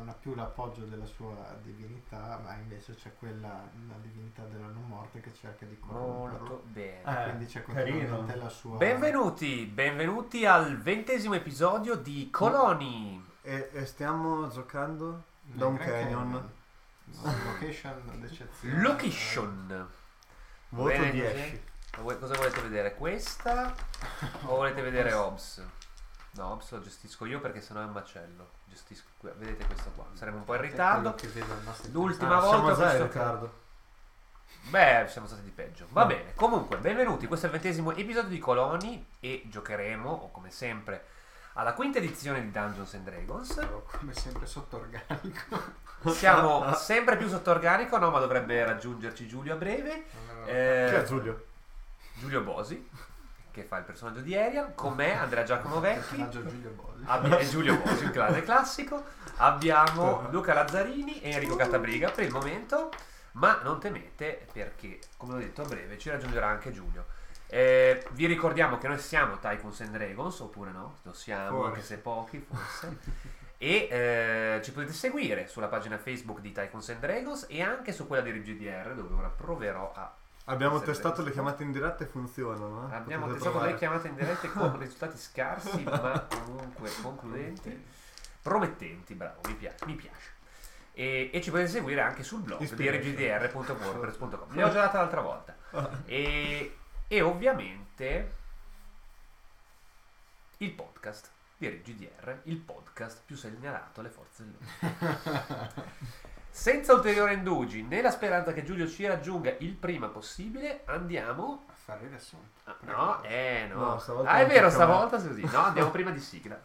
non ha più l'appoggio della sua divinità, ma invece c'è la divinità della non morte che cerca di corromperlo. Molto bene. Quindi c'è continuamente carino. la sua... Benvenuti al 20° episodio di Coloni. E stiamo giocando nel Don Grand Canyon. No, location d'eccezione. Location. Voto Bene 10. così? Cosa volete vedere? Questa o volete vedere Hobbs? No, Hobbs lo gestisco io perché sennò è un macello. Gestisco vedete questo qua. Saremo un po' in ritardo. Quello che vedo al nostro L'ultima Siamo volta ho già in visto che- ritardo. Beh, siamo stati di peggio. Va No. bene, comunque, benvenuti. Questo è il 20° episodio di Coloni e giocheremo, o come sempre, alla quinta edizione di Dungeons and Dragons. Però, come sempre sotto organico. Siamo sempre più sotto organico, no? Ma dovrebbe raggiungerci Giulio a breve. Chi è Eh, Giulio? Giulio Bosi, che fa il personaggio di Ariel, con me, Andrea Giacomo Vecchi. Personaggio Giulio Bosi. E Giulio Bosi, un grande classico. Abbiamo Luca Lazzarini e Enrico Cattabriga per il momento, ma non temete perché, come ho detto, a breve ci raggiungerà anche Giulio. Vi ricordiamo che noi siamo Tycoons and Dragons, oppure no? Lo siamo, Forse. anche se pochi, forse. E ci potete seguire sulla pagina Facebook di Tycoons and Dragons e anche su quella di RGDR, dove ora proverò a... Abbiamo essere testato le registrato. chiamate in diretta e funzionano. Abbiamo Potete testato provare. le chiamate in diretta con risultati scarsi, ma comunque concludenti, promettenti, bravo, mi piace. E ci potete seguire anche sul blog di Ispiration. rgdr.wordpress.com. Ne ho già data l'altra volta. E ovviamente il podcast di RGDR, il podcast più segnalato alle forze dell'ordine. Senza ulteriori indugi, nella speranza che Giulio ci raggiunga il prima possibile, andiamo... A fare il riassunto. No, no. No, stavolta È non vero, tocca a me. stavolta sì. No, andiamo prima di sigla.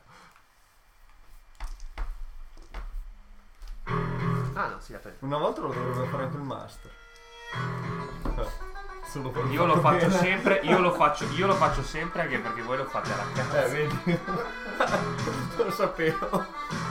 Ah no, sì, aspetta. Una volta lo dovrebbe fare anche il master. Solo per Io lo fatto faccio bene. sempre, io lo faccio sempre anche perché voi lo fate alla cazzo. Vedi? Lo sapevo.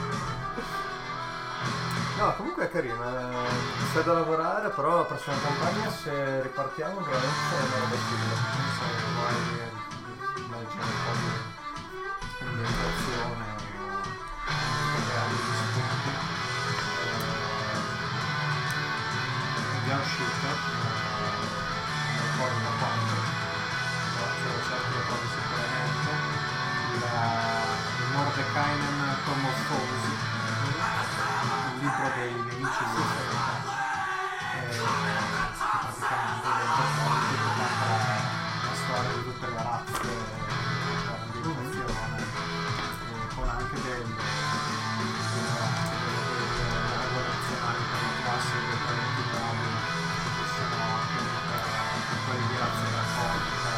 No, comunque è carina. C'è da lavorare, però la prossima campagna se ripartiamo veramente c'è una roba figa. Se vuoi leggere un po' di ambientazione o reali di spunti, è già uscito, non ricordo da quando, però se lo cerchi lo trovi sicuramente, il Mordekainen Tom of Foes, il libro dei nemici di Israele. Praticamente dentro poi tutta quanta la storia di tutte le razze, l'ambientazione, con anche delle regole nazionali per le classi e dei talenti nuovi che sono anche per quelli di razze raccolta.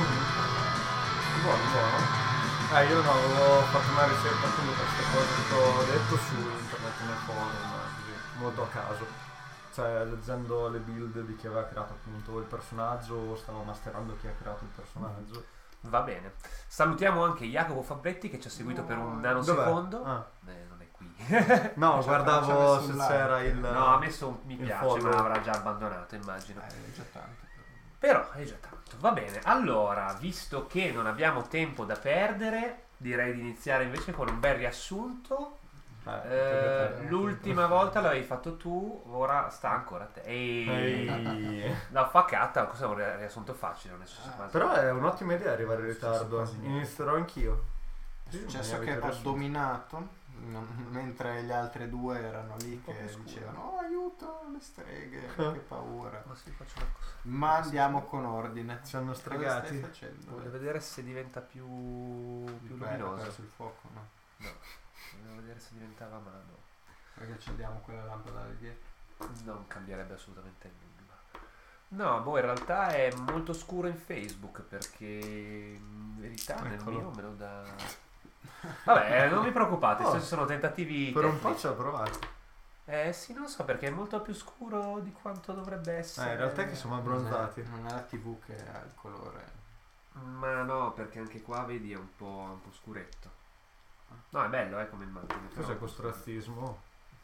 Buono. Io no, avevo fatto una ricerca appunto per queste cose che ho detto su internet nel forum, così, molto a caso. Cioè, leggendo le build di chi aveva creato appunto il personaggio, stavo masterando chi ha creato il personaggio. Va bene. Salutiamo anche Jacopo Fabretti che ci ha seguito per un nanosecondo. Ah. Non è qui. No, Ci guardavo ha messo se un like. c'era il... No, ha messo un mi il piace, follow. ma avrà già abbandonato, immagino. È già tanto. Però è già tanto. Va bene, allora, visto che non abbiamo tempo da perdere, direi di iniziare invece con un bel riassunto. L'ultima volta l'avevi fatto tu, ora sta ancora a te. Ehi. La faccata, questo è un riassunto facile, non è successo. Però è un'ottima idea arrivare in ritardo. quasi niente. Inizierò anch'io. È Sì, successo mi che avete ho riassunto. dominato mentre gli altri due erano lì po' che più scuro. dicevano oh aiuto le streghe che paura, Ma sì, faccio una cosa. ma andiamo con ordine. Ci hanno Cosa stai stregati. facendo? Voglio vedere se diventa più Beh, ho luminoso. perso il fuoco, no? No, volevo vedere se diventava mano. Perché accendiamo quella lampada lì dietro. Non cambierebbe assolutamente nulla. No, boh, in realtà è molto scuro in Facebook perché in verità nel Eccolo. mio me lo dà. Vabbè, non vi preoccupate, Oh, ci sono tentativi Per un po' tecnici. ci ho provato. Sì, non so perché è molto più scuro di quanto dovrebbe essere. In realtà è che siamo abbronzati. Non è la TV che ha il colore. Ma no, perché anche qua vedi è un po' scuretto. No, è bello, come immagine. però- Cos'è questo razzismo?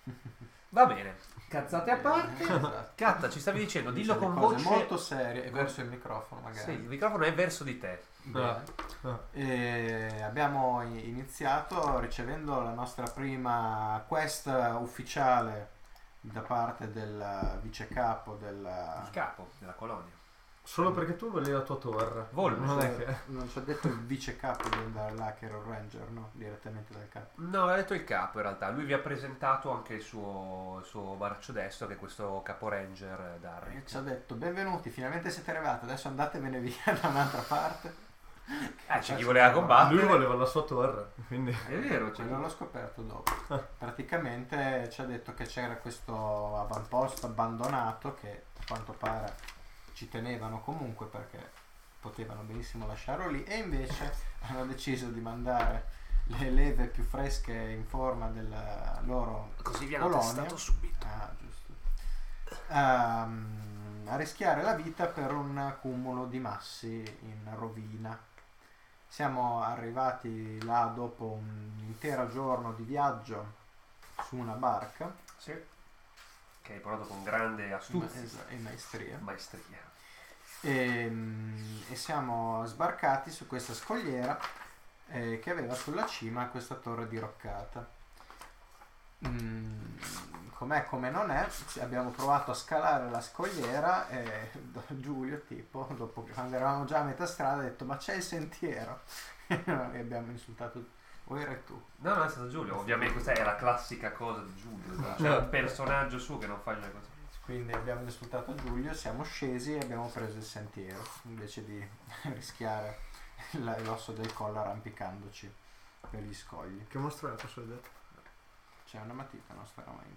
Va bene, cazzate a parte. Esatto. Catta, ci stavi dicendo, dillo Dice con cose voce. molto serie e verso il microfono Sì, magari. il microfono è verso di te. Bene. E abbiamo iniziato ricevendo la nostra prima quest ufficiale da parte del vice capo Il capo della colonia. Solo perché tu volevi la tua torre. Volmus, Non è che... Non ci ha detto il vice capo di andare là che era un ranger, no? Direttamente dal capo. No, l'ha detto il capo in realtà. Lui vi ha presentato anche il suo braccio destro, che è questo capo ranger Darry. E ci ha detto benvenuti, finalmente siete arrivati, adesso andatevene via da un'altra parte. C'è chi voleva combattere. Lui voleva la sua torre, quindi... È vero, Quello l'ho scoperto dopo. Praticamente ci ha detto che c'era questo avamposto abbandonato che a quanto pare ci tenevano comunque perché potevano benissimo lasciarlo lì e invece hanno deciso di mandare le leve più fresche in forma della loro Così vi hanno colonia. testato subito. Giusto. A rischiare la vita per un cumulo di massi in rovina. Siamo arrivati là dopo un intero giorno di viaggio su una barca Sì. Che hai portato con grande astuzia e maestria maestria. e siamo sbarcati su questa scogliera che aveva sulla cima questa torre diroccata. Com'è come non è, abbiamo provato a scalare la scogliera e Giulio tipo dopo quando eravamo già a metà strada ha detto ma c'è il sentiero e abbiamo insultato. O eri tu? No, è stato Giulio. Ovviamente questa è la classica cosa di Giulio. C'è un personaggio su che non fa le cose. Quindi abbiamo insultato Giulio, siamo scesi e abbiamo preso il sentiero invece di rischiare l'osso del collo arrampicandoci per gli scogli. Che mostro è? Posso vedere? C'è una matita nostra ormai.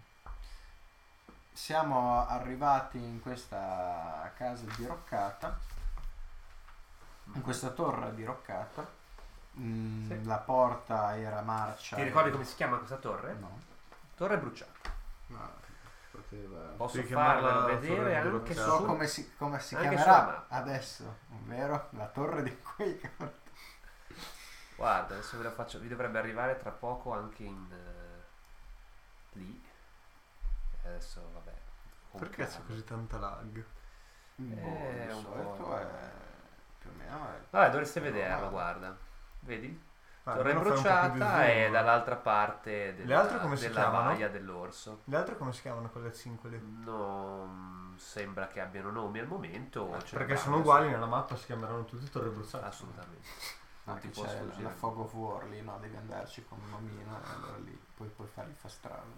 Siamo arrivati in questa casa diroccata, in questa torre diroccata. Sì. La porta era marcia. Ti ricordi come si chiama questa torre? No. Torre bruciata. No. Poteva... Posso Devi farvelo chiamarla vedere torre anche bruciata. So su. come si Anche sulla chiamerà mappa. adesso, ovvero la torre di Quake. Guarda, adesso ve la faccio. Vi dovrebbe arrivare tra poco anche in lì. E adesso vabbè. con Perché c'è calma. così tanta lag? Di un solito po'. è più o meno è... Vabbè, dovreste No, vederlo, no. guarda. Vedi? Ah, Torre almeno fai un po' più di bruciata zoom. è dall'altra parte Le altre come si della chiamano? baia dell'orso. Le altre come si chiamano quelle 5 lì? Non sembra che abbiano nomi al momento. ce Perché l'avranno, sono uguali nella mappa, si chiameranno tutte torre bruciate. Assolutamente. Non Anche ti può c'è sfuggire. la Fog of War lì, no? Devi andarci con un omino e allora lì poi puoi farli fa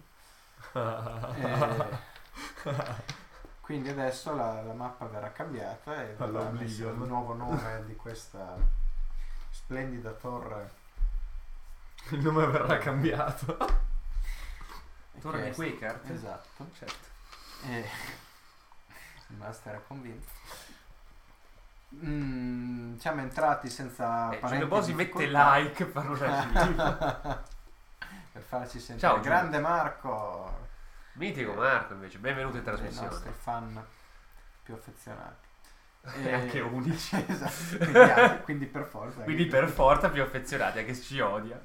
strano. Quindi adesso la mappa verrà cambiata e verrà All'Oblivion. messo il nuovo nome di questa splendida torre. Il nome verrà cambiato. Torre che di Quakehart? Esatto. Certo. E il master è convinto. Siamo entrati senza Giulio apparenti Bosi mette difficoltà. like per una Per farci sentire. Ciao, Giulio. Grande Marco, Mitico Marco invece, benvenuto in dei trasmissione. nostri fan più affezionati. E anche unici. Esatto, quindi per forza. Quindi per forza più affezionati, anche se ci odia.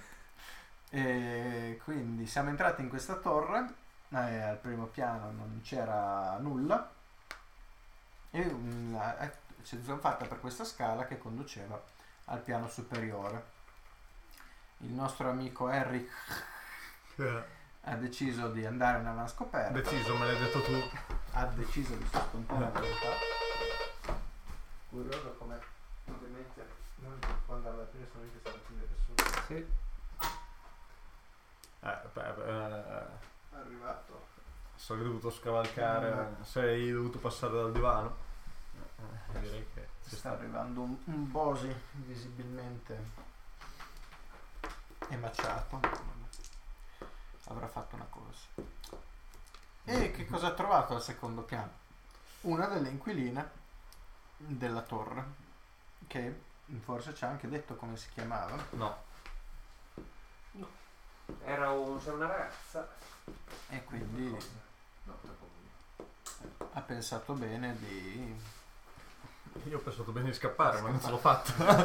E quindi siamo entrati in questa torre, al primo piano non c'era nulla e ci siamo fatta per questa scala che conduceva al piano superiore. Il nostro amico Eric ha deciso di andare in avanscoperta. Deciso, me l'hai detto tu. Ha deciso di sua spontanea volontà. Curioso come ovviamente non può andare alla fine sono io che sto facendo nessuno. Sì. È arrivato. Sei dovuto scavalcare, sei dovuto passare dal divano. Direi che ci Sta arrivando un Bosi visibilmente emaciato. Avrà fatto una corsa. E che cosa ha trovato al secondo piano? Una delle inquiline della torre, che forse ci ha anche detto come si chiamava. No. C'era una ragazza. E quindi No, ha pensato bene di... Io ho pensato bene di scappare, ma non ce l'ho fatta.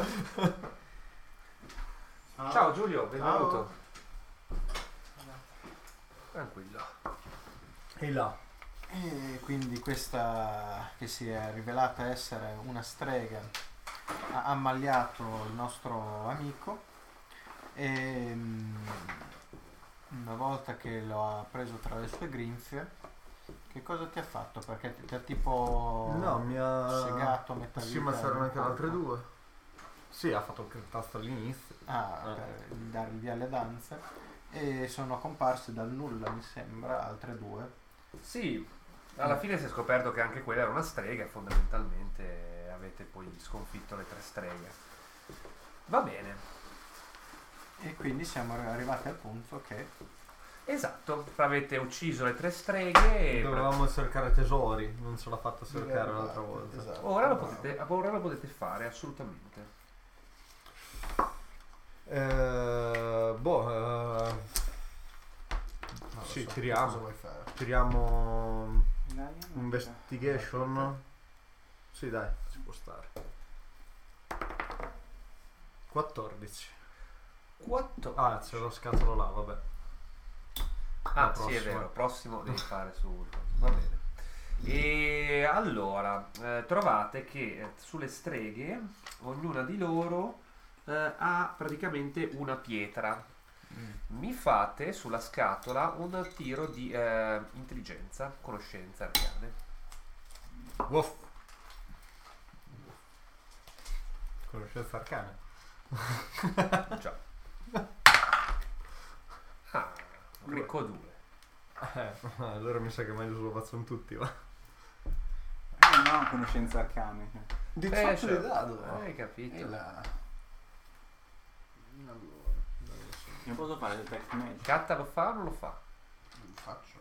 Ciao Giulio, benvenuto. Tranquillo. E là. E quindi questa che si è rivelata essere una strega ha ammaliato il nostro amico e una volta che lo ha preso tra le sue grinfie, che cosa ti ha fatto? Perché ti ha tipo No, mi ha segato a metà Sì, vita ma c'erano nel anche le altre corpo? due. Sì, ha fatto il tasto all'inizio. Per dare il via alle danze, e sono comparse dal nulla, mi sembra, altre due. Sì, alla fine si è scoperto che anche quella era una strega e fondamentalmente avete poi sconfitto le 3 streghe. Va bene. E quindi siamo arrivati al punto che Esatto, avete ucciso le 3 streghe e Dovevamo cercare tesori, non ce l'ha fatta cercare l'altra volta. Esatto. ora lo potete fare, assolutamente. Sì, Cosa tiriamo. vuoi fare? Tiriamo Dai, investigation. Sì, dai, ci può stare. 14. 4. Ah, c'è lo scatolo là, vabbè. Ah, la sì, è prossima. vero, prossimo devi fare sul... Va bene. E allora, trovate che sulle streghe, ognuna di loro ha praticamente una pietra. Mi fate sulla scatola un tiro di intelligenza, conoscenza arcane. Woff. Conoscenza arcana. Già. Ah, ricco 2. Allora mi sa che meglio lo facciano tutti, va. no, conoscenze arcane. Di fatto di dado. Hai capito? E là. Io posso fare detect magic. Catta lo fa o non lo fa? Lo faccio.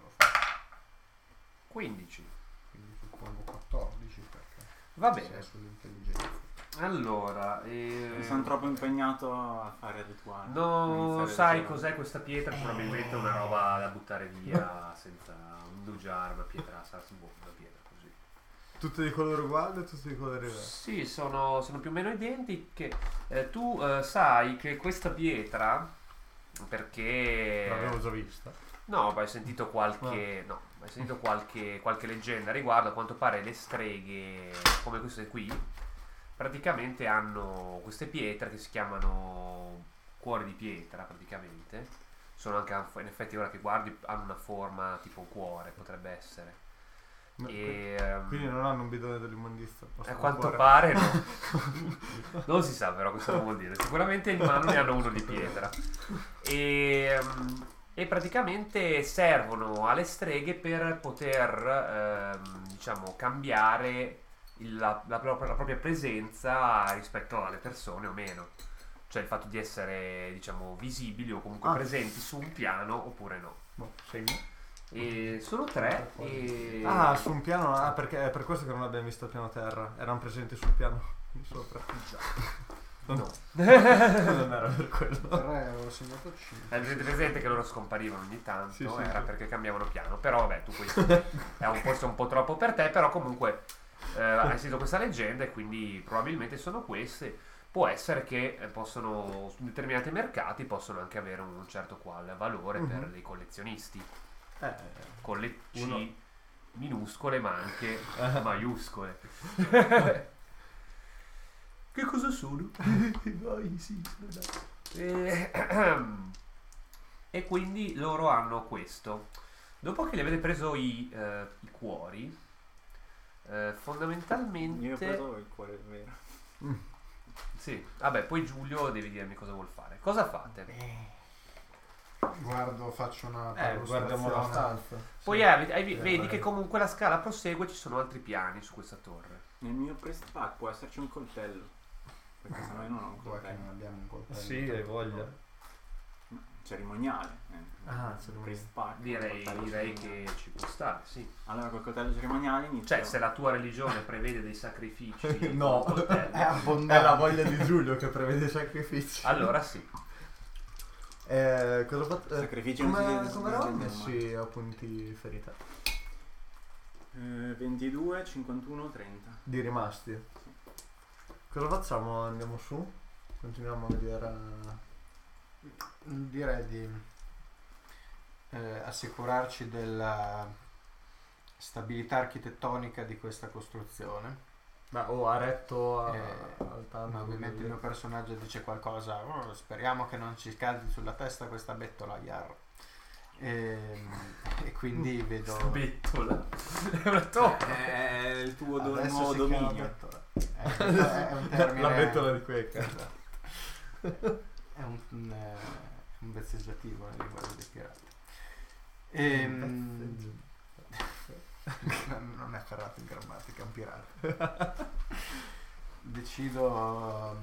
15. Quindi suppongo 14 perché Va sei bene. sull'intelligenza. Allora, Sono troppo impegnato a fare il rituale. no, Iniziare sai da zero. cos'è questa pietra? Probabilmente è una roba da buttare via senza indugiare, una pietra, sarà una pietra così. Tutte di colore uguale o tutte di colore diverso? Sì, sono più o meno identiche. Tu sai che questa pietra, perché... L'avevo già vista. No, ma hai sentito qualche... No, hai sentito qualche leggenda a riguardo. A quanto pare le streghe, come queste qui, praticamente hanno queste pietre che si chiamano cuori di pietra, praticamente. Sono anche, in effetti, ora che guardi, hanno una forma tipo cuore, potrebbe essere. No, E, quindi non hanno un bidone dell'immondizia. a quanto pare no. Non si sa però cosa vuol dire. Sicuramente in mano ne hanno uno di pietra. E praticamente servono alle streghe per poter diciamo cambiare la propria presenza rispetto alle persone o meno. Cioè il fatto di essere diciamo visibili o comunque presenti su un piano oppure no. Boh, segno. E sono 3 e... Ah, su un piano. Ah, perché è per questo che non abbiamo visto il piano terra. Erano presenti sul piano di sopra. No. Non era per quello. 3 avevo segnato 5. Avete presente che loro scomparivano ogni tanto, Sì, era sì. perché cambiavano piano, però vabbè tu questo è forse un po' troppo per te, però comunque hai sentito questa leggenda e quindi probabilmente sono queste. Può essere che possono, su determinati mercati possono anche avere un certo qual valore per dei collezionisti, con le C Uno. minuscole ma anche maiuscole. Che cosa sono? Vai, sì, e quindi loro hanno questo. Dopo che li avete preso i cuori, fondamentalmente... Io ho preso il cuore vero. Sì, vabbè, poi Giulio devi dirmi cosa vuol fare. Cosa fate? Guardo, faccio una Guardiamo la perlustrazione. stanza. Poi vedi vai. che comunque la scala prosegue, ci sono altri piani su questa torre. Nel mio priest pack può esserci un coltello. Perché sennò io non ho un Dov'è che non coltello. abbiamo un coltello? Sì, hai voglia. Cerimoniale. Ah, cerimoniale. Priest pack. Direi coltello che cerimoniale. ci può stare, sì. Allora col coltello cerimoniale inizio. Cioè, se la tua religione prevede dei sacrifici No. con il coltello, È abbondante. È la voglia di Giulio che prevede sacrifici. allora sì. Cosa ho fatto? Sacrifici non si Come vede- come non eravamo si vedono messi a punti ferita? 22, 51, 30. Di rimasti. Cosa facciamo? Andiamo su? Continuiamo a vedere. Direi di assicurarci della stabilità architettonica di questa costruzione. Ha retto al Ma tanto. ovviamente il mio personaggio dice qualcosa, "Oh, speriamo che non ci cadi sulla testa questa bettola, Iar." E quindi vedo... Bettola. È una toppa. È il tuo Adesso nuovo si chiama dominio. bettola. È un termine... La bettola di Quake. Esatto. È un vezzeggiativo nel linguaggio dei pirati. Non è ferrato in grammatica, è un pirata. Decido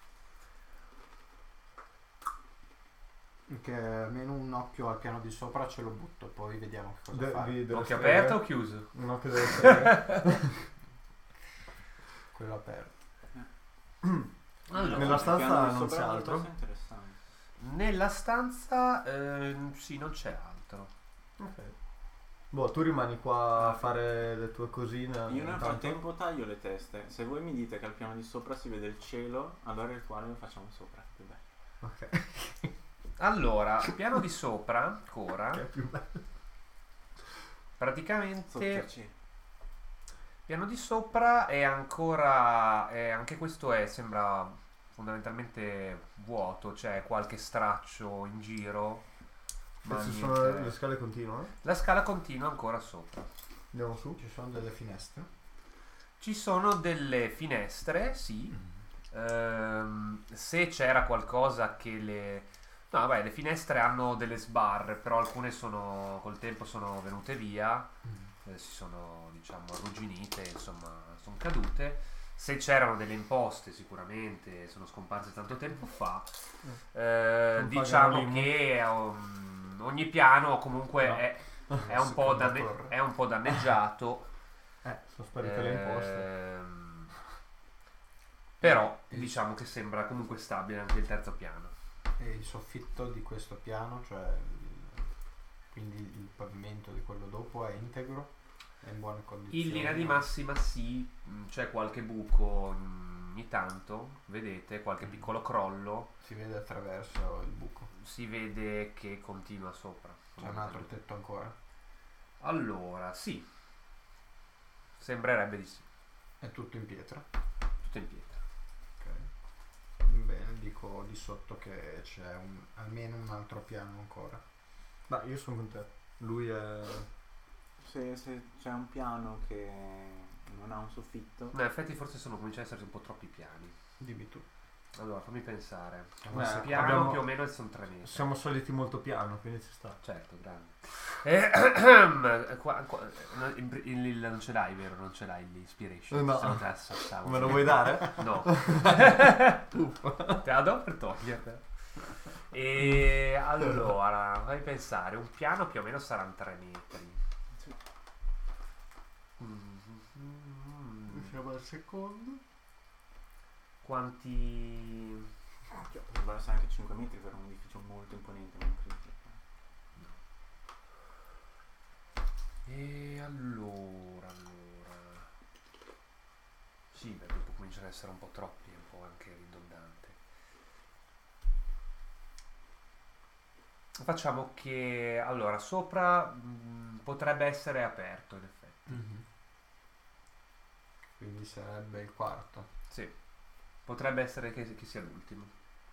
che almeno un occhio al piano di sopra ce lo butto, poi vediamo che cosa fare. Occhio aperto o chiuso? Un occhio deve essere. Quello aperto. Allora, Nella stanza Piano di non sopra c'è è una altro? cosa interessante. nella stanza sì, non c'è altro. Ok. Boh, tu rimani qua a fare le tue cosine. Io nel intanto. frattempo taglio le teste. Se voi mi dite che al piano di sopra si vede il cielo, allora il rituale lo facciamo sopra. Più bello. Ok. Allora, piano di sopra ancora, Che è più bello. praticamente Sottopiacere. piano di sopra è ancora anche questo sembra fondamentalmente vuoto, c'è qualche straccio in giro, ma Ci niente. sono le scale continuano? La scala continua ancora sopra. Andiamo su. Ci sono delle finestre. Ci sono delle finestre, sì. Se c'era qualcosa che no, vabbè, le finestre hanno delle sbarre, però alcune col tempo sono venute via, si sono, diciamo, arrugginite, insomma, sono cadute. Se c'erano delle imposte, sicuramente sono scomparse tanto tempo fa. Non Diciamo pagano che ogni piano comunque No. è un po' Seconda torre. è un po' danneggiato. Sono sparite le imposte. Però diciamo che sembra comunque stabile anche il terzo piano. E il soffitto di questo piano, quindi il pavimento di quello dopo, è integro? È in buone condizioni? In linea di massima sì, c'è qualche buco ogni tanto, vedete, qualche piccolo crollo, Si vede attraverso il buco. si vede che continua sopra. C'è un altro tetto ancora? Allora, sì, sembrerebbe di sì, È tutto in pietra? tutto in pietra. Ok. Bene, dico di sotto che c'è almeno un altro piano ancora. Ma io sono con te. Lui è. Se c'è un piano che non ha un soffitto, No, in effetti forse cominciano ad essere un po' troppi piani. Dimmi tu. Allora, fammi pensare. Siamo Beh, al Piano abbiamo- più o meno sono 3 metri. Siamo soliti molto piano, quindi ci sta. Certo, grande. Non ce l'hai, vero? Non ce l'hai l'inspiration? No. Se no te la assassavo. Me lo vuoi dare? No. Te la do per toglierla. E allora, fai pensare, un piano più o meno saranno 3 metri. sì. Siamo al secondo. Quanti... Potrebbe essere anche 5 metri per un edificio molto imponente, non credo. E allora... Sì, beh, dopo cominciano ad essere un po' troppi, un po' anche ridondante. Facciamo che... Allora, sopra potrebbe essere aperto, in effetti. Quindi sarebbe il quarto. Sì, potrebbe essere che sia l'ultimo.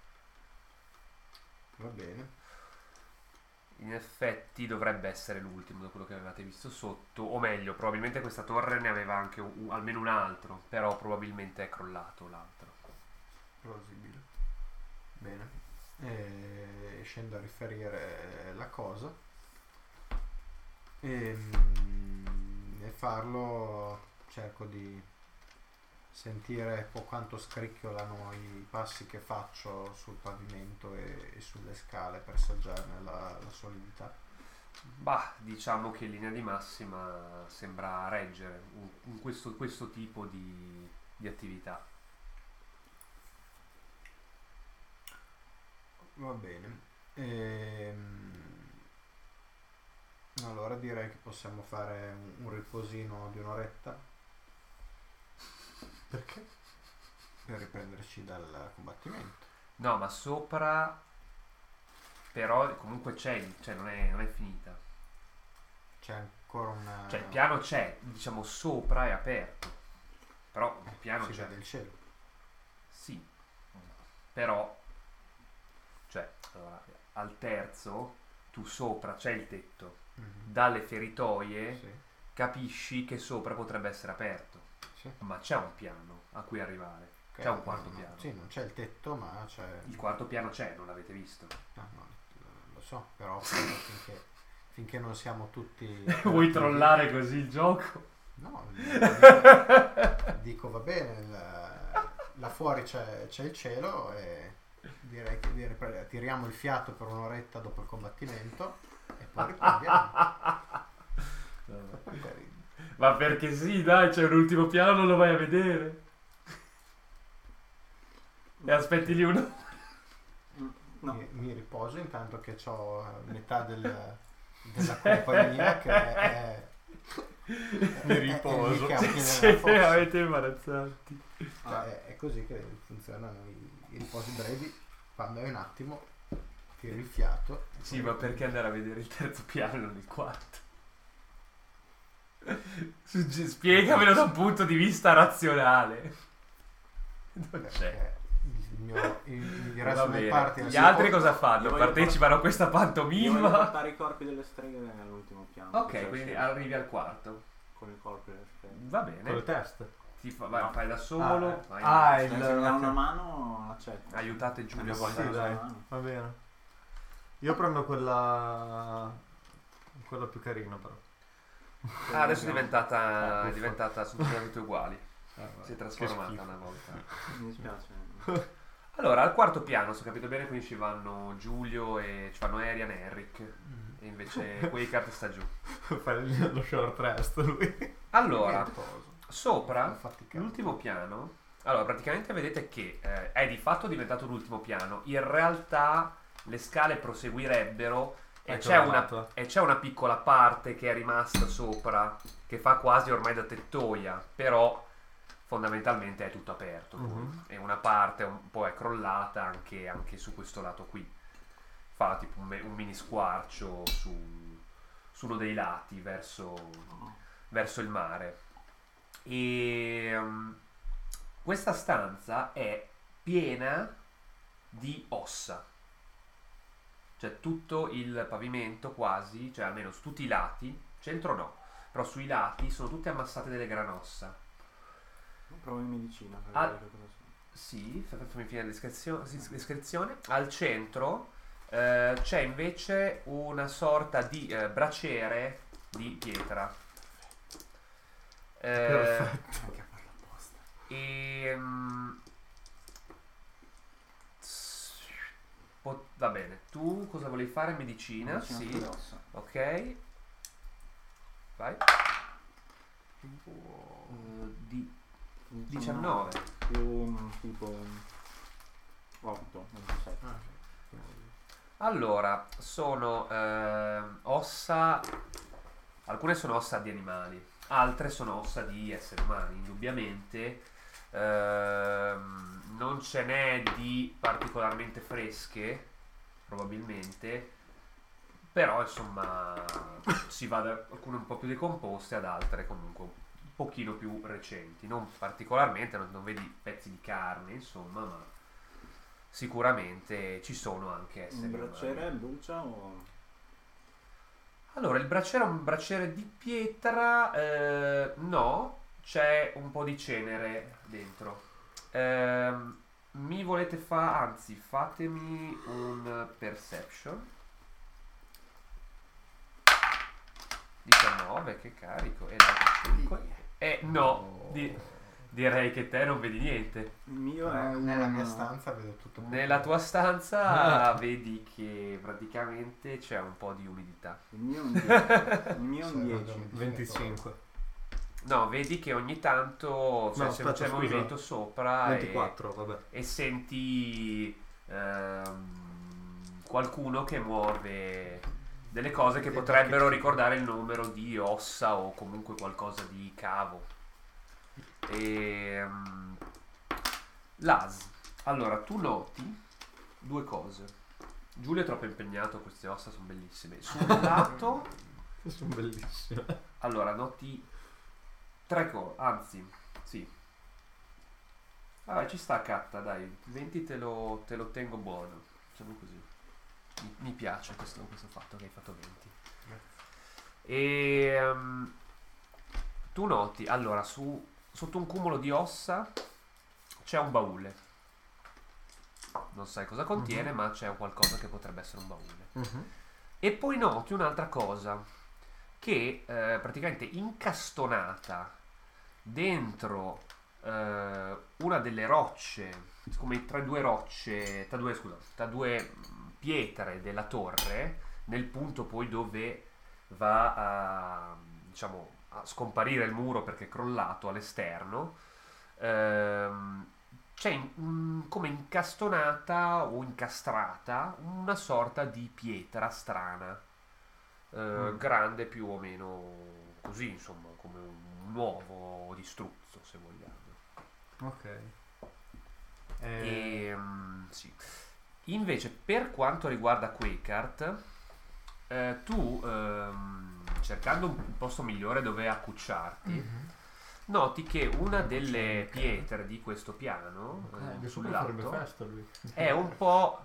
Va bene. In effetti dovrebbe essere l'ultimo da quello che avevate visto sotto, o meglio, probabilmente questa torre ne aveva anche almeno un altro, però probabilmente è crollato l'altro. Plausibile. Bene. E scendo a riferire la cosa. E nel farlo cerco di sentire quanto scricchiolano i passi che faccio sul pavimento e sulle scale per assaggiarne la solidità. Bah, diciamo che in linea di massima sembra reggere questo tipo di attività. Va bene. Allora direi che possiamo fare un riposino di un'oretta. Perché? Per riprenderci dal combattimento. No, ma sopra però comunque c'è, cioè non è finita. C'è ancora una... Cioè il piano c'è, diciamo sopra è aperto, però il piano si c'è. vede il cielo. Sì, però, cioè, allora, al terzo, tu sopra c'è il tetto, dalle feritoie Sì, capisci che sopra potrebbe essere aperto, sì. ma c'è un piano a cui arrivare, Ok, c'è un quarto no, piano. Sì, non c'è il tetto, ma c'è... Il quarto piano c'è, non l'avete visto. No, lo so, però finché non siamo tutti... Vuoi trollare così il gioco? No, dico va bene, là fuori c'è il cielo e direi che tiriamo il fiato per un'oretta dopo il combattimento e poi riprendiamo. Ma perché sì, dai, c'è un ultimo piano, non lo vai a vedere. E aspetti lì uno. No. Mi riposo intanto che ho metà della compagnia che è Mi riposo. che è lì Siete nella fossa. veramente imbarazzanti. Cioè, è così che funzionano i riposi brevi. Quando hai un attimo tiri il fiato. Sì, ma perché andare a vedere il terzo piano e non il quarto? Spiegamelo da un punto di vista razionale. Non c'è. Perché il Va resto delle bene. parti Gli altri cosa fanno? Io voglio Partecipano a questa Io voglio pantomima? portare i corpi delle streghe all'ultimo piano. Ok, Cioè, quindi sì, arrivi al quarto. con i corpi delle streghe. Va Con le bene. teste. Vai, fai da solo. vai. Ah, Se mi dà una mano, accetto. Aiutate Giulio a Sì, guardare. Sì, dai, una mano. va bene. Io prendo quella più carina però. Ah, adesso è diventata, Ah, è diventata, sono tutte uguali. Vabbè, Si è che trasformata schifo. una volta. Mi dispiace. Allora, al quarto piano, se ho capito bene, quindi ci vanno Giulio e ci vanno Arian e Eric. E invece Quakehart sta giù. Fai lo short rest lui. Allora, Riposo. sopra Infatti, l'ultimo piano. Allora, praticamente vedete che è di fatto diventato l'ultimo piano. In realtà le scale proseguirebbero e c'è una piccola parte che è rimasta sopra, che fa quasi ormai da tettoia, però fondamentalmente è tutto aperto. Mhm. E una parte un po' è crollata anche su questo lato qui. Fa tipo un mini squarcio su uno dei lati verso il mare. E questa stanza è piena di ossa, cioè tutto il pavimento quasi, cioè almeno su tutti i lati, centro no, però sui lati sono tutte ammassate delle granossa. Provo in medicina per Ah. vedere cosa sono. Sì, fatemi finire la descrizione. Al centro c'è invece una sorta di braciere di pietra. Perfetto. Anche a farlo apposta. E va bene, tu cosa volevi fare? Medicina? Medicina Sì. sulle ossa. Ok. Vai. Di 19. Più tipo 8, 27. Ah, sì. Allora, sono ossa. Alcune sono ossa di animali, altre sono ossa di esseri umani, indubbiamente. Non ce n'è di particolarmente fresche, probabilmente, però insomma si va da alcune un po' più decomposte ad altre comunque un pochino più recenti, non particolarmente, non vedi pezzi di carne insomma, ma sicuramente ci sono anche esseri Un umani. bracciere brucia o... Allora, il braciere è un braciere di pietra, no, c'è un po' di cenere dentro. Mi volete fare, anzi, fatemi un perception. 19, che carico, e l'altro 5. No, direi che te non vedi niente. Il mio è Nella mia stanza vedo tutto. Nella tua stanza vedi che praticamente c'è un po' di umidità. Il mio è un 10. Il mio è un Sì, 10. 25. No, vedi che ogni tanto No, c'è aspetta, scusa. movimento sopra 24, vabbè. e senti qualcuno che muove delle cose che potrebbero ricordare il numero di ossa o comunque qualcosa di cavo. Las, allora tu noti due cose. Giulio è troppo impegnato, queste ossa sono bellissime. Sul lato, Sono bellissime. allora, noti 3 cose, anzi, sì. Vabbè, ci sta Catta, dai, 20 te lo tengo buono, diciamo così. Mi piace questo fatto che hai fatto 20. E tu noti, allora, sotto un cumulo di ossa c'è un baule. Non sai cosa contiene, ma c'è qualcosa che potrebbe essere un baule. E poi noti un'altra cosa, che praticamente incastonata dentro una delle rocce, come tra due pietre della torre, nel punto poi dove va a, diciamo, a scomparire il muro perché è crollato all'esterno, c'è come incastonata o incastrata una sorta di pietra strana, grande più o meno così, insomma, come un uovo di struzzo, se vogliamo. Ok. Sì. Invece, per quanto riguarda Quakehart, tu, cercando un posto migliore dove accucciarti, noti che una delle pietre di questo piano, sul farebbe lato, festa lui. è un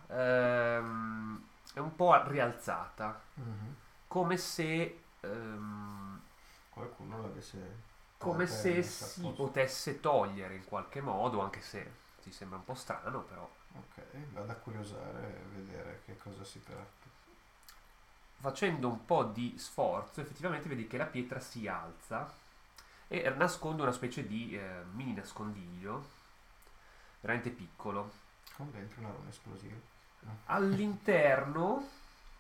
po' rialzata, come se Qualcuno l'avesse... come se messa a si posto. potesse togliere in qualche modo, anche se ti sembra un po' strano, però Ok, vado a curiosare e vedere che cosa si tratta. facendo un po' di sforzo effettivamente vedi che la pietra si alza e nasconde una specie di mini nascondiglio veramente piccolo. Con dentro una runa esplosiva. All'interno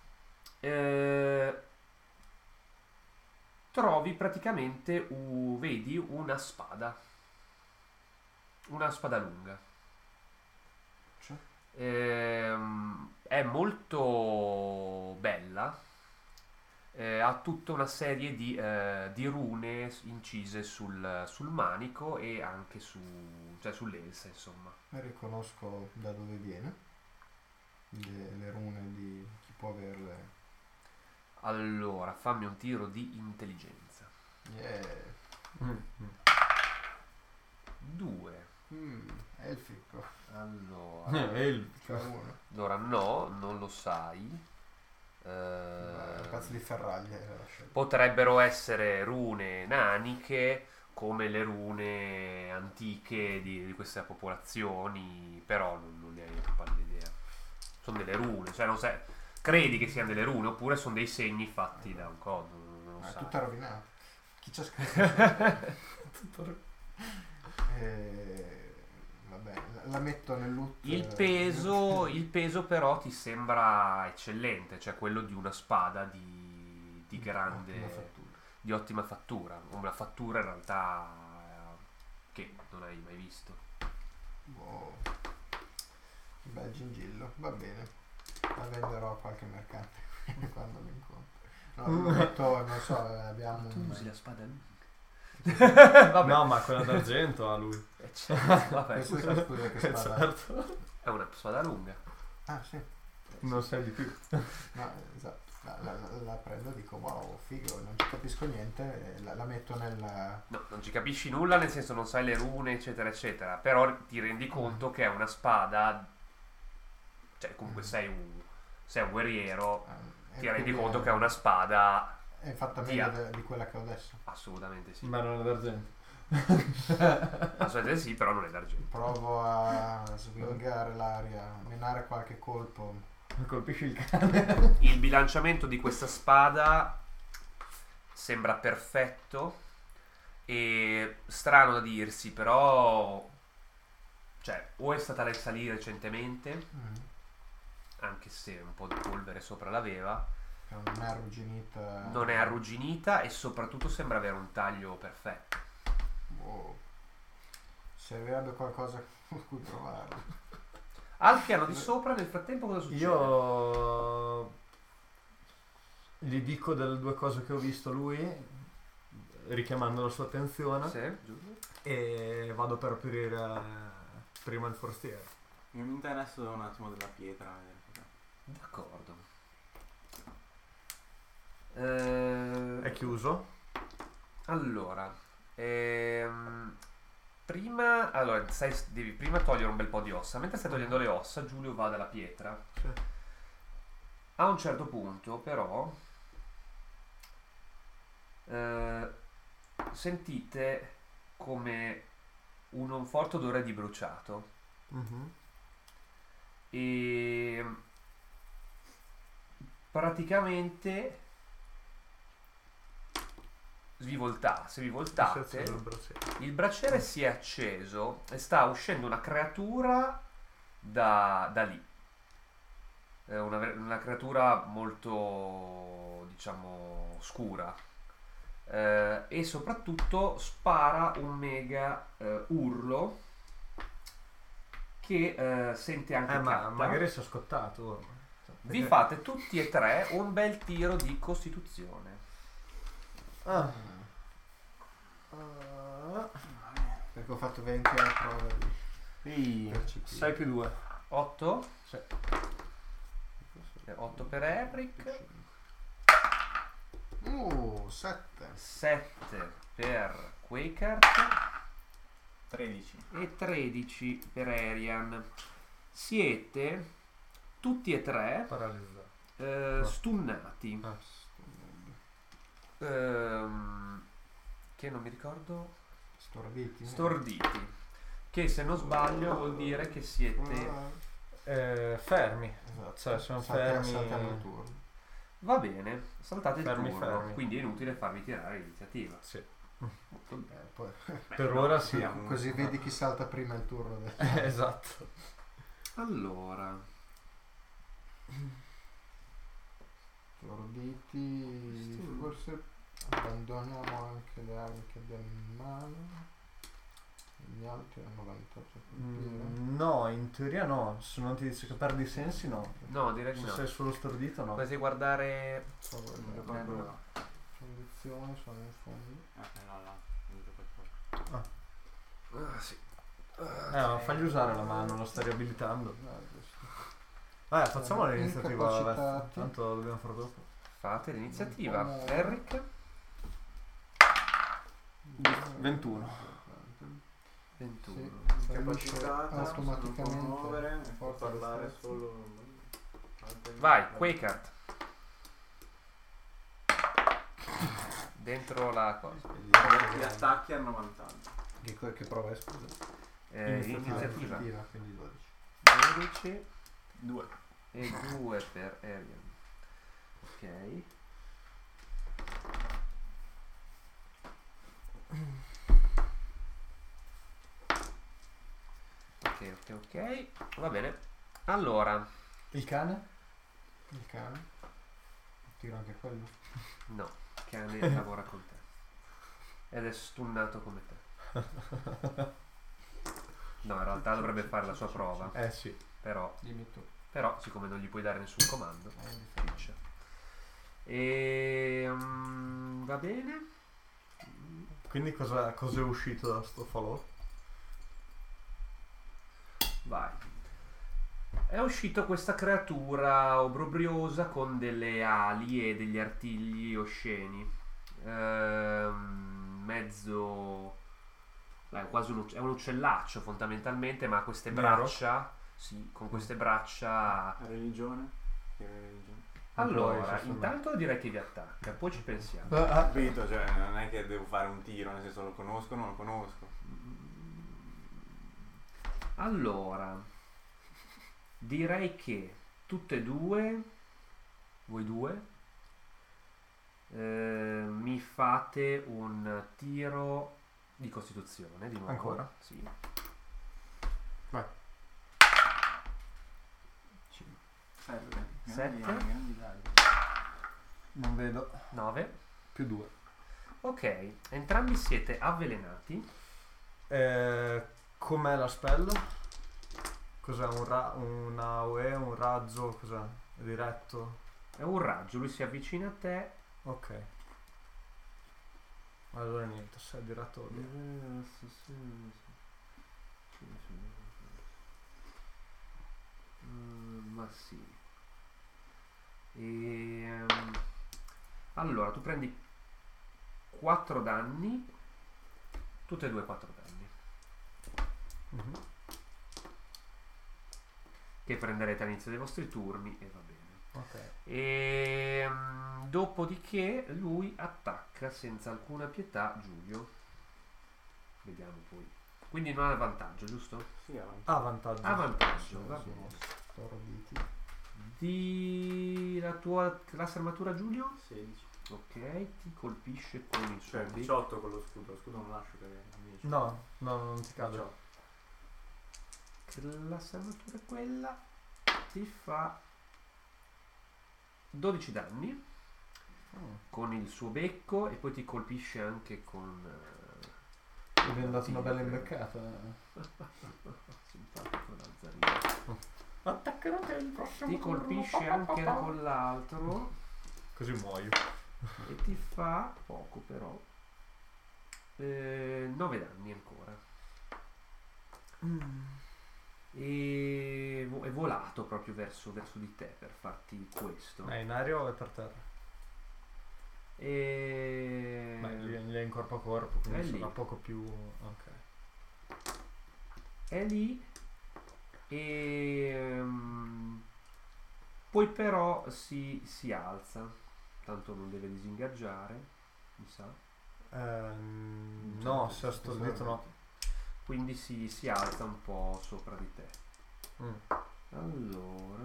trovi praticamente vedi una spada lunga. Cioè? È molto bella, ha tutta una serie di rune incise sul manico e anche cioè sull'elsa, insomma. E riconosco da dove viene. Le rune di chi può averle. Allora, fammi un tiro di intelligenza. Yeah. 2. Elfico. Allora, allora no, non lo sai. Un pezzo di ferraglia era la scelta. Potrebbero essere rune naniche come le rune antiche di queste popolazioni, però non ne hai più pallida idea. Sono delle rune, cioè non sai, credi che siano delle rune oppure sono dei segni fatti da un coso, non lo È sai. tutta rovinata. Chi c'ha scritto? Vabbè, la metto nel loot. Il peso però ti sembra eccellente, cioè quello di una spada di grande, Ottima fattura. di ottima fattura, una fattura in realtà che non hai mai visto. Wow. Che bel gingillo, va bene. La venderò a qualche mercante quando lo incontro. No, lo metto, non so, abbiamo Tu un... usi la spada lunga? Vabbè. No, ma quella d'argento ha lui. Vabbè, Questo scusa che spada. Certo. è una spada lunga. Ah sì, Non sai di più. no, esatto. La prendo e dico wow, figo, non ci capisco niente, e la metto nel... No, non ci capisci nulla, nel senso non sai le rune, eccetera, eccetera. Però ti rendi conto che è una spada. Cioè, comunque sei un guerriero, ti rendi conto che è una spada. È fatta Via. meglio di quella che ho adesso. Assolutamente sì. Ma non è d'argento. Assolutamente sì, però non è d'argento. Provo a swingare l'aria, menare qualche colpo. Colpisci il cane. Il bilanciamento di questa spada sembra perfetto e strano da dirsi, però cioè o è stata lessa lì recentemente, anche se un po' di polvere sopra l'aveva, Non è arrugginita. non è arrugginita e soprattutto sembra avere un taglio perfetto. Wow. Servirebbe qualcosa con cui provare. Al piano di sopra nel frattempo cosa succede? Io gli dico delle due cose che ho visto lui, richiamando la sua attenzione, Sì, giusto. e vado per aprire prima il forstiere. Io mi interesso un attimo della pietra. Vedere cos'è. D'accordo. È chiuso? Allora, prima, devi prima togliere un bel po' di ossa. Mentre stai togliendo le ossa, Giulio va dalla pietra. Sì. A un certo punto, però, sentite come un forte odore di bruciato. Mhm. E praticamente se vi voltate, il braciere si è acceso e sta uscendo una creatura da lì. Una creatura molto, diciamo, scura. E soprattutto spara un mega urlo che sente anche Katta. magari si è scottato. Vi fate tutti e tre un bel tiro di costituzione. Perché ho fatto 20 alla prova di percepire. 6 più 2. 8? Sì. 8 per Eric. 7. 7 per Quakert 13. e 13 per Arian. Siete tutti e tre Paralizzato. stunnati. Che non mi ricordo. Storditi. Che se non sbaglio vuol dire che siete. Fermi. Esatto. Cioè, sono Saltiamo fermi. il turno. Va bene, saltate il Fermi, turno. fermi. Quindi è inutile farvi tirare l'iniziativa. Sì. Molto bene. Poi, Per ora sì. così vedi chi salta prima il turno. Esatto. Allora, Storditi. Forse abbandoniamo anche le armi che abbiamo in mano. Gli altri hanno vantaggio a colpire. No, in teoria no. Se non ti dice che perdi i sensi, no. no, direi di Se no. sei solo stordito, no. Potresti guardare. Sto Non guardando. gioco ancora. Condizioni sono in fondo. No, non gioco ancora. Ah, sì. Ma fagli usare la mano, lo stai riabilitando. Facciamo l'iniziativa. Incapacitati. Tanto dobbiamo fare dopo. Fate l'iniziativa. Non può- Eric 21. 21. Sì, Capacitata, automaticamente. non può muovere, può forza parlare riflessi. solo. Vai, Quakert. Dentro la cosa. Gli attacchi hanno vantaggio. Che prova è, scusa? Iniziativa. Quindi 12. 12 2. e 2 per Arian. Ok. Ok. Va bene. Allora, Il cane? Il cane. Tiro anche quello. no, il cane lavora con te. Ed è stunnato come te. No, in realtà dovrebbe fare la sua prova. Sì. Però, Dimmi tu. siccome non gli puoi dare nessun comando, Difficile. e va bene. Quindi cosa è uscito da sto falò? Vai. È uscita questa creatura obbrobriosa con delle ali e degli artigli osceni. Mezzo. È quasi è un uccellaccio fondamentalmente, ma ha queste Nero? braccia. Sì, con queste braccia. Religione? Che religione? Allora, intanto direi che vi attacca, poi ci pensiamo. Capito, cioè non è che devo fare un tiro, nel senso lo conosco o non lo conosco. Allora, direi che tutte e due, voi due, mi fate un tiro di costituzione di nuovo. Ancora? Sì. Vai. 7. 7. Non vedo. 9. Più 2. Ok, entrambi siete avvelenati. Com'è la spell? Cos'è? Un AOE? Un razzo? Cos'è? È diretto? È un raggio, lui si avvicina a te. Ok. Allora niente, se è diretto. Ma sì. E, allora, tu prendi 4 danni, tutte e due 4 danni, Mhm. che prenderete all'inizio dei vostri turni e va bene. Ok. E dopodiché lui attacca senza alcuna pietà Giulio. Vediamo poi. Quindi non ha vantaggio, giusto? Sì, avanti. Ha vantaggio. Ha vantaggio, va Sono bene. storditi. Di la tua classe armatura Giulio? 16. Ok, ti colpisce con il suo Cioè, becco. 18 con lo scudo non lascio che 10. No, non ti cade. 18. Classe armatura è quella. Ti fa 12 danni con il suo becco e poi ti colpisce anche con Mi è andata una bella imbeccata. simpatico Lazzarino. Attaccherò te il prossimo Ti colpisce anche con l'altro Così muoio. e ti fa poco però 9 danni ancora. E è volato proprio verso di te per farti questo. È in aria o è per terra? E Beh, gli è in corpo a corpo, quindi È lì. sarà poco più. Ok. è lì e poi però si alza, tanto non deve disingaggiare, mi sa, No, se ha stordito no. quindi si alza un po' sopra di te. Allora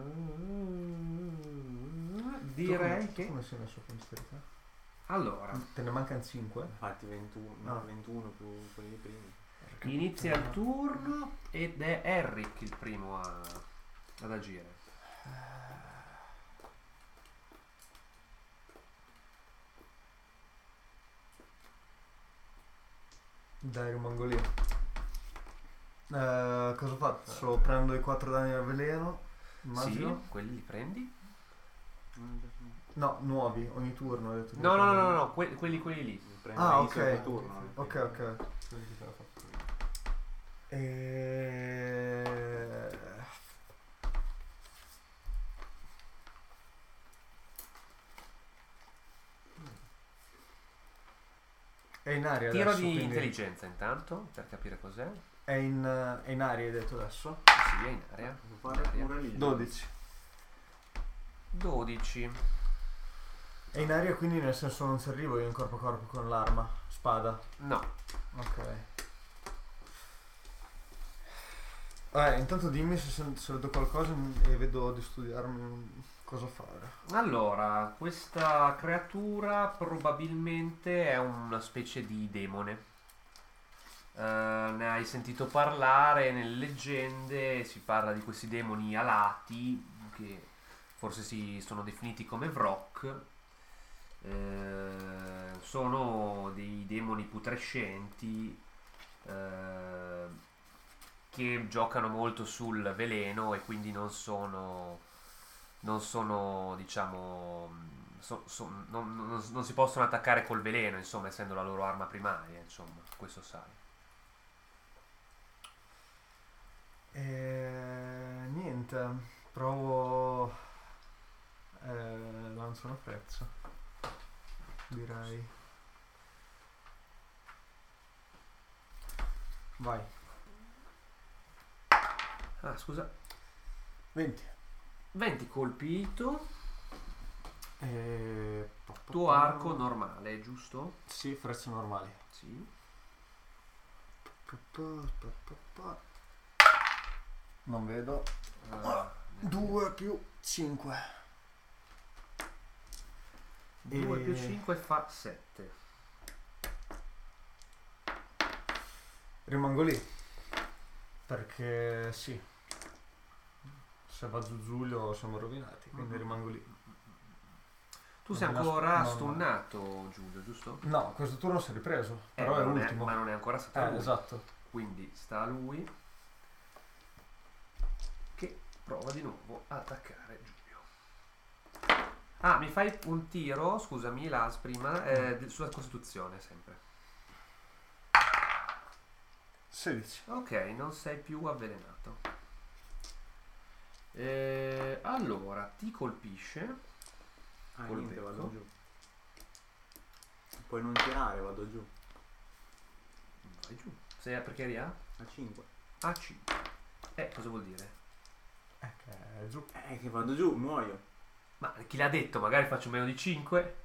direi Tu che come sei messo con dexterità? allora Te ne mancano 5? Infatti 21, Ah. 21 più quelli di prima. inizia il turno ed è Eric il primo ad agire. Dai, rimango lì. Cosa faccio? Prendo i 4 danni al veleno. Immagino. Sì, quelli li prendi? No, nuovi, ogni turno ho detto. che No, li prendo. no, quelli lì. Mi prendo Ah, all'inizio ok. del turno. Ok, ok. Quelli che te l'ho fatto io. È in aria Tiro adesso, di quindi intelligenza intanto per capire cos'è. è in aria, hai detto adesso? Sì, è in area. Posso fare In area. un religion? 12. 12. È in aria, quindi nel senso non ci arrivo io in corpo a corpo con l'arma, spada. No. Ok. Intanto dimmi se vedo qualcosa e vedo di studiarmi cosa fare. Allora, questa creatura probabilmente è una specie di demone. Ne hai sentito parlare nelle leggende, si parla di questi demoni alati che forse si sono definiti come Vrock. Sono dei demoni putrescenti che giocano molto sul veleno e quindi non sono diciamo non si possono attaccare col veleno, insomma, essendo la loro arma primaria, insomma, questo sai. Niente, provo. Lancio una freccia. Direi. Vai. Ah, scusa. 20. 20 colpito. E... Tuo arco normale, giusto? Sì, frecce normali. Sì. Non vedo. 2 più 5. 2 più 5 fa 7. Rimango lì. Perché sì. Se va giù Giulio siamo rovinati, quindi rimango lì. Tu sei Non me la- ancora no, no. stunnato, Giulio, giusto? No, questo turno si è ripreso. Però ma è non ultimo. ma non è ancora stato lui. Esatto. Quindi sta a lui che prova di nuovo ad attaccare Giulio. Ah, mi fai un tiro, scusami, l'as prima, sulla costituzione sempre. 16. Ok, non sei più avvelenato. Allora, ti colpisce Col niente, becco. vado giù. Puoi non tirare, vado giù. Vai giù. Sei perché eri A? A 5. A 5. Cosa vuol dire? Che è giù. Che vado giù, muoio. Ma chi l'ha detto? Magari faccio meno di 5?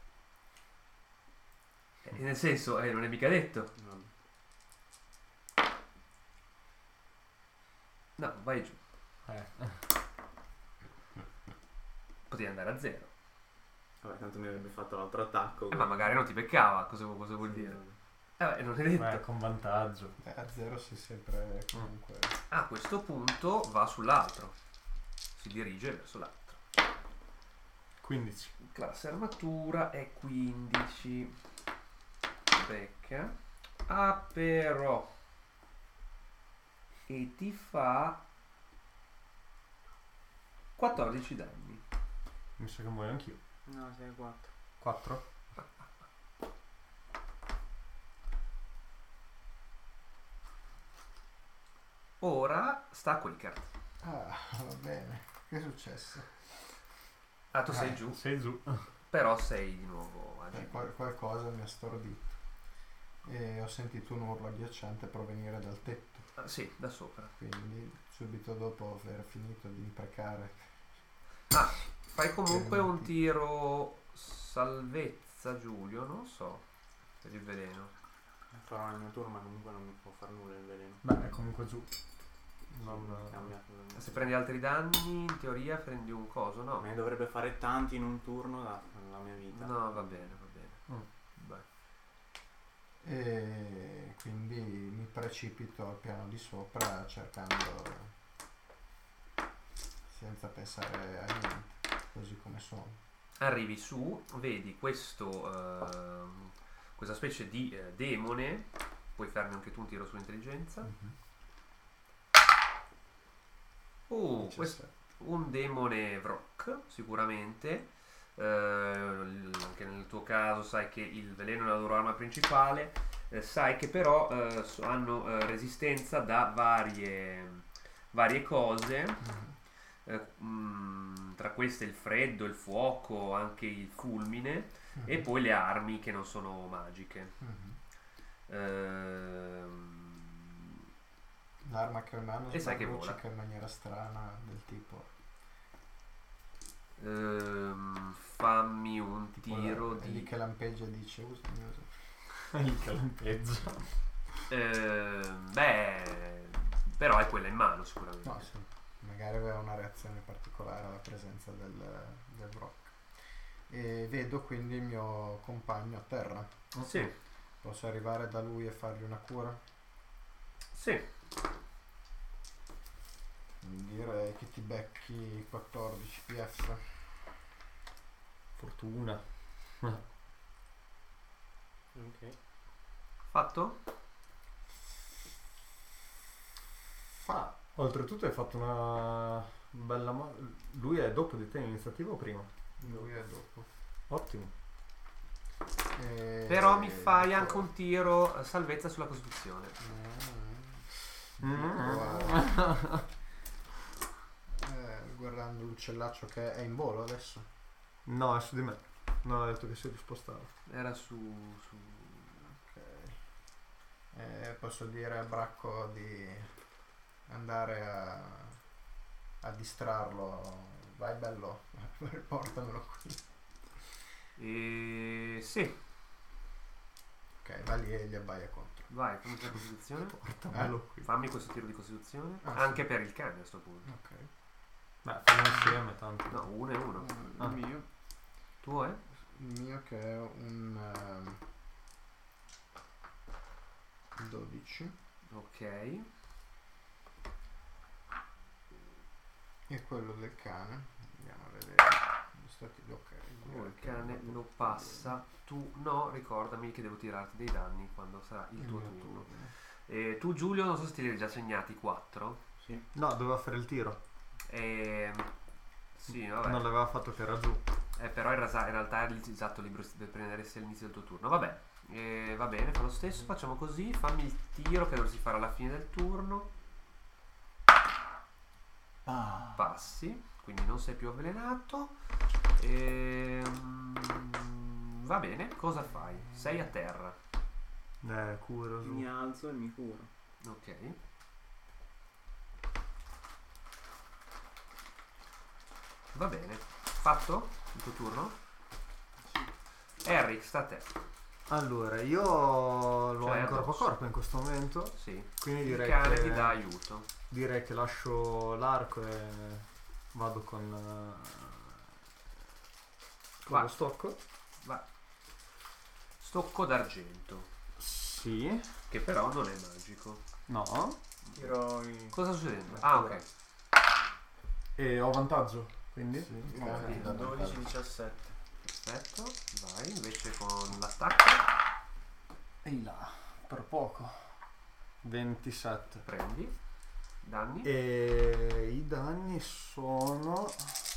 Nel senso, non è mica detto. Vabbè. No, vai giù. Eh. Potevi andare a 0. Vabbè, tanto mi avrebbe fatto l'altro attacco. Ma magari non ti beccava. Cosa vuol dire? Non è detto. Beh, con vantaggio. A 0 si sempre comunque. A questo punto va sull'altro. Si dirige verso l'altro. 15. Classe armatura è 15. Becca. Ah, però. E ti fa 14 danni. Mi sa che muoio anch'io. No, sei 4. 4? Ora sta a Quickert. Ah, va bene. Che è successo? Ah, tu sei giù, Sei giù. però sei di nuovo a G. Qualcosa mi ha stordito. E ho sentito un urlo agghiacciante provenire dal tetto. Ah, sì, da sopra. Quindi subito dopo aver finito di imprecare. Ah, fai comunque un tiro salvezza, Giulio, non so, per il veleno. Farò nel mio turno, ma comunque non mi può far nulla il veleno. Beh, è comunque giù. Non... Sì, cambiato. Se prendi altri danni, in teoria prendi un coso, no? Me ne dovrebbe fare tanti in un turno dalla mia vita. No, va bene, va bene. Vai. E quindi mi precipito al piano di sopra cercando, senza pensare a niente, così come sono. Arrivi su, vedi questa specie di demone. Puoi farne anche tu un tiro sull'intelligenza. Questo un demone Vrock, sicuramente. Anche nel tuo caso sai che il veleno è la loro arma principale. Sai che però hanno resistenza da varie cose. Tra queste il freddo, il fuoco, anche il fulmine e poi le armi che non sono magiche. L'arma che ho in mano E sai che vola. sbarluccica in maniera strana, del tipo Fammi un tipo tiro è lì di che lampeggia e dice usa. Il calampeggio. però è quella in mano sicuramente. No, sì. Magari aveva una reazione particolare alla presenza del Brock. E vedo quindi il mio compagno a terra. Sì, Posso arrivare da lui e fargli una cura? sì. Direi che ti becchi 14 PF. Fortuna. Ok. Fatto? Fa. Oltretutto hai fatto una bella lui è dopo di te in iniziativa o prima? Lui è dopo. Ottimo. Però mi fai anche un tiro salvezza sulla Costituzione. Guardando l'uccellaccio che è in volo adesso. No, è su di me. Non ha detto che si rispostava. Era su Ok. Posso dire a Bracco di andare a distrarlo. Vai bello, portamelo qui. sì, Ok, va lì e gli abbaia contro. vai, fammi la Costituzione. Portamelo qui. Fammi questo tiro di Costituzione. Ah, Anche per il cane a sto punto. Ok. Beh, fanno insieme tanto. No, 1 e 1. Il mio. Tuo è? Il mio che è un 12. Ok. E quello del cane. Andiamo a vedere. Ok. Il cane lo passa. Tu no, ricordami che devo tirarti dei danni quando sarà il tuo mio turno. turno. Tu Giulio, non so se ti li hai già segnati 4. Sì. No, doveva fare il tiro. Sì, vabbè. Non l'aveva fatto che era giù. Però in realtà è l'esatto libro per prendere all'inizio del tuo turno. Vabbè, va bene, fa lo stesso. Facciamo così. Fammi il tiro che dovresti fare alla fine del turno. Passi. quindi non sei più avvelenato. Va bene, cosa fai? Sei a terra. Curo su. Mi alzo e mi curo. Ok. Va bene. Fatto? Il tuo turno? Eric, sta a te. Allora, io lo ho Cioè, in corpo a addosso. corpo in questo momento. Sì. Quindi Il direi cane che ti dà aiuto. direi che lascio l'arco e vado con Vai. lo stocco. Va. Stocco d'argento, Sì. che però non è magico. No. Tiro in... Cosa sta succedendo? Ah, ok. E ho vantaggio, quindi? Sì, Ok. sì, da 12-17. Perfetto. Vai, invece con l'attacco. E là, per poco. 27. Prendi. Danni. E i danni sono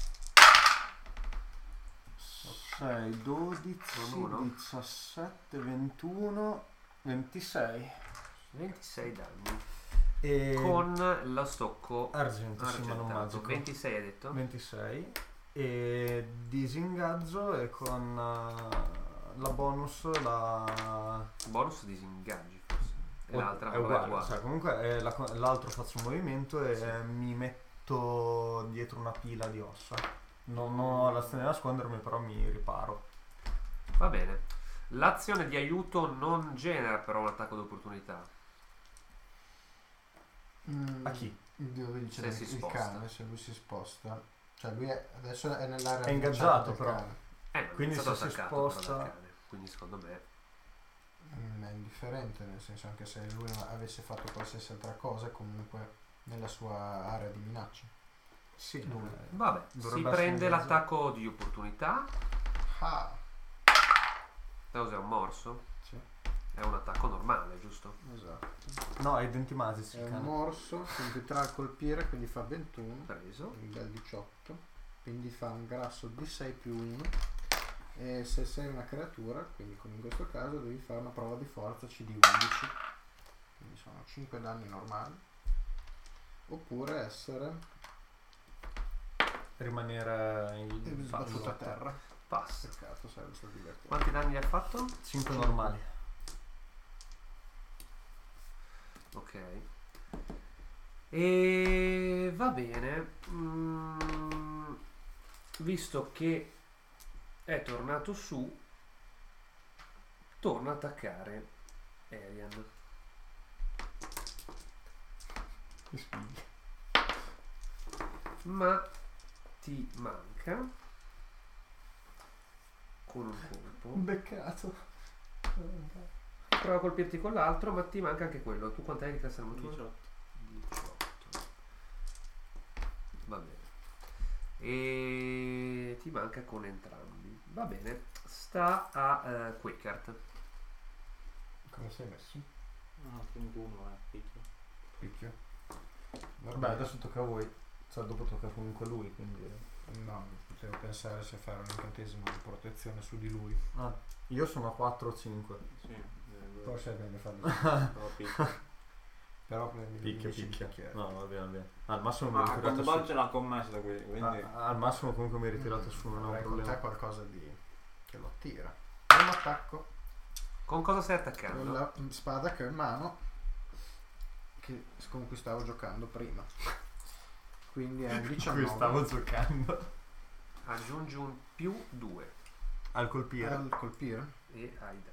6, 12, Sono uno. 17, 21, 26. 26 danni. E Con lo stocco argento, sì, ma non argentato. magico. 26 hai detto? 26. E disingaggio e con la bonus la... Bonus disingaggi forse. E l'altra è uguale, cioè, comunque l'altro faccio un movimento e Sì. mi metto dietro una pila di ossa. Non ho l'azione di nascondermi, però mi riparo. Va bene. L'azione di aiuto non genera però un attacco d'opportunità. A chi? Dove dice Se si il sposta. cane, se lui si sposta. Cioè lui adesso è nell'area È ingaggiato, del però. cane. Non Quindi è stato se si attaccato però sposta- dal cane. Quindi secondo me È indifferente, nel senso anche se lui avesse fatto qualsiasi altra cosa, è comunque nella sua area di minaccia. Sì, Lui. vabbè, si Dovrebbe essere prende ingaggiato. l'attacco di opportunità. Ah, Cos'è un morso? sì, È un attacco normale, giusto? esatto. No, hai i denti magici. È il un cane. morso, quindi tra a colpire, quindi fa 21, Preso. un bel 18, quindi fa un grasso di 6 più 1. E se sei una creatura, quindi come in questo caso, devi fare una prova di forza CD 11, quindi sono 5 danni normali, oppure essere Rimanere in battuto a terra. Passa. Peccato, sarebbe stato divertente. Quanti danni hai fatto? 5 normali. Ok. E va bene. Visto che è tornato su, torna a attaccare Arian. Ma ti manca con un colpo. Beccato. Prova a colpirti con l'altro, ma ti manca anche quello. Tu quant'hai di classe armatura? 18. 18. Va bene. E ti manca con entrambi. Va bene. Sta a Quakert. Come sei messo? No, 31 picchio. Picchio? Vabbè, adesso tocca a voi. Cioè, dopo tocca comunque a lui, quindi... No, potevo pensare se fare un incantesimo di protezione su di lui. Ah, io sono a 4 o 5. Sì, Forse è meglio farlo. però picchio. Però prendi Picchia, 10 picchia. bicchieri. No, va bene, va bene. Al massimo mi Ma ritirate quando su. Bal ce l'ha commessa da qui, quindi... Al massimo comunque mi ritirate su, non è un Avrei con te problema. qualcosa di... che lo attira. Primo attacco Con cosa stai attaccando? con la spada che ho in mano, con cui stavo giocando prima. Quindi è un 19 Qui stavo giocando. Aggiungi un più 2 Al colpire. al colpire. e hai danni.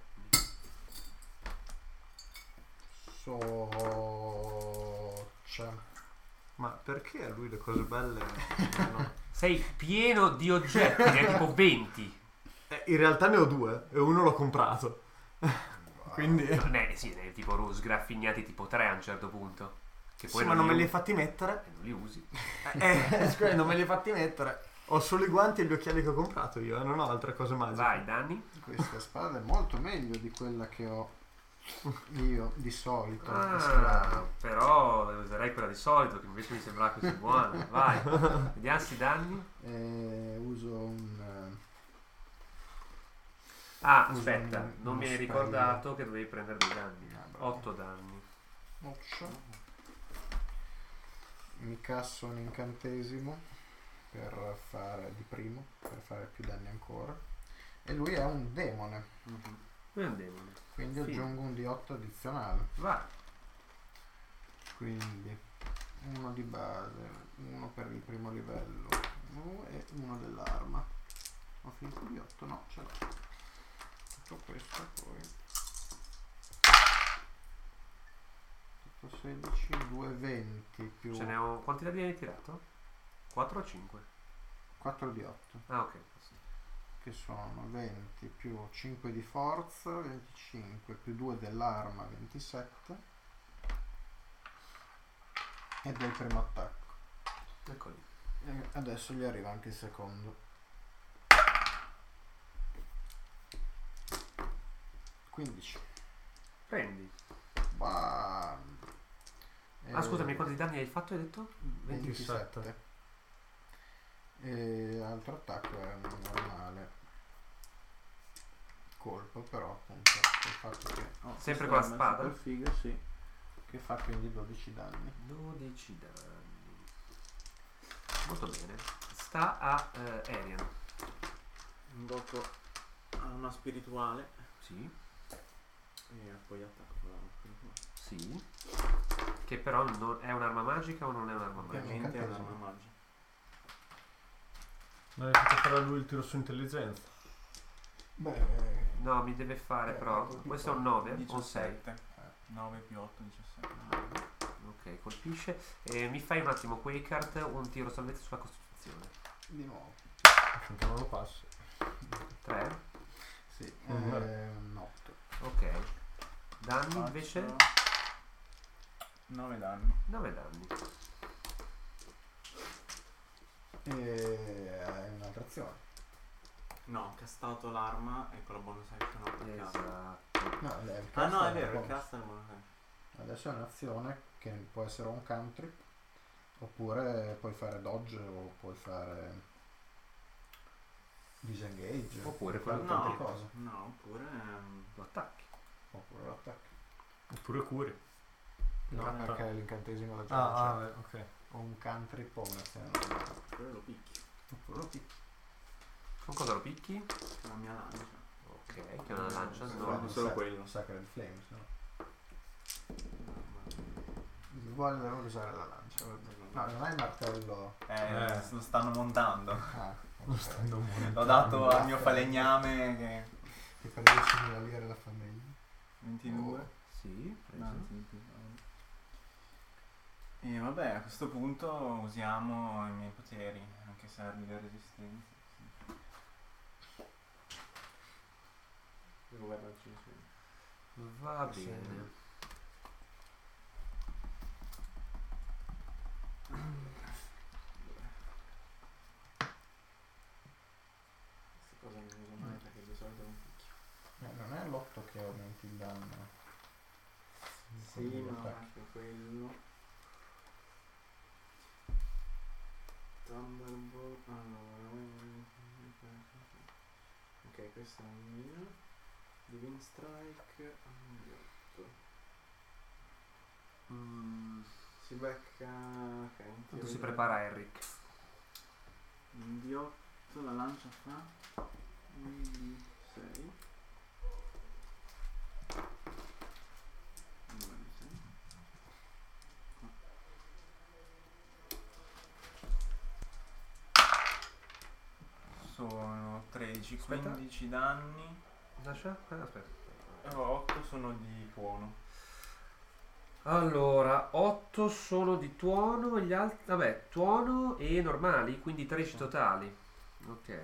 Ma perché a lui le cose belle? no? Sei pieno di oggetti, ne hai tipo 20. In realtà ne ho 2 e uno l'ho comprato. Quindi... Sì, ne hai tipo sgraffignati tipo 3 a un certo punto. Che poi Sì, ma non me li hai usi. fatti mettere. E non li usi. Scusa, non me li hai fatti mettere. Ho solo i guanti e gli occhiali che ho comprato io, non ho altre cose magiche. Vai, danni. Questa spada è molto meglio di quella che ho io di solito. Ah, però userei quella di solito, che invece mi sembrava così buona. Vai, vediamo i danni. Uso un... Ah, Uso aspetta, un- non mi hai uno ricordato che dovevi prendere dei danni. Ah, bravo. 8 danni. 8. Mi casso un incantesimo per fare di primo, per fare più danni ancora. E lui è un demone, Lui è un demone. quindi Figo. aggiungo un D8 addizionale. Vai. Quindi uno di base, uno per il primo livello e uno dell'arma. Ho finito di 8? No, ce l'ho. Tutto questo poi. Tutto 16, 2, 20 più Ce ne ho... Quanti dadi hai tirato? 4 o 5? 4 di 8, Ah, ok. che sono 20 più 5 di forza, 25 più 2 dell'arma, 27. Ed è il primo attacco. Ecco lì. E adesso gli arriva anche il secondo. 15. Prendi. Bam. Ah, scusami, quanti danni hai fatto, hai detto? 27. E l'altro attacco è un normale colpo, però appunto il fatto che Sempre con la spada? super figa, sì, che fa quindi 12 danni. 12 danni. Molto bene. Sta a Arian. Invoco una spirituale Sì. e poi attacco con la spirituale. Sì. Che però non è un'arma magica o non è un'arma magica? Ovviamente è incantesimo. un'arma magica. Non hai fatto fare a lui il tiro su intelligenza. Beh, No, mi deve fare però. Questo è un 9 o un 6. 17. 9 più 8, 17. Ok, colpisce. Mi fai un attimo Quakehart, un tiro salvezza sulla costituzione. di nuovo. Finché non lo passi. 3. Sì, Mm. un 8. Ok. Danni invece? 9 danni. 9 danni. E hai un'altra azione. No, ho castato l'arma e con la bonus action ho attaccato. Esatto. No, il Ah cast no, è una vero, il bonus. cast è il bonus action. Adesso è un'azione che può essere un cantrip, oppure puoi fare dodge o puoi fare disengage, Oppure puoi fare quello tante No, cose, no, oppure Lo attacchi. oppure l'attacco. Oppure curi. No, Gratta. perché l'incantesimo da già Ah, non ok. c'è. O un cantrip o un'azione normale. oppure lo picchi Oppure lo picchi. Con cosa lo picchi? con la mia lancia. Ok, che è una lancia No, snob. solo quello. Sacred Flames, no? Voglio usare la lancia. vabbè. No, non hai il martello. Lo stanno montando. Ah, Lo ok. stanno morendo. L'ho dato al mio falegname che... Che per 10.000 lire la fa meglio. 22. Sì, preso. E vabbè, a questo punto usiamo i miei poteri, anche se ha delle resistenze. Devo guardarci insieme. Va Sì. bene. Questa cosa non uso mai perché di solito non picchio. Non è l'8 che aumenti il danno. Sì, ma anche quello. Thunderbolt. Allora. Ok, questa è la mia. Divine Strike. Si becca. Ok, un tiro Tanto si di- prepara Eric. Un D8, la lancia fa un D6. Dove D6? Sono 13, Aspetta. 15 danni. Lascia? Aspetta. 8 sono di tuono. Allora, 8 sono di tuono e gli altri... Vabbè, tuono e normali, quindi 13 totali. Ok.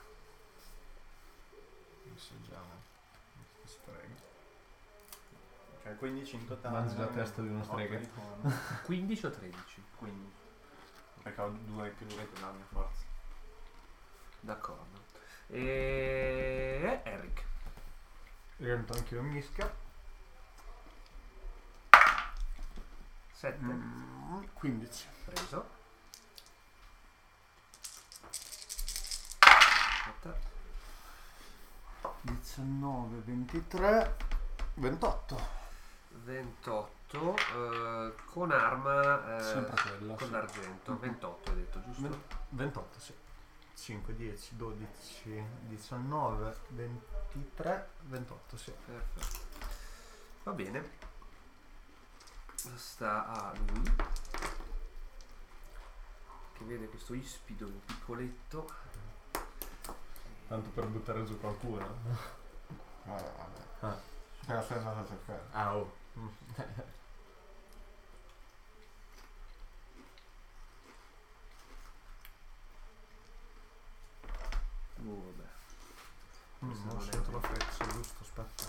Assaggiamo questa strega. Cioè 15 in totale. Mangi la testa di una Otto strega. di tuono. 15 o 13? 15. Perché ho 2 più 2 della mia forza. D'accordo. E... Eric. Rientro anch'io in mischia. 7. 15. Preso. Aspetta. 19, 23, 28. 28. 28 con arma Sempre quella, con sì. l'argento. 28 hai detto, giusto? 28, sì. 5, 10, 12, 19, 23, 28, sì. Perfetto. Va bene. Sta a lui. Che vede questo ispido piccoletto. Tanto per buttare giù qualcuno. Vabbè. Ah. Te la sei andata a cercare. Ah, oh. Vabbè. Questo Non non ho è scelto la bene. freccia, giusto? Aspetta.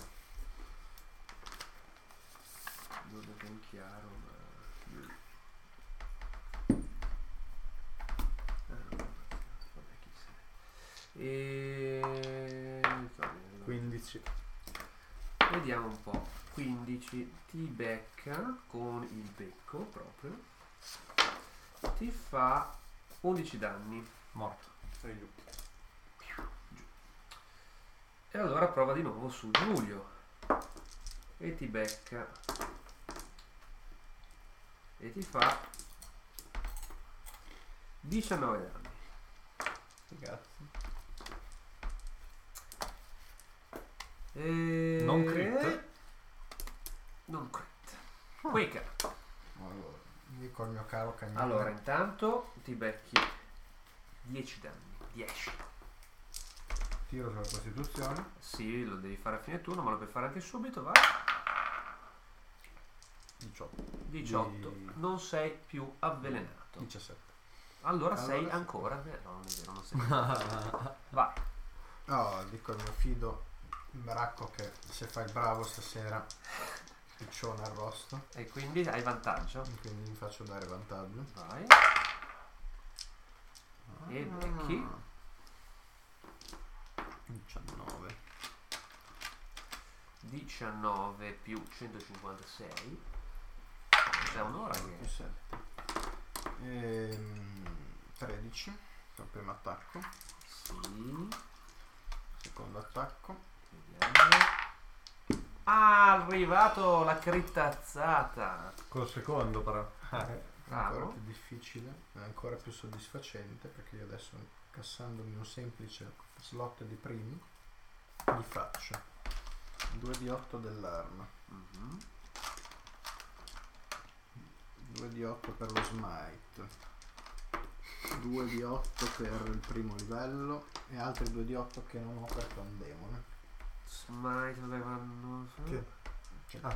Non è ben chiaro, ma... vabbè, chi se ne... va bene, 15. vediamo un po'. 15 ti becca con il becco proprio. Ti fa 11 danni. Morto. Sei giù. E allora prova di nuovo su Giulio. E ti becca. E ti fa 19 danni. Ragazzi. E... Non crit. Non crit. Quaker. Allora, dico al mio caro cagnone. Allora, intanto ti becchi 10 danni. 10. Tiro sulla Costituzione. Sì, lo devi fare a fine turno, ma lo puoi fare anche subito, va. 18. 18. Non sei più avvelenato. 17. Allora sei Allora sì. ancora... no, non è vero, non sei più. Vai. No, dico al mio fido Bracco che se fa il bravo stasera piccione arrosto. E quindi hai vantaggio. Quindi mi faccio dare vantaggio. Vai. E becchi. 19. 19 più 156. C'è un'ora Più che... 7. 13 per primo attacco. Sì. Secondo attacco. Vediamo. Ah, arrivato la crittazzata. Col secondo però. È Bravo. ancora più difficile, è ancora più soddisfacente perché io adesso cassandomi un semplice slot di primi gli faccio 2 di 8 dell'arma, Mhm. 2 di 8 per lo smite, 2 di 8 per il primo livello e altri 2 di 8 che non ho perché è un demone. Smite dove vanno? Che? Ah,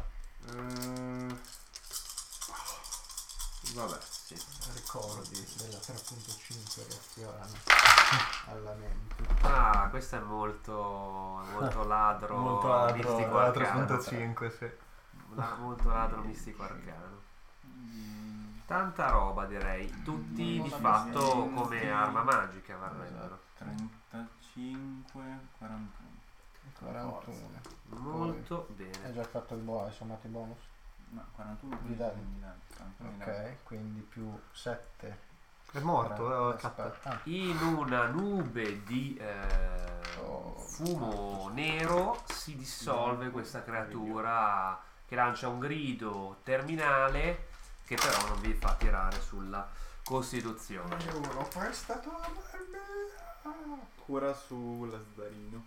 Vabbè, sì. Ricordi della 3.5 reazione alla mente. Ah, questo è molto ladro. molto ladro. Mistico La arcano. 3.5, sì. Molto ladro mistico arcano. Tanta roba, direi. Tutti di Molto fatto bene. come arma magica varrebbero. 35, 41. 41. Molto Hai bene. già fatto il bonus, hai sommato i bonus? No, 41 Di danni. di danni. 41 di danni. Ok, quindi più 7. È morto, catta. In una nube di Oh, fumo nero si dissolve questa creatura che lancia un grido terminale che però non vi fa tirare sulla costituzione. L'ho prestato a Cura sull'Azdarino.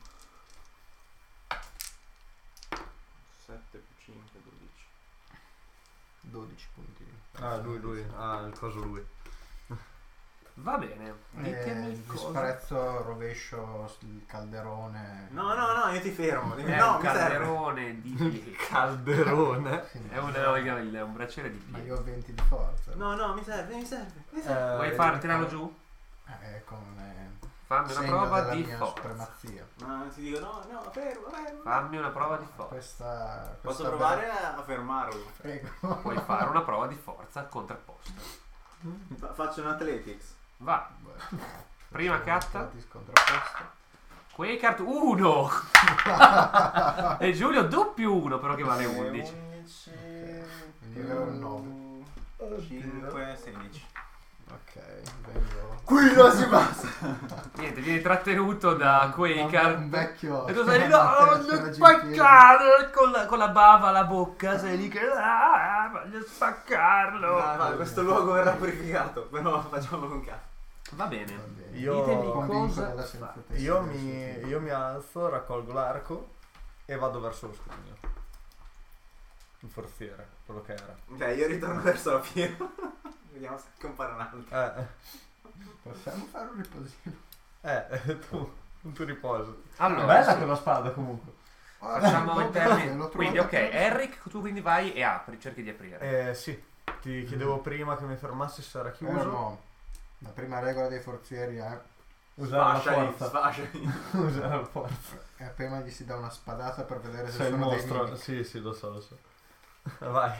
7 più 5, 12. 12 punti. Ah, lui. Ah, il coso lui. Va bene, ditemi cosa. Disprezzo, rovescio il calderone. No, io ti fermo. È no, un mi serve. calderone di pietra. Calderone. È un braciere di Ma pietra. io ho 20 di forza. No, mi serve. Vuoi tirarlo giù? Come Fammi una segno prova della di mia forza. supremazia. No, ti dico no, fermo. Fammi una prova di forza. Questa Posso provare a fermarlo? Prego. Puoi fare una prova di forza contrapposta. Faccio un athletics. Vai. Prima carta. Ti scontrapposta. Quakehart 1 e Giulio doppio 1 però che vale 11. Quindi io ero il 9. 5, 16. Ok, vengo. Qui non si passa! Niente, viene trattenuto da Quakehart. Un vecchio. E tu sei lì, no, voglio spaccare con la bava alla bocca, sei lì che voglio spaccarlo. No, questo luogo verrà purificato, però facciamo con calma. Va bene. Io- Ditemi Convinto cosa della fare. sensatezza Io del suo mi alzo, raccolgo l'arco e vado verso lo scrigno. Il forziere, quello che era. Ok, io ritorno verso la fiera. Vediamo se compare un altro. Possiamo fare un riposino? Tu riposo. Allora, Bella sì, quella spada comunque. facciamo in termini. L'ho Quindi, trovata ok, per- Eric, tu quindi vai e apri, cerchi di aprire. Sì, ti chiedevo prima che mi fermassi se era chiuso. No. La prima regola dei forzieri è Usare la Sfasciali, forza. sfasciali. Usare la forza. prima gli si dà una spadata per vedere se Sei il sono dei mostro. mimic. Sì, lo so. Vai.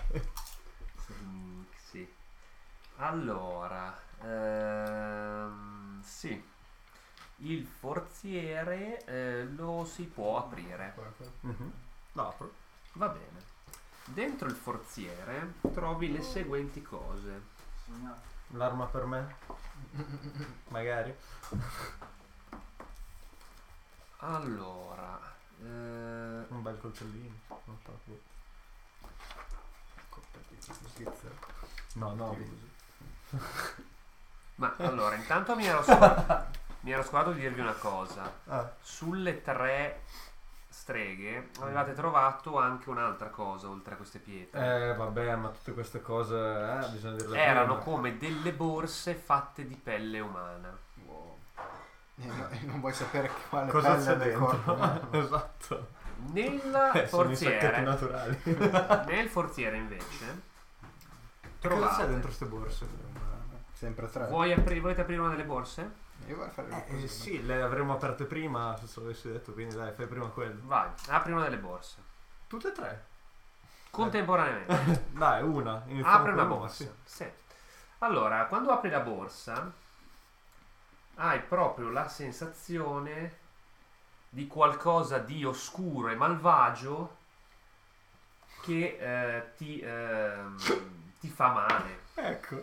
Sì. Allora, sì. Il forziere lo si può aprire. L'apro. Va bene. Dentro il forziere trovi le seguenti cose. L'arma per me? Magari. Allora, Un bel coltellino. Non so. No. ma allora, intanto mi ero scordato di dirvi una cosa. Sulle 3 streghe avevate trovato anche un'altra cosa oltre a queste pietre. Vabbè, ma tutte queste cose bisogna dirle Erano prima. come delle borse fatte di pelle umana. E non vuoi sapere quale Cosa pelle c'è del corpo. dentro? Esatto. Nel Sono i sacchetti forziere, naturali. nel forziere invece Cosa c'è trovate. dentro queste borse? Sempre 3. Volete aprire una delle borse? Io vorrei fare il riposino. Sì, le avremmo aperte prima, se lo avessi detto, quindi dai, fai prima quello. Vai, apri una delle borse. Tutte e 3? Contemporaneamente. Dai, una. Iniziamo Apri una con una, borsa. sì. Sì. Allora, quando apri la borsa, hai proprio la sensazione di qualcosa di oscuro e malvagio che ti fa male. Ecco.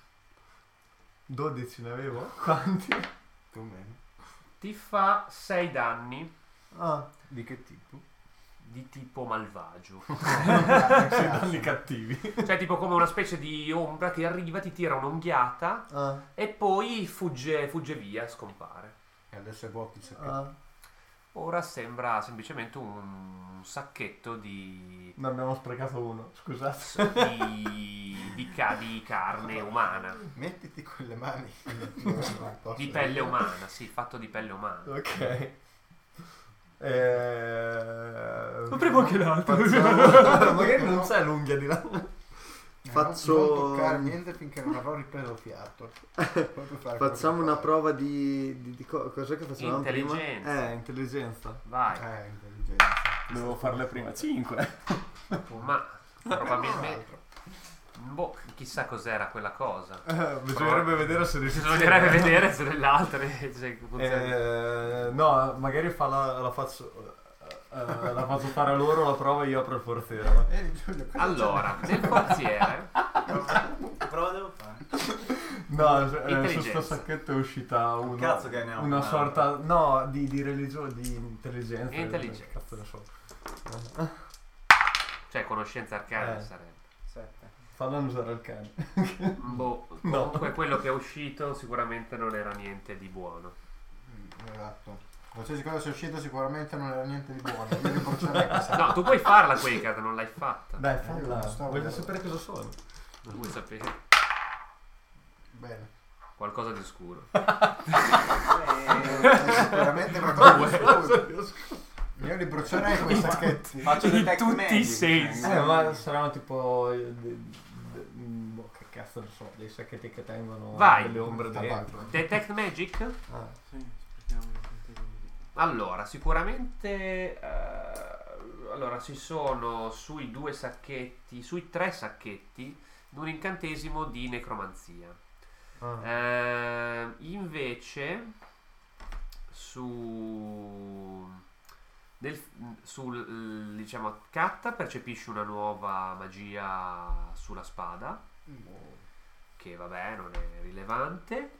12 ne avevo? Quanti? Più o meno. Ti fa 6 danni Di che tipo? di tipo malvagio. Sei danni cattivi. Cioè tipo come una specie di ombra che arriva, ti tira un'unghiata e poi fugge via, scompare. E adesso è vuoto il sacchetto. Ora sembra semplicemente un sacchetto di Ne abbiamo sprecato uno, scusate. di carne umana, Mettiti con le mani. di pelle umana, sì, fatto di pelle umana. Ok. Apriamo anche l'altro. Magari non c'è l'unghia di là. Non toccare niente finché non avrò ripreso il fiato. Proprio fare Facciamo quello una che prova di cos'è che facevamo prima? Intelligenza. Intelligenza. Vai. fai. Intelligenza. Devo farle prima 5. Ma probabilmente boh, chissà cos'era quella cosa. Bisognerebbe vedere se riesce. Bisognerebbe vedere se nelle altre se funziona. No, magari la faccio fare a loro la prova e io apro il forziere. va? Giulio, cosa Allora, nel forziere Che prova devo fare? No, su Intelligenza. sto sacchetto è uscita Cazzo che ne ho una una. sorta no di religione, di intelligenza. Intelligenza. Cazzo ne so. cioè conoscenza arcana sarebbe. 7. Fallo usare il cane. Boh, comunque quello che è uscito sicuramente non era niente di buono. Esatto. Qualsiasi cosa sia uscito sicuramente non era niente di buono. Io ribrucerei questa. No, tu puoi farla Quakehart, non l'hai fatta. Dai, io falla. non sto Voglio vedendo. sapere cosa sono. Non vuoi sapere? Bene. Qualcosa di oscuro. Sicuramente qualcosa di oscuro. Io ribrucerei quei sacchetti. Faccio In detect tutti magic, i sensi. Ma saranno tipo boh, che cazzo ne so, dei sacchetti che tengono Vai. delle ombre dentro. Detect Magic? Sì, sprechiamo i punti di- Allora, sicuramente allora ci sono sui 2 sacchetti, sui 3 sacchetti, un incantesimo di necromanzia. Invece sul diciamo Katta percepisci una nuova magia sulla spada che vabbè non è rilevante.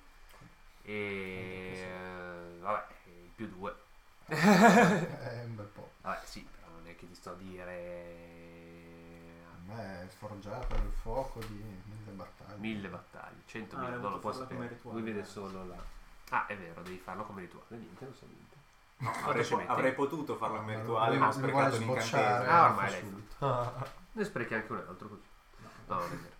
E vabbè, il più 2. È un bel po'. Vabbè sì, però non è che ti sto a dire A me è sforgiata il fuoco di 1000 battaglie. 1000 battaglie, 100.000, Ah, non lo può farlo come sapere. rituale. Lui vede solo la... Ah, è vero, devi farlo come rituale. Niente, non so niente. Avrei potuto farlo come Ma rituale, lui- ma ho lui sprecato vuole un sbocciare. incantesimo. Ah, ormai fa l'hai subito. Ne sprechi anche un altro così. No, non è vero.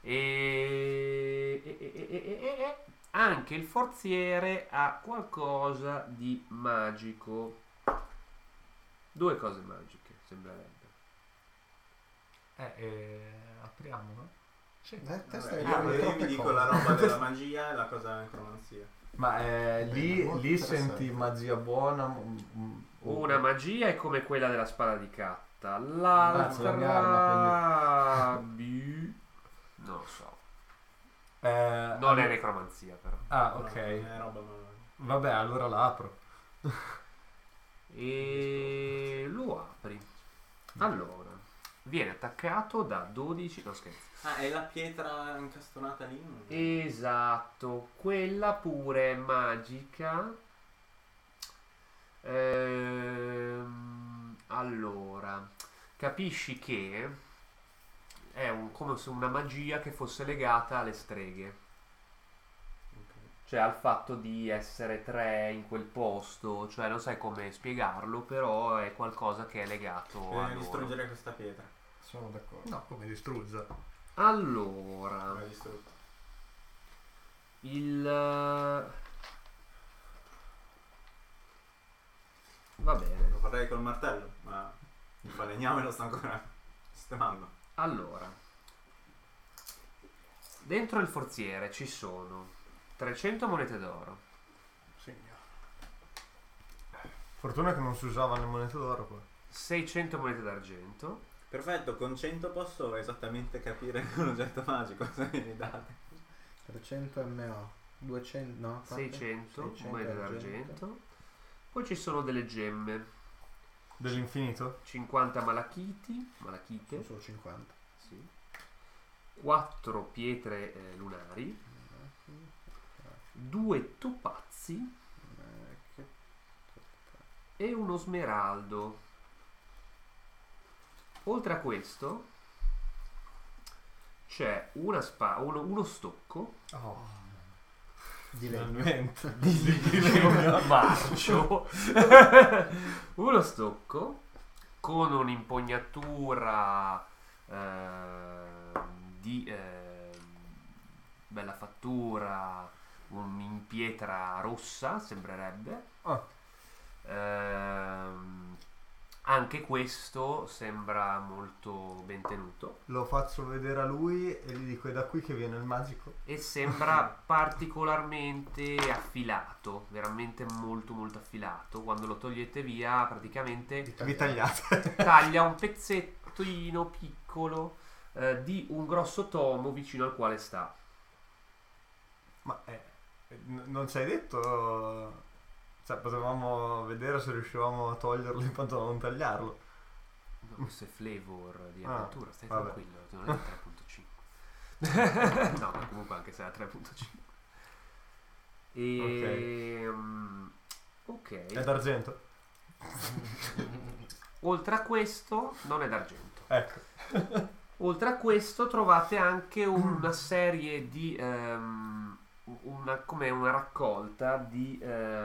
Anche il forziere ha qualcosa di magico. 2 cose magiche, sembrerebbe. Apriamo, no? Sì. Te Vabbè, stai io dicendo mi troppe dico cose. la roba della magia e la cosa della necromanzia. Ma lì, molto lì interessante. senti magia buona. Una magia è come quella della spada di Catta. Anzi, la mia L'altra... Non lo so. Non è necromanzia però. Ah, No, ok. è roba Vabbè, allora la apro. E lo apri. Allora, viene attaccato da 12... No, scherzo. Ah, è la pietra incastonata lì? Esatto, quella pure è magica. Allora, capisci che è come se una magia che fosse legata alle streghe. Cioè al fatto di essere 3 in quel posto, cioè non sai come spiegarlo, però è qualcosa che è legato a Bisogna loro. distruggere questa pietra. Sono d'accordo. No, come distruzza. Allora, Va distrutta. va bene. Lo farei col martello, ma il falegname lo sta ancora sistemando. Allora, dentro il forziere ci sono 300 monete d'oro, Signor. Fortuna che non si usavano le monete d'oro qua. 600 monete d'argento, Perfetto, con 100 posso esattamente capire un oggetto magico se me ne date. 300 MO. 200, no? quante? 600 600 monete d'argento. Poi ci sono delle gemme, Dell'infinito? 50 malachite, Sono solo 50. sì, 4 pietre lunari, 2 topazzi e uno smeraldo. Oltre a questo c'è una uno stocco Oh, Di legno. finalmente. marcio uno stocco con un'impugnatura di bella fattura, in pietra rossa sembrerebbe. Anche questo sembra molto ben tenuto Lo faccio vedere a lui e gli dico: è da qui che viene il magico. e sembra particolarmente affilato, veramente molto molto affilato. Quando lo togliete via praticamente Vi tagliate. taglia un pezzettino piccolo di un grosso tomo vicino al quale sta. Ma non ci hai detto? Cioè, potevamo vedere se riuscivamo a toglierlo in quanto a non tagliarlo. No, questo è flavor di Ah, avventura, stai vabbè. tranquillo, non è 3.5. No, ma comunque anche se era 3.5. Ok. È d'argento? Oltre a questo, non è d'argento. Ecco. Oltre a questo trovate anche una serie di come una raccolta di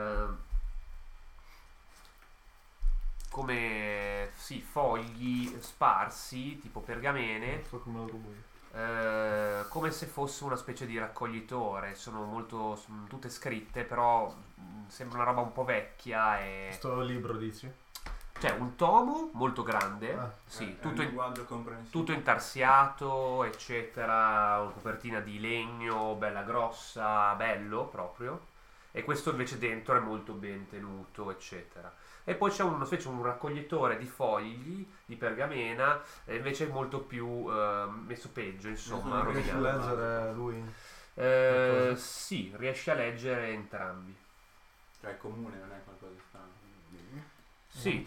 come sì, fogli sparsi tipo pergamene, Non so come lo rubo io. come se fosse una specie di raccoglitore. Sono tutte scritte, però sembra una roba un po' vecchia e Sto libro dici? c'è un tomo molto grande, Ah, sì, È tutto un in linguaggio comprensivo. tutto intarsiato, eccetera, una copertina di legno bella grossa, bello proprio, e questo invece dentro è molto ben tenuto, eccetera. E poi c'è un raccoglitore di fogli di pergamena, e invece è molto più messo peggio, insomma, Riesci Riesci a rovinato. leggere lui? Sì, riesci a leggere entrambi. Cioè è comune, non è qualcosa di strano. Sì,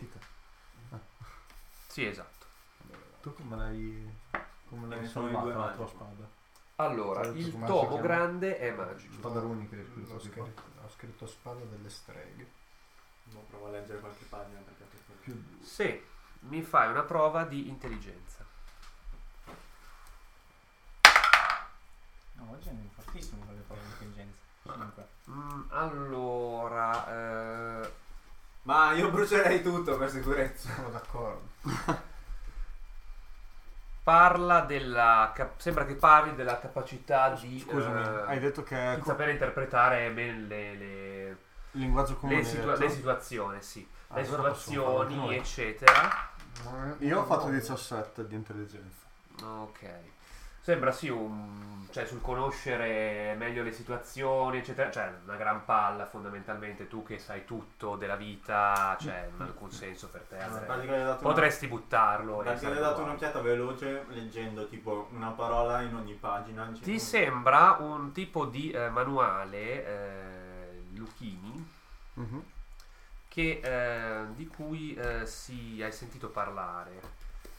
sì, esatto. Tu come l'hai Ne sono i salvata due la tua magici. spada? Allora, Come il si tomo chiama? grande è magico. Spada runica, Ho scritto spada delle streghe. Boh, provo a leggere qualche pagina perché più Sì, mi fai una prova di intelligenza. No, oggi è fortissimo con le prove di intelligenza. 5. Allora, Ma io brucerei tutto per sicurezza. Sono d'accordo. parla della sembra che parli della capacità di Scusami, hai detto che è di sapere interpretare bene linguaggio comune. le situazioni, sì, Ah, le allora possiamo farlo anche situazioni, noi. eccetera. Io ho fatto 17 di intelligenza. Ok. Sembra sì cioè sul conoscere meglio le situazioni, eccetera, cioè una gran palla fondamentalmente, tu che sai tutto della vita, cioè non ha alcun senso per te. Potresti buttarlo. Perché e gli ho dato un'occhiata veloce leggendo tipo una parola in ogni pagina. Ti sembra un tipo di manuale Lucchini Mhm. che, di cui hai sentito parlare.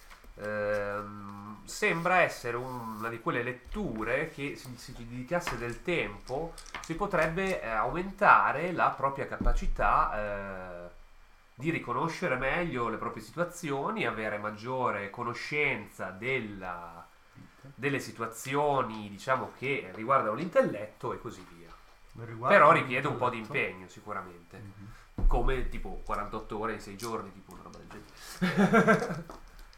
Sembra essere una di quelle letture che se si dedicasse del tempo si potrebbe aumentare la propria capacità di riconoscere meglio le proprie situazioni, avere maggiore conoscenza delle situazioni, diciamo, che riguardano l'intelletto e così via. Però richiede un po' di impegno sicuramente, come tipo 48 ore in 6 giorni, tipo una roba del genere.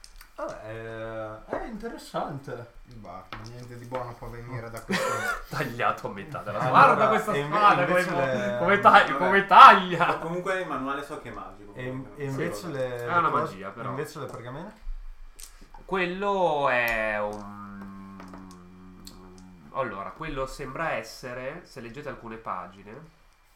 È interessante. Bah, niente di buono può venire da questo. Tagliato a metà della Allora, guarda questa e spada invece come, le- come taglia. Comunque il manuale so che è magico. E comunque. invece Sì. le È una cose- magia, però. Invece le pergamene? Quello è allora, quello sembra essere, se leggete alcune pagine,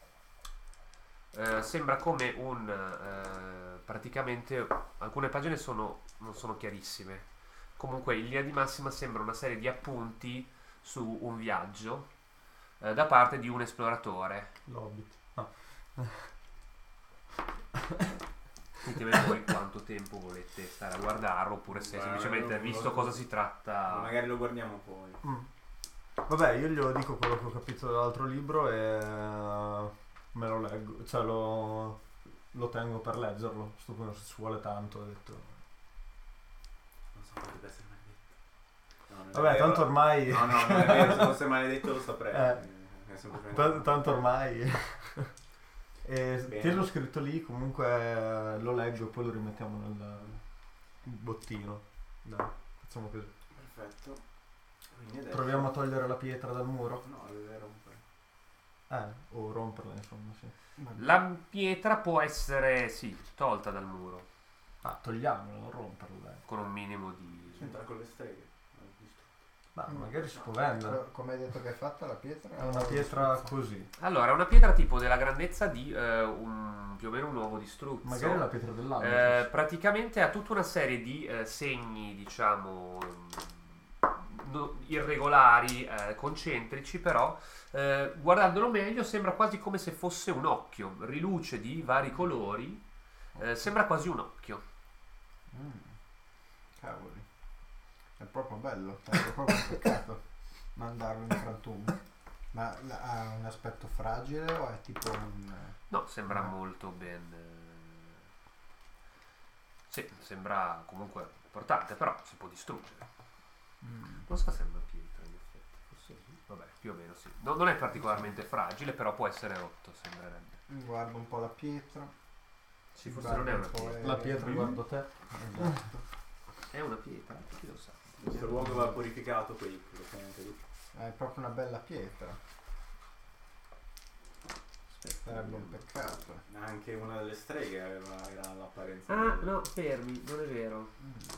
sembra come praticamente alcune pagine non sono chiarissime. Comunque in linea di massima sembra una serie di appunti su un viaggio da parte di un esploratore. L'Hobbit. No. Dipende voi quanto tempo volete stare a guardarlo, oppure se semplicemente visto cosa si tratta. Magari lo guardiamo poi. Vabbè, io glielo dico quello che ho capito dall'altro libro e me lo leggo, cioè lo tengo per leggerlo. A sto punto se ci vuole tanto, ho detto. Non so, potrebbe essere maledetto. No, non è Vabbè, vero. tanto ormai. No, non è vero, se fosse maledetto lo saprei. È semplicemente- Tanto ormai. E Bene. te l'ho scritto lì, comunque lo leggo e poi lo rimettiamo nel bottino. Dai, facciamo così. Perfetto. Quindi adesso... Proviamo a togliere la pietra dal muro. No, deve rompere. O romperla, insomma, sì. La pietra può essere, sì, tolta dal muro Togliamola, non romperla, dai. con un minimo di... C'entra con le streghe. Ma magari si può vendere. Come hai detto che è fatta la pietra? È una pietra così. Allora, è una pietra tipo della grandezza di più o meno un uovo di struzzo. Magari è la pietra dell'anno. Praticamente ha tutta una serie di segni, diciamo, irregolari, concentrici, però guardandolo meglio sembra quasi come se fosse un occhio, riluce di vari colori, sembra quasi un occhio. Cavoli. È proprio bello, è proprio un peccato mandarlo in frantume. Ma ha un aspetto fragile o è tipo un... No, sembra molto ben... sì, sembra comunque importante, però si può distruggere. Non so se è una pietra, in effetti, forse sì. Vabbè, più o meno sì. Non è particolarmente fragile, però può essere rotto, sembrerebbe. Guardo un po' la pietra. Sì, forse non è una Guardo un po' pietra. La pietra guardo te. Esatto. È una pietra, chi lo sa. Questo luogo va purificato, poi lo tenete lì. È proprio una bella pietra. Sarebbe un peccato. Anche una delle streghe era l'apparenza. Ah, no, fermi, non è vero.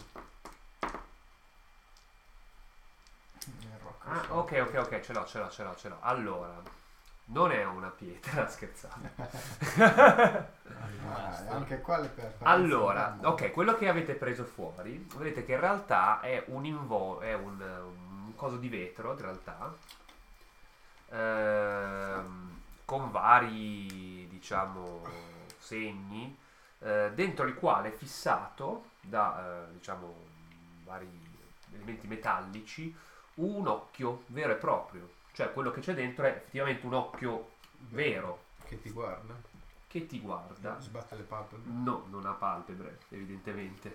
Il rocco Ah, sopra. ok, ce l'ho. Allora, non è una pietra, scherzate. Anche qua le per Allora, ok, quello che avete preso fuori, vedete che in realtà è un coso di vetro, in realtà, con vari, diciamo, segni, dentro il quale è fissato da, diciamo, vari elementi metallici un occhio vero e proprio, cioè quello che c'è dentro è effettivamente un occhio vero Che ti guarda. che ti guarda. Sbatte le palpebre. No, non ha palpebre, evidentemente.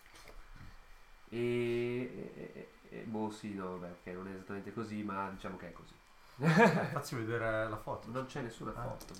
Boh, sì, no, vabbè, ok, non è esattamente così, ma diciamo che è così. Facci vedere la foto. Non c'è nessuna foto.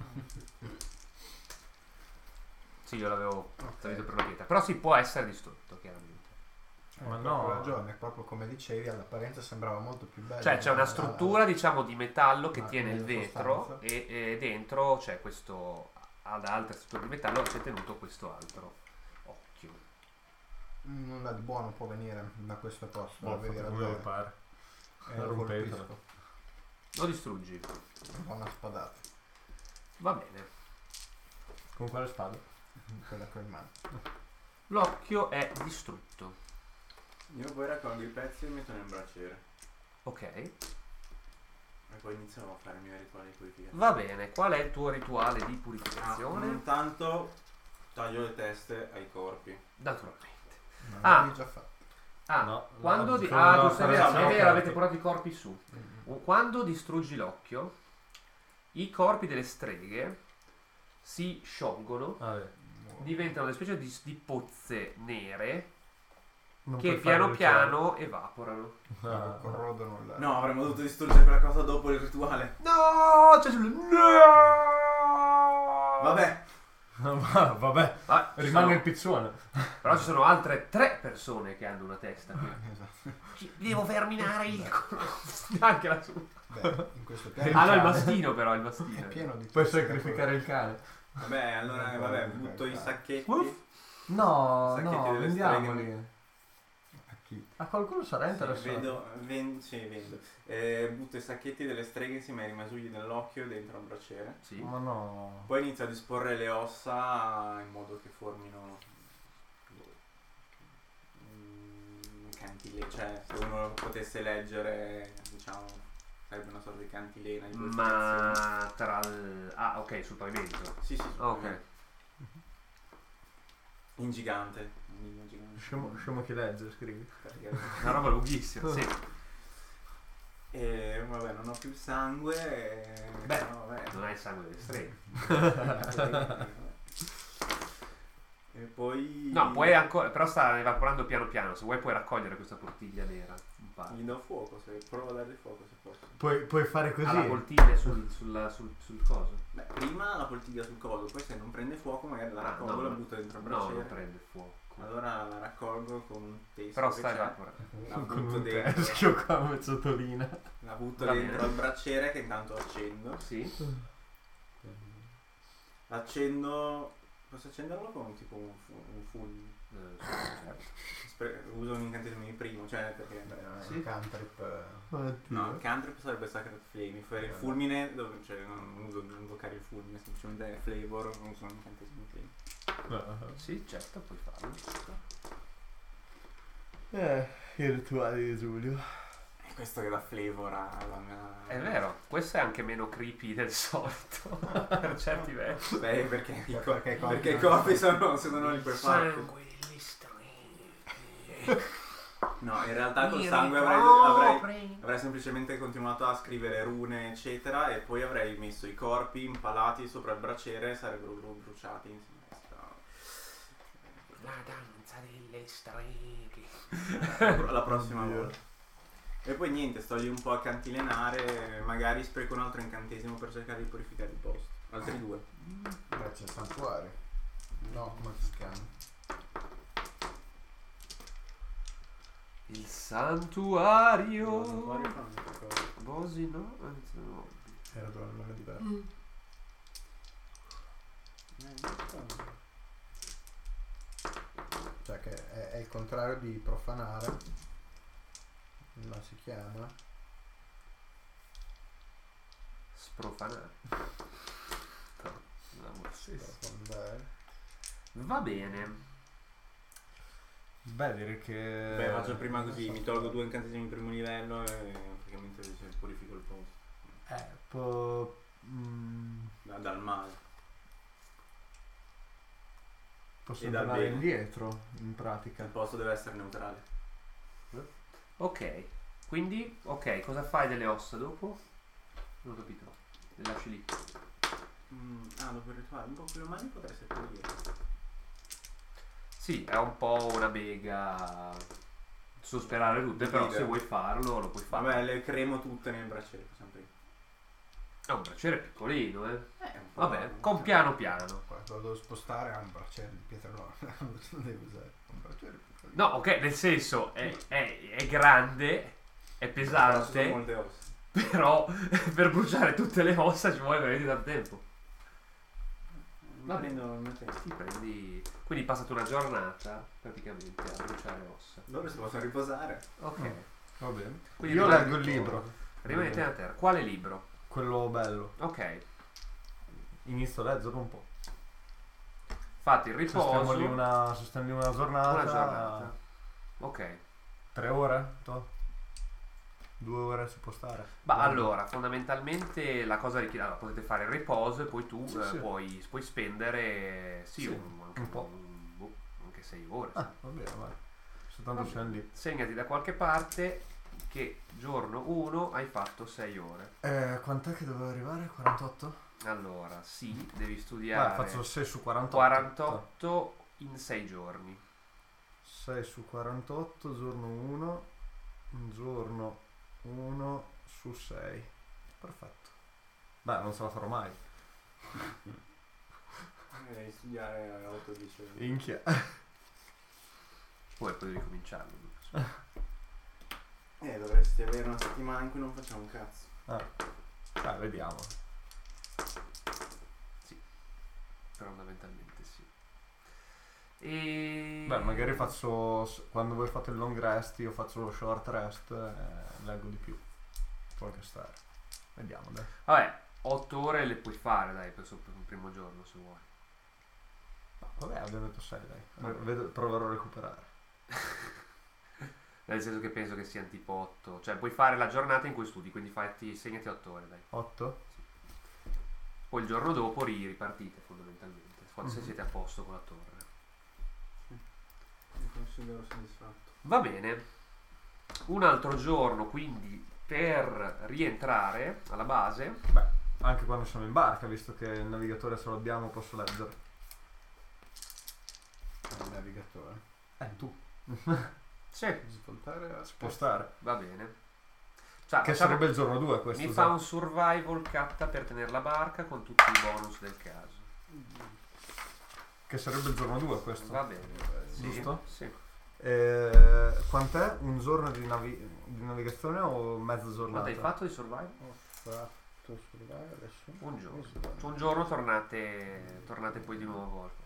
Sì, io l'avevo stabilito per una pietra, però si può essere distrutto, chiaramente. Ma Ma no. no, ragione, proprio come dicevi, all'apparenza sembrava molto più bello. Cioè c'è una struttura, diciamo, di metallo che Ma tiene il nella vetro sostanza? e dentro c'è questo, ad altre strutture di metallo c'è tenuto questo altro occhio. Nulla di buono può venire da questo posto. Boh, Avevi fate quello che ragione. pare. Lo rompetelo. colpisco. Lo distruggi. Buona spadata. Va bene. Con quale spada? Quella con in mano. L'occhio è distrutto. Io poi raccolgo i pezzi e li metto nel braciere. Ok. E poi inizio a fare il mio rituale di purificazione. Va bene. Qual è il tuo rituale di purificazione? Intanto taglio le teste ai corpi. Naturalmente. Non Ah. l'avevi già fatto. Ah, No, quando no, di- sono ah, da giusto, è fare vero, solo è vero, corpi. avete portato i corpi su. Quando distruggi l'occhio, i corpi delle streghe si sciolgono, Vabbè. diventano delle specie di pozze nere Non che puoi fare piano il piano evaporano. rituale. Ah. Corrodono il... No, avremmo dovuto distruggere quella cosa dopo il rituale. No, c'è sul... No! Vabbè. Vabbè, Ah, ci rimane sono- il piccione. Però ci sono altre 3 persone che hanno una testa qui. Esatto. Devo terminare il culo. Anche la sua. Beh, in questo Ah piano no, il cane. bastino però, il è bastino. pieno di... Puoi sacrificare il cane. Vabbè, allora vabbè, butto i sacchetti. Uff. No, Sacchetti no, delle vendiamoli. A chi? A qualcuno sarà Sì, interessato. vendo. Butto i sacchetti delle streghe insieme ai rimasugli dell'occhio dentro al braciere. Sì. Ma no. Poi inizio a disporre le ossa in modo che formino un cantilene, cioè se uno potesse leggere, diciamo, sarebbe una sorta di cantilena di purificazione. Ma tra il... Ah, ok, sul pavimento. Sì, sì, Ok. in gigante. In gigante. Scemo chi legge, scrivi. Praticamente. Una roba lunghissima, sì. E vabbè, non ho più sangue. Beh, però, vabbè. Non hai il sangue delle streghe. E poi No, puoi ancora... Però sta evaporando piano piano. Se vuoi puoi raccogliere questa bottiglia nera. Un po'. gli do fuoco, se provo a dargli fuoco se posso. Puoi fare così. Ah, la poltiglia sul coso. Beh, prima la poltiglia sul coso, poi se non prende fuoco magari la raccolgo no, e la no. butto dentro il No, braciere. non prende fuoco. Allora la raccolgo con un teschio. Però che sta c'è, evaporando. la Con butto un dentro. teschio come ciotolina. La butto Va dentro bene. al braciere che intanto accendo. Sì. L'accendo. Posso accenderlo con tipo un full. Certo. Uso un incantesimo di primo, cioè perché. Sì. Cantrip. No, il cantrip sarebbe Sacred Flame, fare il fulmine, cioè non uso non invocare il fulmine, semplicemente è flavor, non uso un incantesimo di flame. Sì, certo, puoi farlo. Il rituale di Giulio. È questo che dà flavor alla mia... È vero, questo è anche meno creepy del solito. Per certi versi. Beh, perché Perché i corpi sono liquefatti. Sangue delle streghe. No, in realtà col Mi sangue ricopri. avrei semplicemente continuato a scrivere rune, eccetera, e poi avrei messo i corpi impalati sopra il braciere e sarebbero bruciati insieme. La danza delle streghe. La prossima volta. E poi niente, sto lì un po' a cantilenare, magari spreco un altro incantesimo per cercare di purificare il posto. Altri 2. Beh, c'è il santuario. No, come si chiama? Il santuario. Bosi no? Anzi no. Era il nome diverso. Cioè che è il contrario di profanare. Ma si chiama Sprofanare. No, l'amore stesso. profondare. Va bene. Beh, direi che... Beh, faccio prima così, mi tolgo 2 incantesimi di primo livello e praticamente purifico il posto. Dal male. Posso E dal andare bene. indietro, in pratica. Il posto deve essere neutrale. Ok. Quindi, ok, cosa fai delle ossa dopo? Non ho capito. Le lasci lì. Dopo il rituale. Un po' con le mani potresti togliere. Sì, è un po' una bega sosperare tutte, però se vuoi farlo lo puoi fare. Vabbè, le cremo tutte nel braccetto, sempre. È un braciere piccolino, Un po'. Vabbè, con piano piano. Quando lo devo spostare ha un braciere di pietra no. Non lo devo usare. Un braciere piccolino. No, ok, nel senso è grande, è Sono pesante, molte ossa. però per bruciare tutte le ossa ci vuole veramente tanto tempo. Va prendo il mio tempo. Ti prendi. Quindi passate una giornata praticamente a bruciare ossa. Loro si possono riposare. Ok. Va bene. Quindi Io rimane leggo il tutto- libro. Rimanete a terra. Quale libro? Quello bello. Ok. Inizio a leggerlo un po'. Fate il riposo. Stiamo lì una giornata. Una giornata. Ok. 3 ore? 2 ore si può stare. Ma allora, fondamentalmente la cosa richiede. Allora, potete fare il riposo e poi tu Sì. puoi spendere Sì, anche un po'. anche 6 ore. Ah, va bene, vai. Soltanto siamo lì. Segnati da qualche parte che giorno 1 hai fatto 6 ore. Quant'è che dovevo arrivare? 48? Allora, sì, devi studiare Faccio 6 su 48. 48 in 6 giorni. 6 su 48, giorno 1, giorno 1 su 6. Perfetto. Beh, non ce la farò mai. Devi studiare a 8-10 ore. Inchia. Poi devi cominciarlo. Dovresti avere una settimana in cui non facciamo un cazzo. Vediamo. Fondamentalmente sì. E Beh, magari quando voi fate il long rest, io faccio lo short rest e leggo di più. Può anche stare. Vediamo, dai. Vabbè, 8 ore le puoi fare, dai, per un primo giorno se vuoi. Vabbè, abbiamo detto 6, dai. Proverò a recuperare. Nel senso che penso che siano tipo 8. Cioè puoi fare la giornata in cui studi, quindi segnati 8 ore, dai. 8? Poi il giorno dopo ripartite fondamentalmente. Se siete a posto con la torre. Mi considero soddisfatto. Va bene. Un altro giorno quindi per rientrare alla base. Beh, anche quando siamo in barca, visto che il navigatore se lo abbiamo, posso leggere. Il navigatore. Tu. Sì, Ascoltare. Spostare. va bene. Cioè, Che facciamo- sarebbe il giorno 2 questo. mi fa un survival catta per tenere la barca con tutti i bonus del caso. Che sarebbe il giorno 2 questo. Va bene. Sì, Giusto? Sì. Quant'è? Un giorno di navigazione o mezza giornata? Quanto hai fatto di survival? Ho fatto survival adesso. Un giorno. Un giorno tornate poi di nuovo al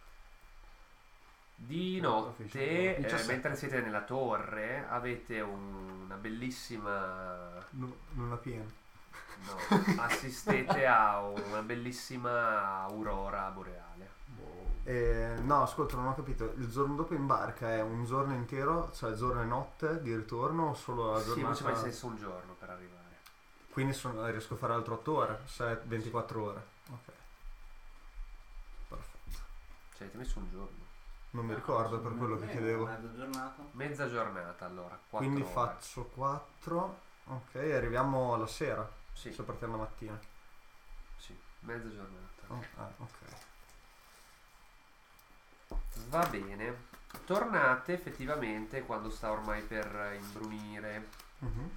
Di notte, 17. mentre siete nella torre, avete una bellissima. Luna piena. No, assistete a una bellissima aurora boreale. No, ascolta, non ho capito. Il giorno dopo in barca è un giorno intero, cioè giorno e notte di ritorno o solo la Sì, ma giornata? ci fa nel senso un giorno per arrivare. Quindi riesco a fare altre 8 ore, 24 ore. Ok. Perfetto. Cioè, avete messo un giorno. Non mi ricordo per quello che chiedevo. Mezza giornata. Mezza giornata allora. 4 Quindi ore. faccio 4. Ok, arriviamo alla sera. Sì, Se partiamo la mattina. sì, mezza giornata. Ok. Va bene. Tornate effettivamente quando sta ormai per imbrunire. Mhm.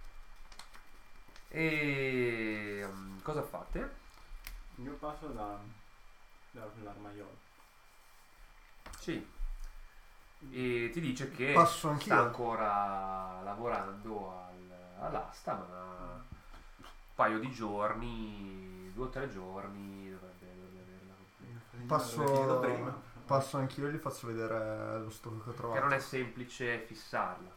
E cosa fate? Io passo dall'armaiolo. Sì. E ti dice che Passo anch'io. sta ancora lavorando all'asta, ma un paio di giorni, 2 o 3 giorni dovrebbe averla completa. Lo chiedo prima. Passo anch'io e gli faccio vedere lo stocco che ho trovato. Che non è semplice fissarla.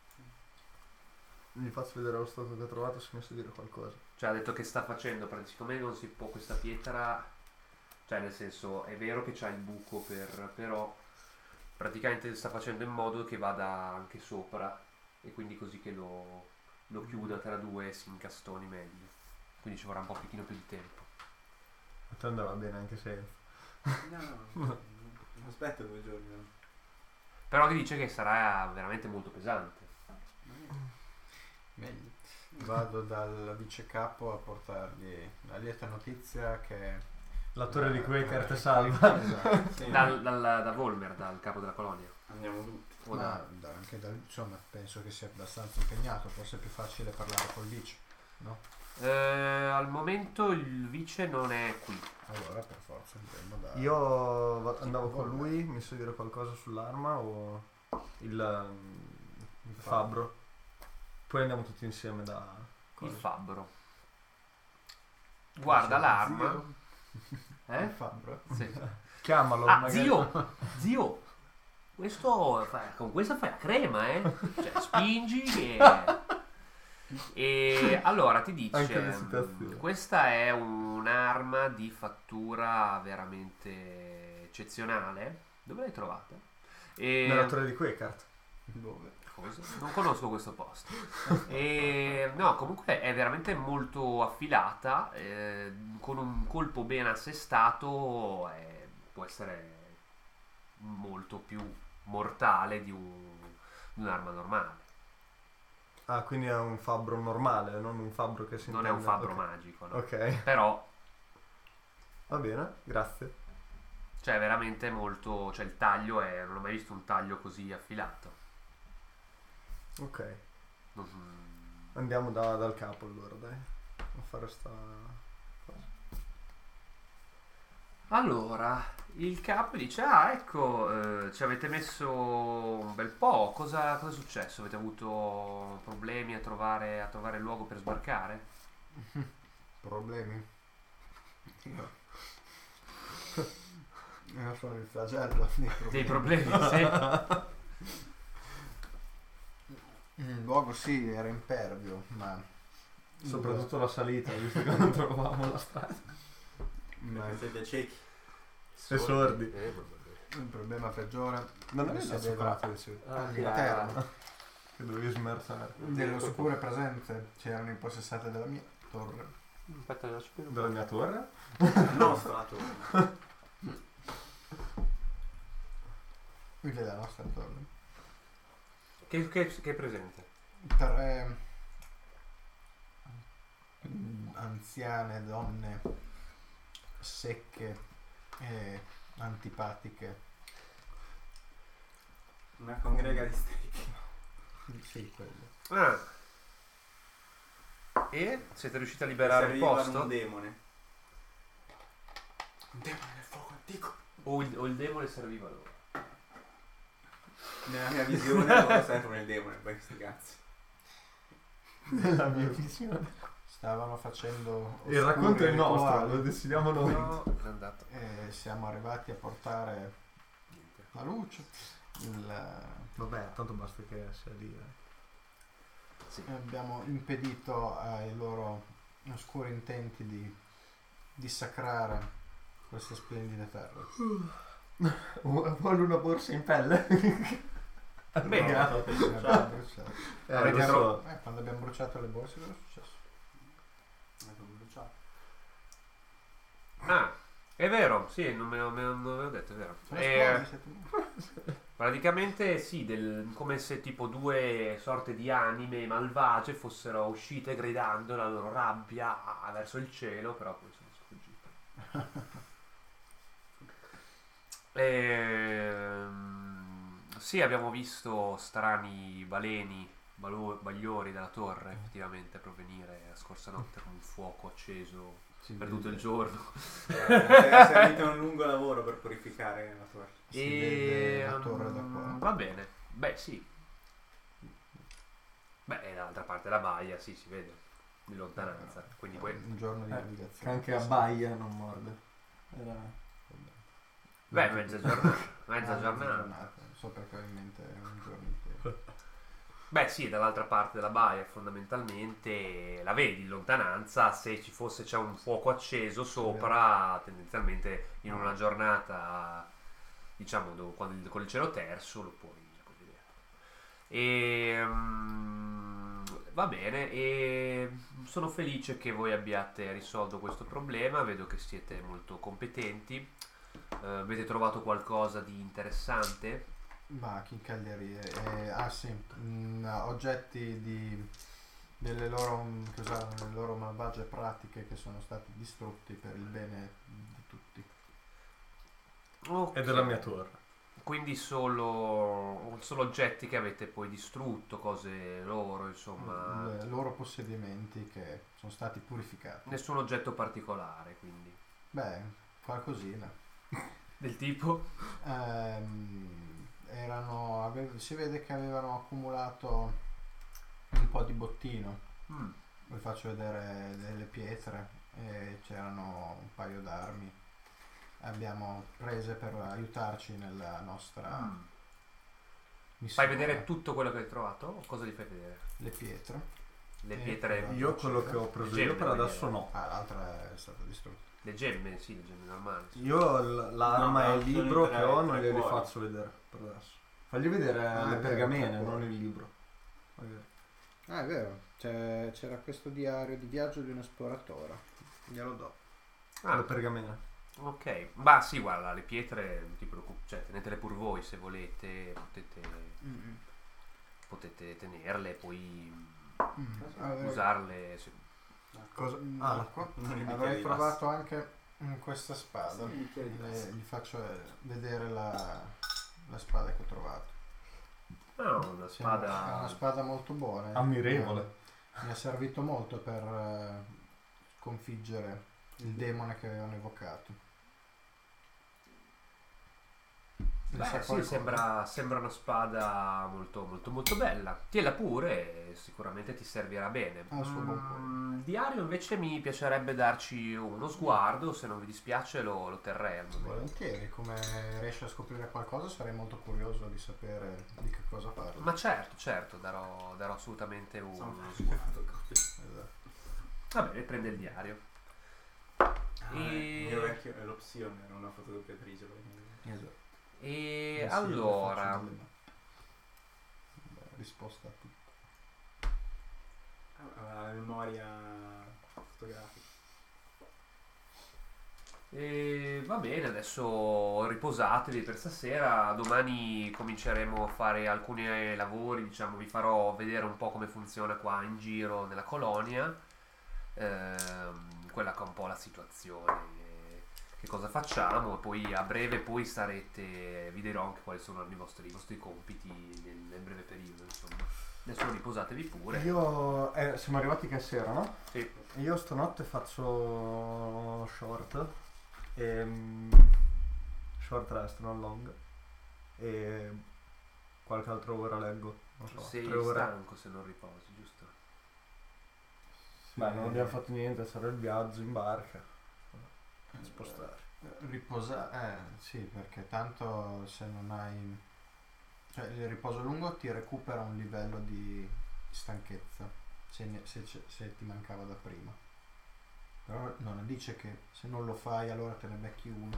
Gli faccio vedere lo stocco che ho trovato se mi sa dire qualcosa. Cioè ha detto che sta facendo, siccome non si può questa pietra, cioè nel senso è vero che c'ha il buco però praticamente sta facendo in modo che vada anche sopra e quindi così che lo chiuda tra due e si incastoni meglio. Quindi ci vorrà un pochino più di tempo. A te andava bene anche se. No. Aspetta 2 giorni. Però ti dice che sarà veramente molto pesante. Meglio. Vado dal vice capo a portargli la lieta notizia che La torre di Quaker te salva. Esatto. Sì, Da Volmer, dal capo della colonia. andiamo tutti. O Ma anche insomma penso che sia abbastanza impegnato, forse è più facile parlare col vice, no? Al momento il vice non è qui. Allora per forza andremo da... Io andavo con lui, mi so dire qualcosa sull'arma o il fabbro? Poi andiamo tutti insieme da... Il fabbro. Guarda l'arma. Il Eh? fabbro. Sì. Chiamalo. Ah, magari. zio, con questa fai la crema, Cioè, spingi e allora ti Anche le dice, situazioni. questa è un'arma di fattura veramente eccezionale. Dove l'hai trovata? Nella torre di Quaker. Dove? Cosa? Non conosco questo posto. No, comunque è veramente molto affilata, con un colpo ben assestato può essere molto più mortale di un'arma normale. Ah, quindi è un fabbro normale, non un fabbro che si Non è un intende- fabbro ok. magico, no? Ok, Però, va bene, grazie. cioè, veramente molto. Cioè, il taglio non ho mai visto un taglio così affilato. Ok, Non- andiamo dal capo allora, dai. A fare sta cosa. Allora, il capo dice: ah, ecco, ci avete messo un bel po'. Cosa è successo? Avete avuto problemi a trovare il luogo per sbarcare? Problemi? Io sono il flagello Dei problemi, sì. Il luogo sì, era impervio, ma... Soprattutto la salita, visto che non trovavamo la strada. ma Perché siete ciechi. E sordi. il problema peggiore Non avevi si il aveva all'interno Che dovevi smerzare. delle sicure presenze c'erano impossessate dalla mia torre. Aspetta, lo spiego. Dalla mia torre? No, strato. Quindi è la nostra torre. Che è presente? Tre anziane donne secche e antipatiche. Una congrega di stecchi. Sì, quelle. Ah. E siete riusciti a liberare il Servivano posto? un demone. Un demone del fuoco antico. O il demone serviva loro? Nella mia visione loro servono il demone, poi sti cazzi. Nella mia visione. Stavano facendo Il racconto è il nostro, rituali lo decidiamo noi. No, è andato. e siamo arrivati a portare la luce. Vabbè, tanto basta che sia lì. Sì. Abbiamo impedito ai loro oscuri intenti di dissacrare queste splendide terre. Vuole una borsa in pelle? Bene. Abbiamo bruciato. Avete lo so. Quando abbiamo bruciato le borse cosa è successo? Ah, è vero, sì, non me l'avevo detto, è vero. Sono esplosi, siete morti. Praticamente sì, come se tipo due sorte di anime malvagie fossero uscite gridando la loro rabbia verso il cielo, però poi sono sfuggite. Sì, abbiamo visto strani bagliori dalla torre effettivamente provenire la scorsa notte con un fuoco acceso per tutto il giorno. È servito un lungo lavoro per purificare la torre. Si vede la torre da qua. Va bene, beh sì. Beh, dall'altra parte della baia, sì, si vede in lontananza. Quindi poi, Un giorno di Che navigazione. anche a baia non morde. beh, mezza giornata. So perché ho in mente un giorno intero. Beh, sì, dall'altra parte della baia fondamentalmente la vedi in lontananza. Se c'è un fuoco acceso sopra, tendenzialmente in una giornata, diciamo, con il cielo terso lo puoi vedere. Va bene, e sono felice che voi abbiate risolto questo problema. Vedo che siete molto competenti. Avete trovato qualcosa di interessante? Ma chincaglierie. Sì, oggetti di che usavano le loro malvagie pratiche che sono stati distrutti per il bene di tutti. Ok. E della mia torre. Quindi solo oggetti che avete poi distrutto, cose loro, insomma. I loro possedimenti che sono stati purificati. Nessun oggetto particolare, quindi. Beh, qualcosina. Del tipo? Si vede che avevano accumulato un po' di bottino. Vi faccio vedere delle pietre e c'erano un paio d'armi. Abbiamo prese per aiutarci nella nostra missione. Fai vedere tutto quello che hai trovato? O cosa gli fai vedere? Le pietre. Le E pietre. quello Io quello che ho preso io per adesso no. l'altra è stata distrutta. Le gemme, sì, le gemme normali. Sì. Io l'arma No, e il sono libro tre- che ho non tre glieli cuori. faccio vedere per adesso. Fagli vedere le è vero, pergamene, tre non cuori. il libro. Magari. Ah, è vero. C'era questo diario di viaggio di un esploratore. Glielo do. Ah, Le pergamene. ok. Ma sì, guarda, le pietre, non ti preoccupare, cioè tenetele pur voi se volete, potete tenerle e poi usarle. Sì. Cosa? Ah, l'acqua? Non i bicchieri avrei di provato anche questa spada. Sì, i bicchieri di plastica. Gli faccio vedere la spada che ho trovato. No, una È spada. una spada molto buona. Ammirevole. Mi ha servito molto per sconfiggere il demone che avevano evocato. Ne Beh, sa sì, qualcosa? sembra una spada molto, molto, molto bella. Tienila pure, sicuramente ti servirà bene. Ha il suo buon cuore. Il diario invece mi piacerebbe darci uno sguardo, se non vi dispiace lo terrei al momento. Volentieri, come riesci a scoprire qualcosa sarei molto curioso di sapere di che cosa parli. Ma certo, darò assolutamente Sono uno fatto sguardo. copie. Esatto. Va bene, prende il diario. Il E- mio vecchio è l'opzione, era una fotocopiatrice. Esatto. E Sì, allora, faccio delle mappe. Beh, risposta a tutto. Aveva la memoria fotografica. va bene, adesso riposatevi per stasera. Domani cominceremo a fare alcuni lavori, diciamo, vi farò vedere un po' come funziona qua in giro nella colonia, quella che è un po' la situazione, che cosa facciamo, e poi a breve poi vi dirò anche quali sono i vostri compiti nel breve periodo, insomma. Adesso riposatevi pure. Io siamo arrivati che è sera, no? Sì. Io stanotte faccio short short rest, non long, e qualche altra ora leggo, non so, Sei 3 ore. stanco se non riposi, giusto? Beh, non abbiamo fatto niente, sarà il viaggio in barca, spostare. Riposare, sì, perché tanto se non hai, cioè il riposo lungo ti recupera un livello di stanchezza se ti mancava da prima, però non dice che se non lo fai allora te ne becchi uno,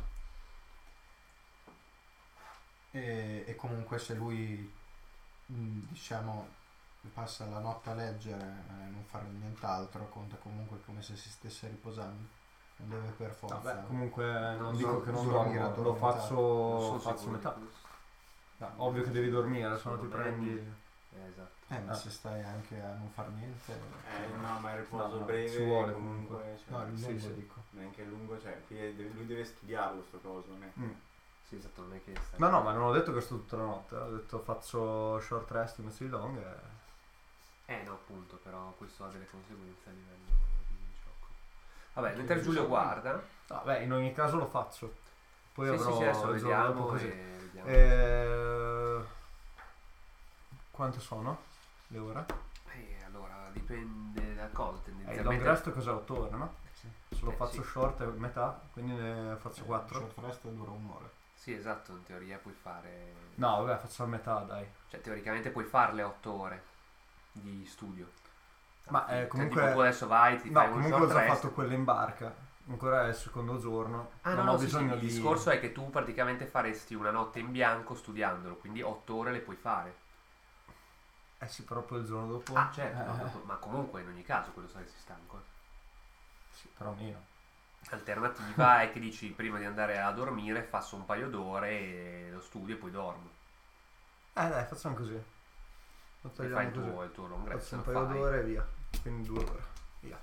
e comunque se lui diciamo passa la notte a leggere e non fare nient'altro, conta comunque come se si stesse riposando. Non deve per forza. Vabbè, comunque non Non dico so, che non dormire dormo, lo addormentato. Non sono faccio sicuro di metà. questo. No, ovvio che devi dormire, se no ti Secondo me prendi. Esatto. Ma se stai anche a non far niente. No, ma il riposo No, breve ci vuole comunque. Cioè, No, il Sì, lungo sì. dico. neanche lungo, cioè, lui deve studiare questo coso, non è. Sì, esatto, non è che stai... No, ma non ho detto che sto tutta la notte, ho detto faccio short rest invece di long no, appunto, però questo ha delle conseguenze a livello di gioco. Vabbè, mentre Giulio guarda... Vabbè, in ogni caso lo faccio. Poi Sì, avrò sì, adesso il giorno dopo vediamo così. vediamo. Quante sono le ore? Allora, dipende da cosa, Il tendenzialmente... long rest cos'è? 8 ore, no? Sì. Se lo faccio sì. short è metà, quindi ne faccio 4. Short rest dura un'ora. Sì, esatto, in teoria puoi fare... No, vabbè, faccio a metà, dai. Cioè, teoricamente puoi farle 8 ore di studio. Ma Cioè, comunque... tipo tu adesso vai, ti No, fai un comunque ho short già rest. fatto quelle in barca. Ancora è il secondo giorno. Ah, non no, ho no, sì, bisogno sì, di... il discorso è che tu praticamente faresti una notte in bianco studiandolo, quindi 8 ore le puoi fare. Eh sì, però poi il giorno dopo... Ah, certo, no, dopo- ma comunque in ogni caso quello saresti stanco. Sì, però meno. Alternativa è che dici prima di andare a dormire faccio un paio d'ore e lo studio e poi dormo. Dai, facciamo così. Lo E togliamo fai così. il tuo long rest. Faccio un lo paio fai. d'ore e via. Quindi 2 ore. Via.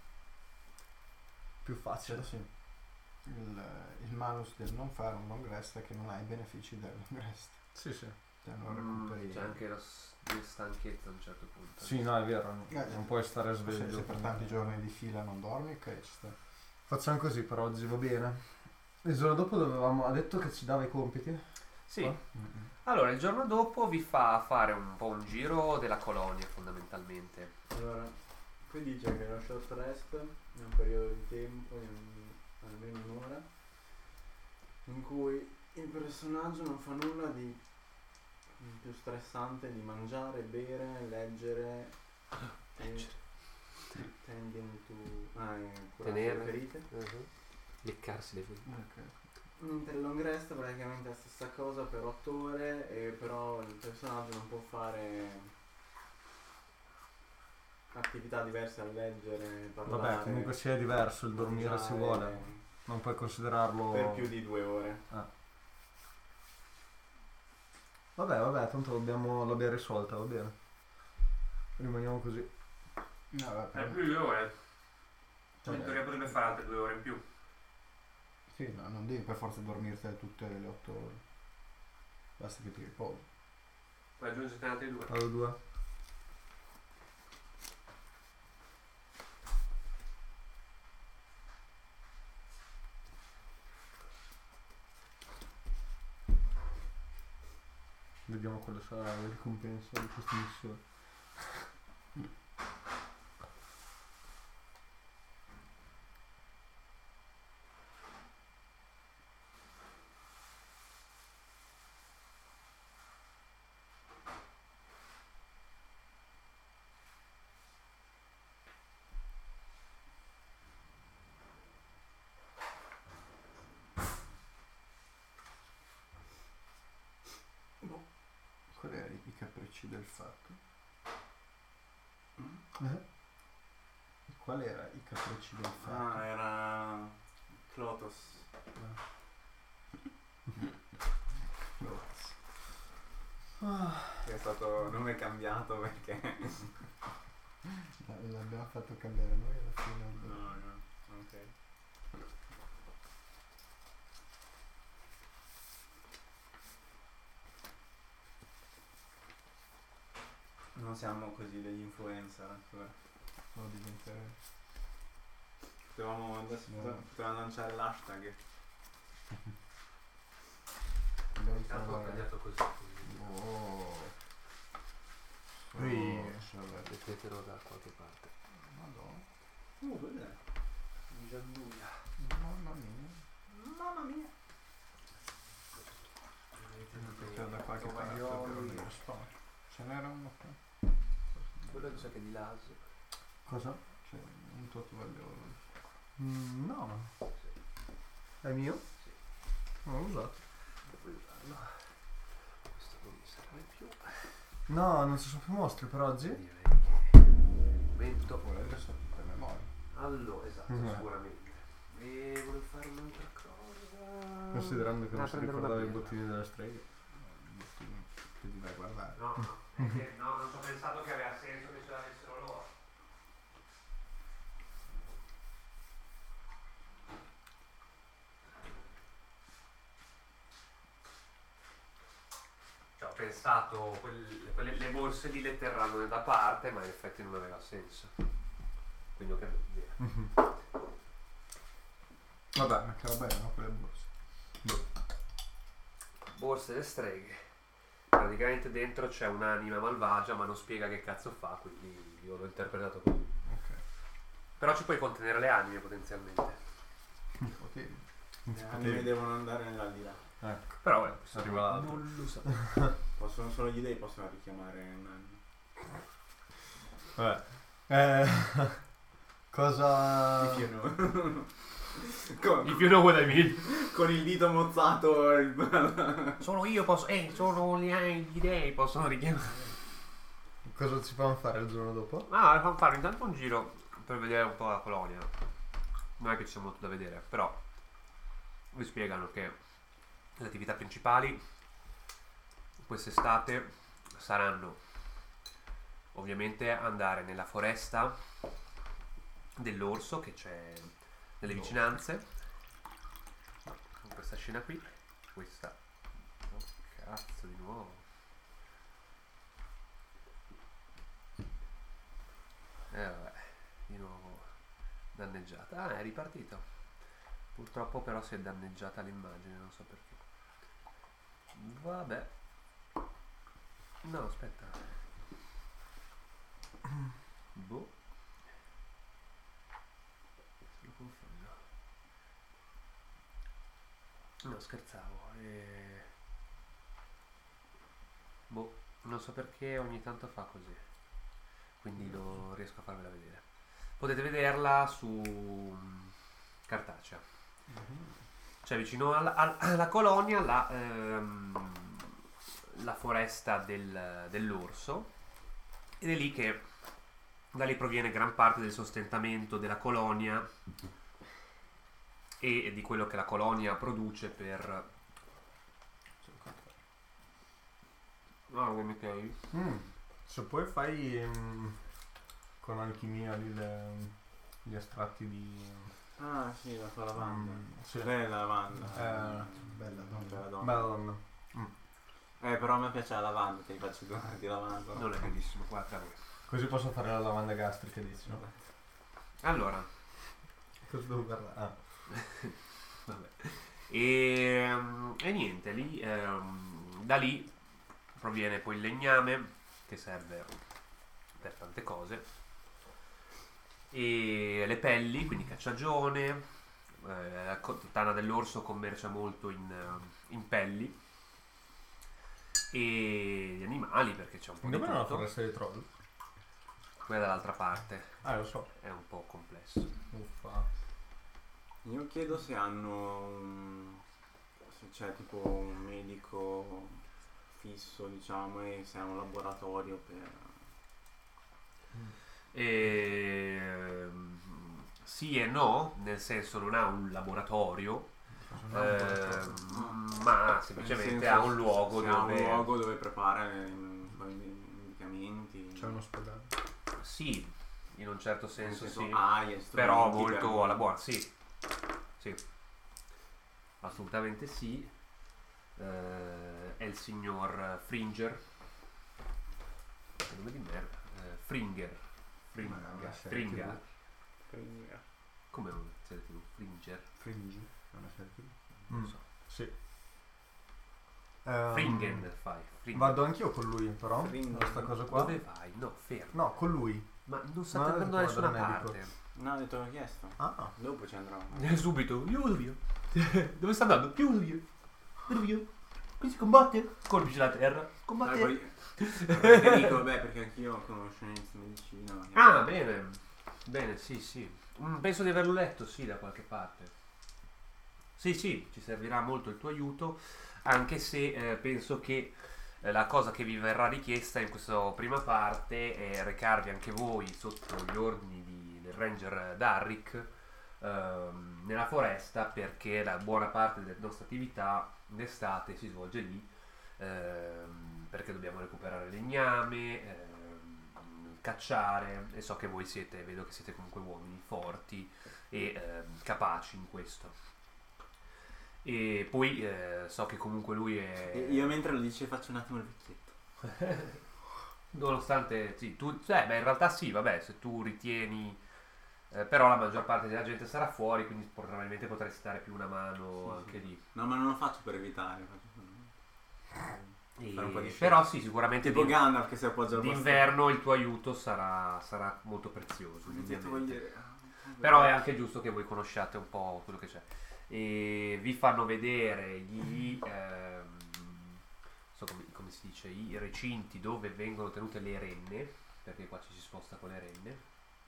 Più facile. Sì. Il malus del non fare un long rest è che non hai i benefici del long rest. Sì, sì. Cioè non recuperi. C'è anche la stanchezza a un certo punto. Sì, no, è vero. Non puoi stare sveglio. Se per tanti giorni di fila non dormi, ok, ci sta. Facciamo così per oggi, va bene. Il giorno dopo ha detto che ci dava i compiti. Sì. Ah. Allora, il giorno dopo vi fa fare un po' un giro della colonia, fondamentalmente. Allora, qui dice che lo short rest è un periodo di tempo, almeno un'ora, in cui il personaggio non fa nulla di più stressante di mangiare, bere, leggere e tending to curarsi le ferite. Leccarsi le ferite. Mentre il long rest praticamente è la stessa cosa per 8 ore, e però il personaggio non può fare attività diverse a leggere, parlare. Vabbè, comunque sia è diverso, il dormire ci vuole. Non puoi considerarlo... Per più di 2 ore. Vabbè, tanto l'abbiamo risolta, va bene. Rimaniamo così. No, vabbè, Più di 2 ore. Cioè, In teoria potrebbe fare altre 2 ore in più. sì, no, non devi per forza dormirtene tutte le 8 ore. Basta che ti riposi. Poi aggiungete altri 2. Vado 2. Vediamo quale sarà la ricompensa di questa missione. Qual erano i capricci del fatto? Qual era i capricci del fatto? Era Clotos. Che è stato nome cambiato perché... L'abbiamo fatto cambiare noi alla fine. No, ok. Non siamo così degli influencer ancora. No, diventerei. Potevamo lanciare l'hashtag. Intanto ho tagliato così. Oh. Mettetelo da qualche parte. Madonna. Cos'è? Gianduia. Mamma mia. Mamma mia. C'era da qualche parte però nello stomaco. Ce n'era uno qua. Quello che sa che è di Laso. Cosa? Cioè, un tovagliolo. No. È mio? Sì. Non l'ho usato. Puoi usarlo. Questo non mi serve più. No, non ci sono più mostri per oggi. Direi che momento. Volete so tutte le memorie. Allora, esatto, Mhm. sicuramente. E volevo fare un'altra cosa. Considerando che non si prendere una ricordava i birra. bottini della strega. Che ti vai a guardare. No, è che no, non ci ho pensato che aveva senso che ce l'avessero loro. Cioè, ho pensato, le borse lì le terranno da parte, ma in effetti non aveva senso. Quindi ho cambiato idea. Vabbè, ma che roba erano quelle borse? Borse delle streghe. Praticamente dentro c'è un'anima malvagia, ma non spiega che cazzo fa, quindi io l'ho interpretato così. Ok. Però ci puoi contenere le anime potenzialmente. Potevi. Le anime devono andare nell'aldilà. Ecco. Però questo Arriva l'altro. non lo so. Possono solo gli dei possono richiamare un Vabbè. Cosa... If you know. If you know what I mean. Con il dito mozzato. Solo io posso. Solo gli dei possono richiamare. Cosa ci fanno fare il giorno dopo? Ah, fanno fare intanto un giro per vedere un po' la colonia. Non è che ci sia molto da vedere, però vi spiegano che le attività principali quest'estate saranno ovviamente andare nella foresta dell'orso che c'è nelle vicinanze, con questa scena qui, questa, oh cazzo di nuovo, vabbè, di nuovo danneggiata, è ripartito, purtroppo però si è danneggiata l'immagine, non so perché, vabbè, no aspetta, boh, lo confondo. No, scherzavo. Boh, non so perché ogni tanto fa così. Quindi non riesco a farvela vedere. Potete vederla su cartacea. Cioè vicino alla colonia la foresta dell'orso. Ed è lì che da lì proviene gran parte del sostentamento della colonia e di quello che la colonia produce per... No, che mi cavi? Se poi fai con alchimia lì gli estratti di... Ah sì, la tua lavanda. sì. Bella lavanda. Bella donna. Bella donna. Madonna. Però a me piace la lavanda, ti faccio donare di lavanda. Non è bellissimo, qua tra voi. Così posso fare la lavanda gastrica, dici, no? Allora, Cosa devo guardare? Ah. vabbè. E niente, lì, da lì proviene poi il legname che serve per tante cose e le pelli, quindi cacciagione, la tana dell'orso commercia molto in pelli e gli animali perché c'è un po' di Dove è la tutto. foresta dei troll? Quella dall'altra parte Lo so. è un po' complesso. Uffa. Io chiedo se hanno se c'è tipo un medico fisso, diciamo, e se è un laboratorio per... Sì e no, nel senso non ha un laboratorio, ma semplicemente Nel senso, ha un luogo se ha un dove... luogo dove prepara i medicamenti. C'è un ospedale. Sì, in un certo Nel senso senso, sì, strumenti però per- molto alla buona, sì, assolutamente sì. È il signor Fringer, nome di merda, Fringer, Fringa, Fringa. come non serie TV? Fringer, Fringi, è una serie TV. non so. Sì. Fringen fai, Fringer. Vado anch'io con lui, però. Fringen. Questa cosa qua. Dove vai? No, fermo. No, con lui. Ma non state Ma andando da vado nessuna dal medico. parte. No, ho detto l'ho chiesto. Ah. Dopo ci andrò. Subito, io vado via. Dove sta andando? Io vado via. Vado via. Qui si combatte. Colpisce la terra. Combatte. Perché dico, beh, perché anch'io ho conoscenze in medicina. Ah, bene. Bene, sì, sì. Penso di averlo letto, sì, da qualche parte. Sì, sì, ci servirà molto il tuo aiuto, anche se penso che la cosa che vi verrà richiesta in questa prima parte è recarvi anche voi sotto gli ordini del Ranger Darrick nella foresta, perché la buona parte della nostra attività d'estate si svolge lì, perché dobbiamo recuperare legname, cacciare, e so che voi siete, vedo che siete comunque uomini forti e capaci in questo. E poi so che comunque lui è... Io mentre lo dice faccio un attimo il vecchietto. Nonostante, sì, tu... beh, in realtà sì, vabbè, se tu ritieni... però la maggior parte della gente sarà fuori, quindi probabilmente potresti dare più una mano Sì, anche sì. lì. No, ma non lo faccio per evitare. Fare un po' di Però sì, sicuramente tipo Gandalf che si appoggia al d'inverno il tuo aiuto sarà molto prezioso. bastone. Vuol indubbiamente. dire... Però è anche giusto che voi conosciate un po' quello che c'è. E vi fanno vedere gli come si dice, i recinti dove vengono tenute le renne, perché qua ci si sposta con le renne,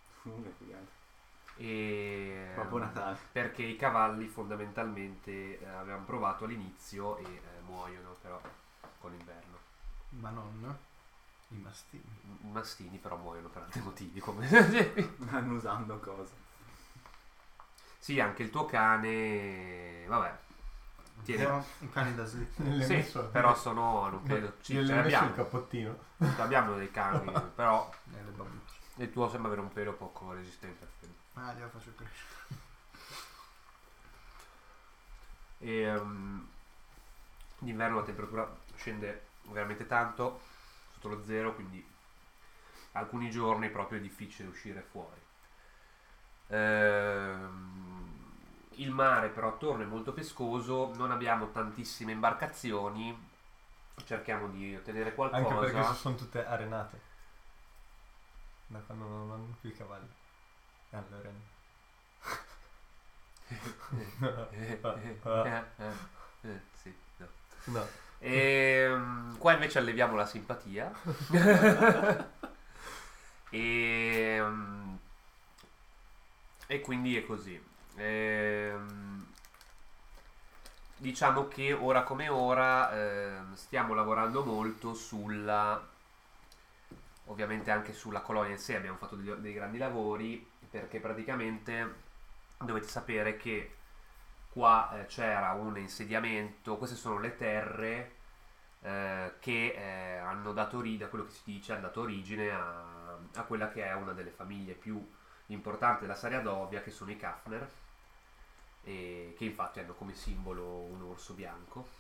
e Proprio Natale. perché i cavalli fondamentalmente avevano provato all'inizio e muoiono però con l'inverno. Ma non i mastini. I mastini però muoiono per altri motivi, come Stanno usando cose. sì, anche il tuo cane, vabbè, Tieni. Abbiamo i cani da slip. Le Sì, messo- però sono, non credo, sì, Gliel'hai ce messo il l'abbiamo, cappottino. abbiamo dei cani, però Le babbucce. il tuo sembra avere un pelo poco resistente al freddo. Glielo faccio crescere. E d'inverno la temperatura scende veramente tanto, sotto lo zero, quindi alcuni giorni proprio è difficile uscire fuori. Il mare però attorno è molto pescoso, non abbiamo tantissime imbarcazioni, cerchiamo di ottenere Anche perché qualcosa. sono tutte arenate. Da quando non hanno più i cavalli. Allora. Sì, no. No. Qua invece alleviamo la simpatia. e quindi è così. Diciamo che ora come ora stiamo lavorando molto ovviamente anche sulla colonia in sé. Abbiamo fatto dei grandi lavori, perché praticamente dovete sapere che qua c'era un insediamento. Queste sono le terre che hanno dato da quello che si dice, hanno dato origine a quella che è una delle famiglie più importanti della Sariadovia, che sono i Kafner, che infatti hanno come simbolo un orso bianco.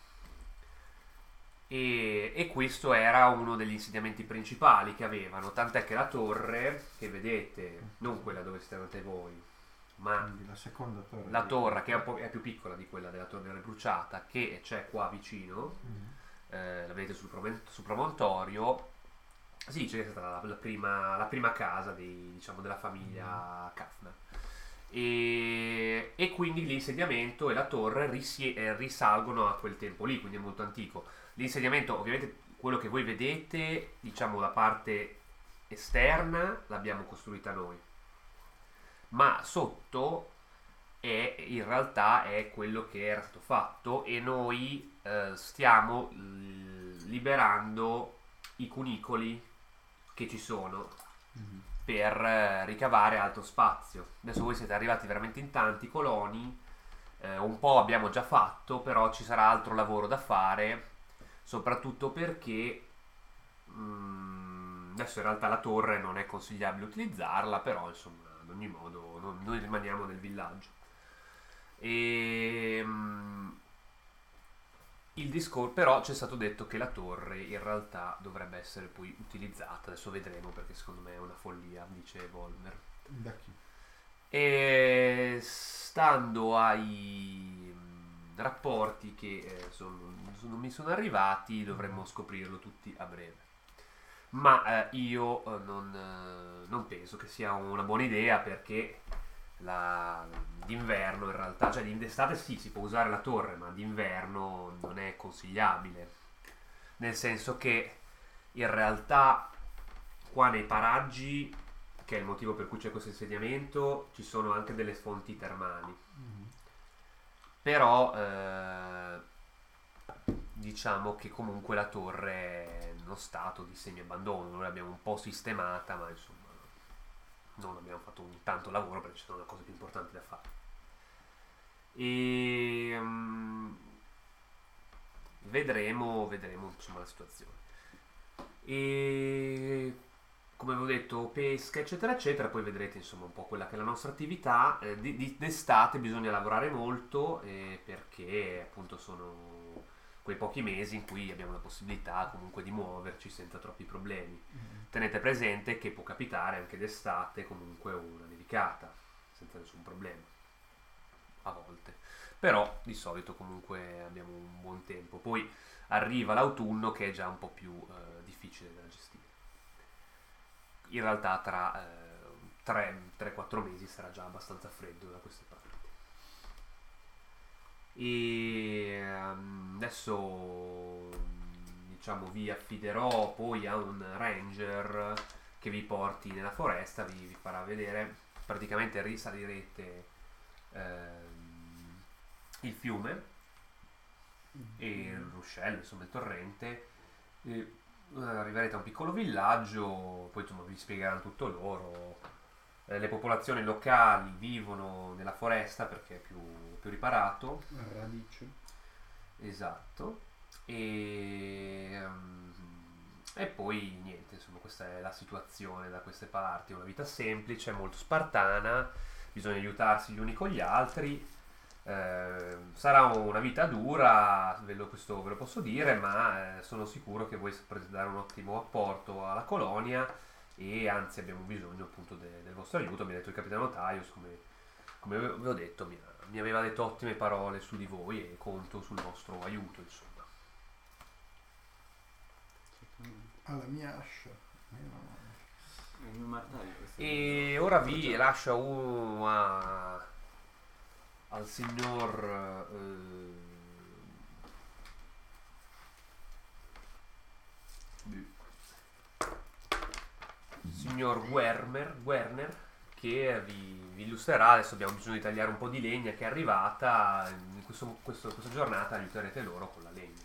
E questo era uno degli insediamenti principali che avevano, tant'è che la torre che vedete, non quella dove siete andati voi, ma Quindi la seconda torre. la torre che è più piccola di quella della torre bruciata, che c'è qua vicino, la vedete sul promontorio. Si dice che è stata la prima casa della famiglia Kafner. E quindi l'insediamento e la torre risalgono a quel tempo lì, quindi è molto antico. L'insediamento, ovviamente, quello che voi vedete, diciamo la parte esterna, l'abbiamo costruita noi, ma sotto in realtà è quello che era stato fatto, e noi stiamo liberando i cunicoli che ci sono per ricavare altro spazio. Adesso voi siete arrivati veramente in tanti coloni, un po' abbiamo già fatto, però ci sarà altro lavoro da fare, soprattutto perché adesso in realtà la torre non è consigliabile utilizzarla, però insomma ad ogni modo noi rimaniamo nel villaggio. E il discorso, però ci è stato detto che la torre in realtà dovrebbe essere poi utilizzata, adesso vedremo, perché secondo me è una follia, dice Volmer. Da chi? E stando ai rapporti che mi sono arrivati, dovremmo scoprirlo tutti a breve. Ma io non penso che sia una buona idea, perché d'inverno in realtà, cioè d'estate sì, si può usare la torre, ma d'inverno non è consigliabile, nel senso che in realtà qua nei paraggi, che è il motivo per cui c'è questo insediamento, ci sono anche delle fonti termali, però diciamo che comunque la torre è in uno stato di semi-abbandono. Noi l'abbiamo un po' sistemata, ma insomma non abbiamo fatto tanto lavoro, perché ci sono cose più importanti da fare. E vedremo insomma la situazione. E come avevo detto, pesca eccetera eccetera. Poi vedrete insomma un po' quella che è la nostra attività. D'estate bisogna lavorare molto, perché appunto sono quei pochi mesi in cui abbiamo la possibilità comunque di muoverci senza troppi problemi. Tenete presente che può capitare anche d'estate comunque una nevicata senza nessun problema, a volte, però di solito comunque abbiamo un buon tempo. Poi arriva l'autunno, che è già un po' più difficile da gestire. In realtà tra 3-4 mesi sarà già abbastanza freddo da queste parti. E adesso diciamo vi affiderò poi a un ranger che vi porti nella foresta, vi farà vedere. Praticamente risalirete il fiume e il ruscello, insomma il torrente, e arriverete a un piccolo villaggio. Poi insomma vi spiegheranno tutto loro. Le popolazioni locali vivono nella foresta perché è più riparato. Radice. Esatto. E poi niente, insomma, questa è la situazione da queste parti. Una vita semplice, molto spartana, bisogna aiutarsi gli uni con gli altri. Sarà una vita dura, questo ve lo posso dire, ma sono sicuro che voi saprete dare un ottimo apporto alla colonia e anzi abbiamo bisogno appunto del vostro aiuto. Mi ha detto il capitano Taius, come vi ho detto, mi aveva detto ottime parole su di voi e conto sul vostro aiuto, insomma. Alla mia ascia. Il mio martello. E ora vi lascio al signor Werner che vi illustrerà. Adesso abbiamo bisogno di tagliare un po' di legna che è arrivata. In questa giornata aiuterete loro con la legna.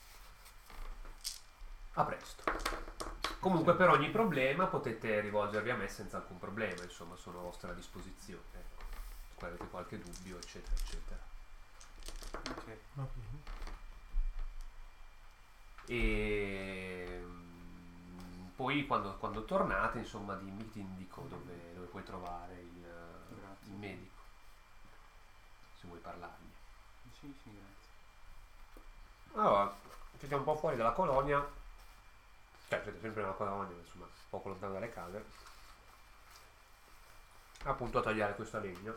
A presto. Comunque per ogni problema potete rivolgervi a me senza alcun problema, insomma sono a vostra disposizione, ecco. Se avete qualche dubbio eccetera eccetera. Ok. E poi quando tornate, insomma, ti indico dove puoi trovare il medico, se vuoi parlargli. Sì, grazie. Allora, siete un po' fuori dalla colonia. Cioè, siete sempre nella colonia, insomma, poco lontano dalle case. Appunto a tagliare questa legna.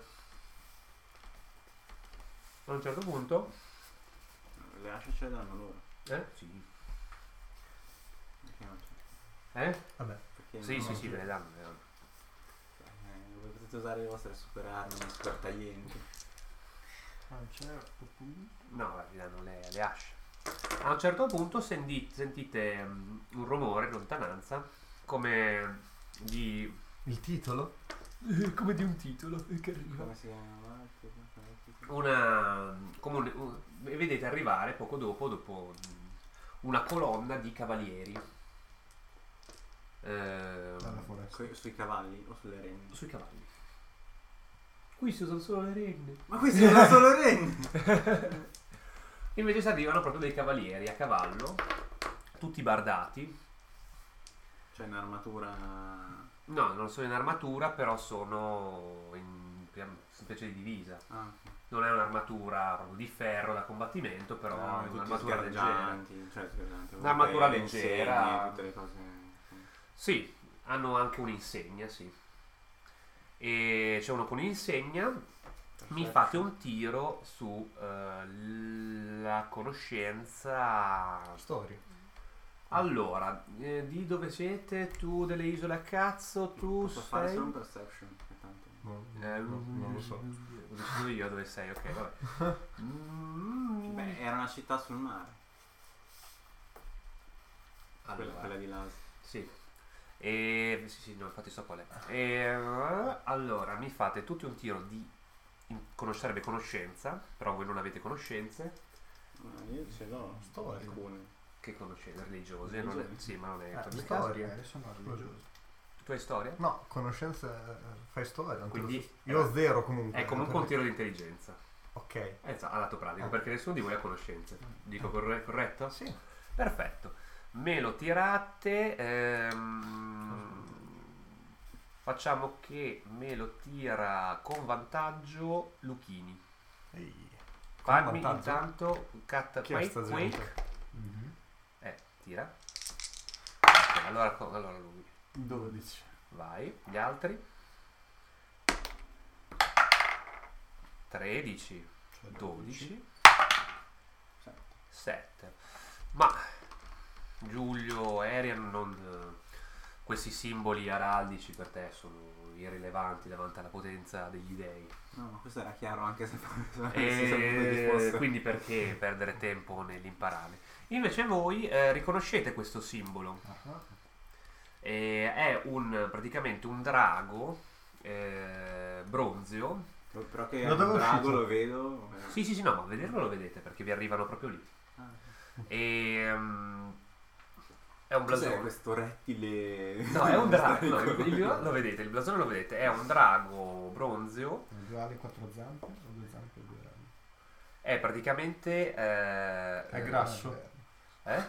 A un certo punto. Le asce ce le danno loro. Sì. Perché non c'è? Vabbè. Perché Sì, non sì, ve le danno. voi potete usare le vostre super armi, super taglienti. No, vi danno le asce. A un certo punto sentite un rumore in lontananza, come di... Il titolo? come di un titolo che arriva. Come si chiama? E vedete arrivare poco dopo una colonna di cavalieri Dalla foresta. Sui cavalli o sulle renne? sui cavalli. Qui si usano solo le renne. Ma questi sono solo renne! Invece si arrivano proprio dei cavalieri a cavallo, tutti bardati. Cioè in armatura. No, non sono in armatura, però sono in specie di divisa. Ah, ok. Non è un'armatura proprio di ferro da combattimento, però è tutti un'armatura leggera. sgargianti, cioè sgargianti. Un'armatura le leggera. insegne, tutte le cose. Sì, hanno anche un'insegna, sì. E c'è uno con un'insegna. Mi fate un tiro su la conoscenza. Storia. Allora, di dove siete? Tu delle isole a cazzo? Tu Posso fare sei? solo un perception, che tanto. Non lo so. Lo decido io dove sei, ok, vabbè. Beh, era una città sul mare. Allora, Quella di là. sì. Sì, no, infatti so qual è. Allora, mi fate tutti un tiro di sarebbe conoscenza, però voi non avete conoscenze. Io ce l'ho. Storia. Alcune. Che conoscenze? Religiose? Non è, sì, ma non è per il caso. Storia. Sono religiosi. Tu hai storia? No, conoscenza fai storia. Non te lo Quindi- so. Io ho zero comunque. È comunque un tiro di intelligenza. Ok. A lato pratico, perché nessuno di voi ha conoscenze. Dico corretto? Sì. Perfetto. Me lo tirate. Facciamo che me lo tira con vantaggio Luchini. Ehi. Fammi vantaggio? intanto Chi è sta Quake. gente? Tira. Ok, allora lui. 12. Vai. Gli altri? 13. 12. 7. Ma Giulio, Arian, questi simboli araldici per te sono irrilevanti davanti alla potenza degli dei. No, ma questo era chiaro anche se avessi saputo chi fosse. Quindi perché perdere tempo nell'imparare? Invece voi riconoscete questo simbolo. È praticamente un drago bronzeo. Però che Da dove è drago uscito? lo vedo. Sì, no, ma vederlo lo vedete perché vi arrivano proprio lì. Ah, È un cos'è blasone. questo rettile? No, è un drago. No, lo vedete, il blasone lo vedete. È un drago bronzeo. Due ali, quattro zampe o due zampe e due ali? È praticamente... È grasso. Eh?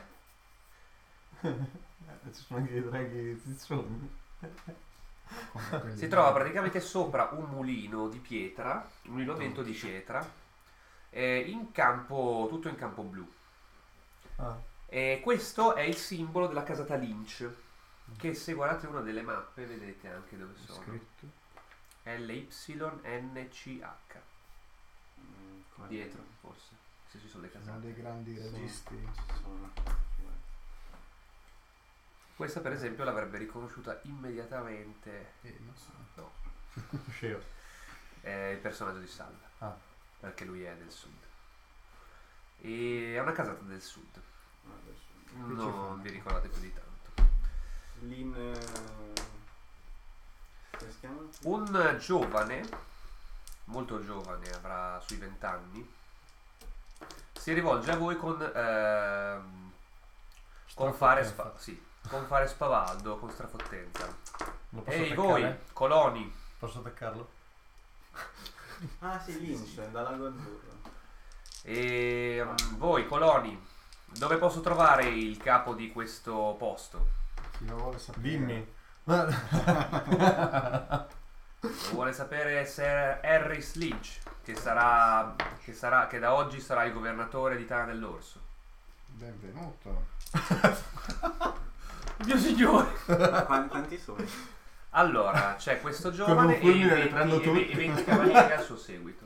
Ci sono anche i draghi zizzoni. Si trova praticamente sopra un mulino di pietra, un mulino a vento di pietra, in campo, tutto in campo blu. Ah. E questo è il simbolo della casata Lynch, che se guardate una delle mappe vedete anche dove sono. Scritto. LYNCH. Dietro, forse, se ci sono le Sono casate. dei grandi registi. Questa per esempio l'avrebbe riconosciuta immediatamente Non so. Sceo. il personaggio di Salva, Ah. perché lui è del sud. E è una casata del sud. Non vi ricordate più di tanto. Come si chiama? Un giovane, molto giovane, avrà sui 20 anni, si rivolge a voi con fare spavaldo, con strafottenza. Lo posso Ehi attaccare? voi, coloni, Posso attaccarlo? Ah sì, Lynch, dal Lago Azzurro. e voi coloni, dove posso trovare il capo di questo posto? Chi lo vuole sapere? Dimmi. Lo vuole sapere Sir Harris Lynch, che da oggi sarà il governatore di Tana dell'Orso. Benvenuto. Mio signore! Quanti sono? Allora, c'è questo Con giovane un fulmine e li prendo tutti. i 20 cavalieri al suo seguito.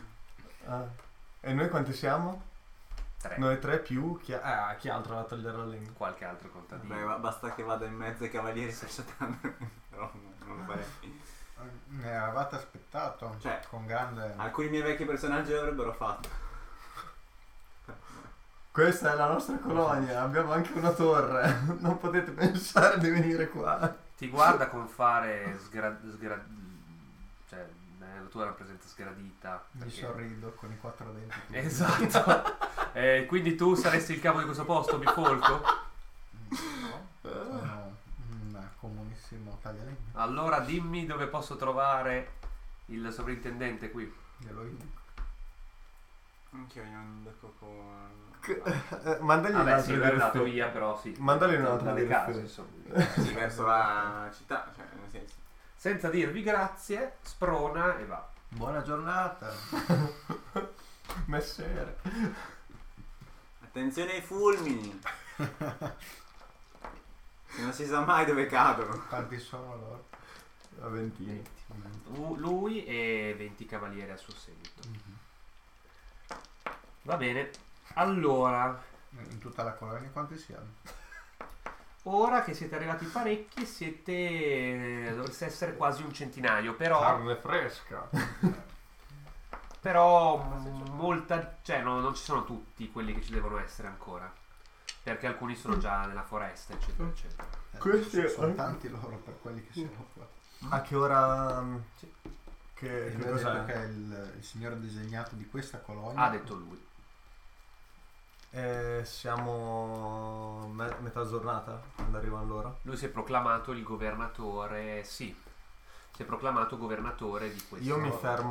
E noi quanti siamo? 3. Noi 3 più chi altro va a togliere la lingua? Qualche altro contadino. Beh, basta che vada in mezzo ai cavalieri sacciatano. Però non lo farei. Ne avevate aspettato? Cioè, con grande... alcuni miei vecchi personaggi l'avrebbero fatto. Questa è la nostra colonia, abbiamo anche una torre. Non potete pensare di venire qua. Ti guarda con fare cioè la tua è una presenza sgradita. Mi perché- sorrido con i 4 denti. Esatto. Quindi tu saresti il capo di questo posto, Bifolco? No, sono un comunissimo taglialegno. Allora dimmi dove posso trovare il sovrintendente qui. Glielo indico. Anch'io non dico con... Mandagli Vabbè, un'altra sì, lui è andato direzione. via, però sì. Mandali in un'altra dalle case, direzione. insomma. Sì, verso la città, cioè nel senso. Senza dirvi grazie, sprona e va. Buona giornata. Messere. Attenzione ai fulmini! Che non si sa mai dove cadono. Quanti sono loro? A ventini. Lui e 20 cavalieri al suo seguito. Va bene. Allora, In tutta la colonia quanti siamo? ora che siete arrivati parecchi, dovreste essere quasi un centinaio, però Carne fresca. molta, cioè non ci sono tutti quelli che ci devono essere ancora, perché alcuni sono già nella foresta, eccetera, eccetera. Questi- sono tanti loro per quelli che siamo qua. A che ora... Sì. Che Lui ha detto cos'è? che è il signore designato di questa colonia. Ha detto lui. Siamo metà giornata quando arrivano loro. Lui si è proclamato il governatore, sì, si è proclamato governatore di questo. Io mi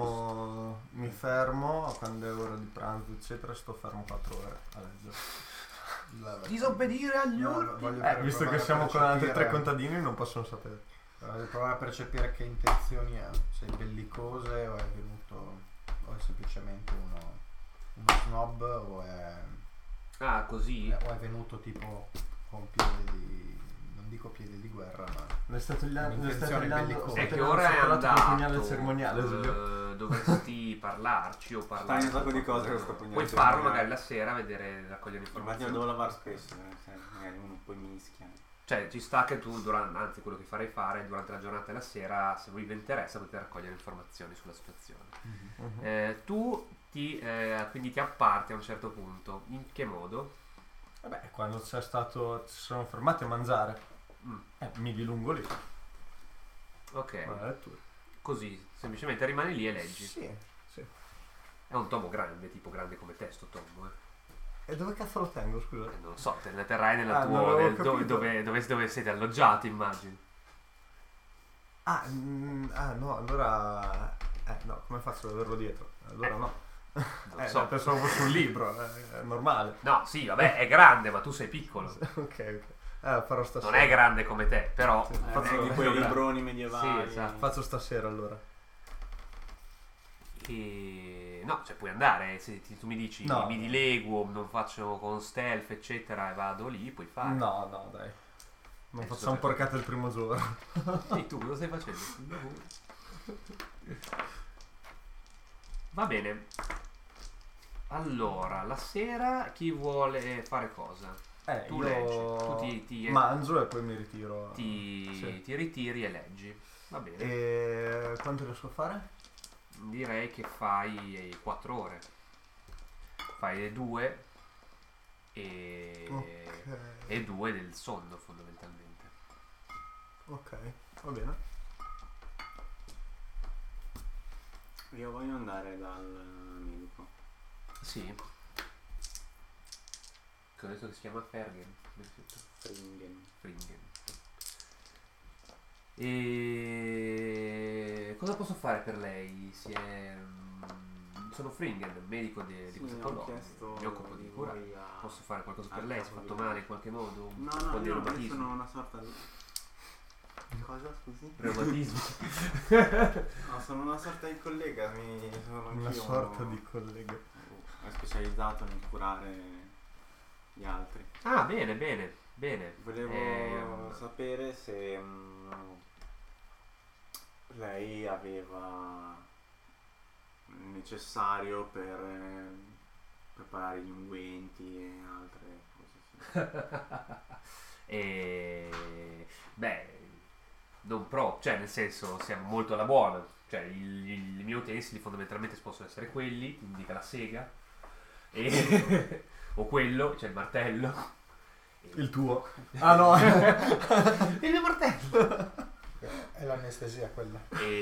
fermo quando è ora di pranzo eccetera, sto fermo 4 ore a leggere. Disobbedire agli ordini. Visto che siamo con altri 3 contadini non possono sapere. Provare a percepire che intenzioni ha, se bellicose o è venuto o è semplicemente uno snob o è venuto tipo con piede di, non dico piede di guerra, ma Ne stai togliendo Un'intenzione bellicosa. È che ora è pugnale andato, cerimoniale, Giulio. dovresti parlarci o Fai parlare. un sacco di cose con sto pugnale. Puoi farlo magari la sera, vedere, raccogliere Infatti lo informazioni. devo lavare spesso, magari uno poi mischia. Cioè ci sta che tu, anzi quello che farei fare durante la giornata e la sera, se vi interessa, potete raccogliere informazioni sulla situazione. Tu quindi ti apparti a un certo punto. In che modo? Vabbè, quando ci sono fermati a mangiare, mi dilungo lì. Ok, Buona lettura. così, semplicemente rimani lì e leggi. Sì. È un tomo grande, tipo grande come testo tomo, E dove cazzo lo tengo, scusa? Non lo so, te ne terrai nella Non l'avevo dove siete alloggiati, immagino. No, allora... no, come faccio ad averlo dietro? Allora no. Non so. Pensavo fosse un libro, è normale. No, sì, vabbè, è grande, ma tu sei piccolo. Ok. Farò stasera. Non è grande come te, però... Faccio- di quei libroni medievali. Sì, esatto. Faccio stasera allora. No, cioè puoi andare, se tu mi dici No. mi dileguo, non faccio con stealth eccetera e vado lì, puoi fare. No, dai. Non Adesso facciamo porcate il primo giorno. E tu cosa stai facendo? Va bene. Allora, la sera chi vuole fare cosa? Tu Io leggi, tu ti mangio e poi mi ritiro. ti ritiri e leggi. Va bene. E quanto riesco a fare? Direi che fai 4 ore. Fai le 2 e 2 del sonno fondamentalmente. Ok, va bene. Io voglio andare dal medico. Sì. Che ho detto che si chiama Fergen. Fringen. E cosa posso fare per lei? Sono Fringen, medico di Sì, questa ho colonia. chiesto Mi occupo di cura. voi a- Posso fare qualcosa per al lei? Si è capo fatto di- male in qualche modo? Un No, po' di io reumatismo? sono una sorta di... Cosa, scusi? Reumatismo. No, sono una sorta di collega, sono Una anch'io sorta di collega. è specializzato nel curare gli altri. Ah, bene, bene, bene. Volevo sapere se lei aveva il necessario per preparare gli unguenti e altre cose. Beh, non proprio, cioè nel senso siamo molto alla buona. Cioè i miei utensili fondamentalmente possono essere quelli, quindi dica la sega, o quello, cioè il martello. Il tuo. Ah no. Il mio martello! È l'anestesia quella.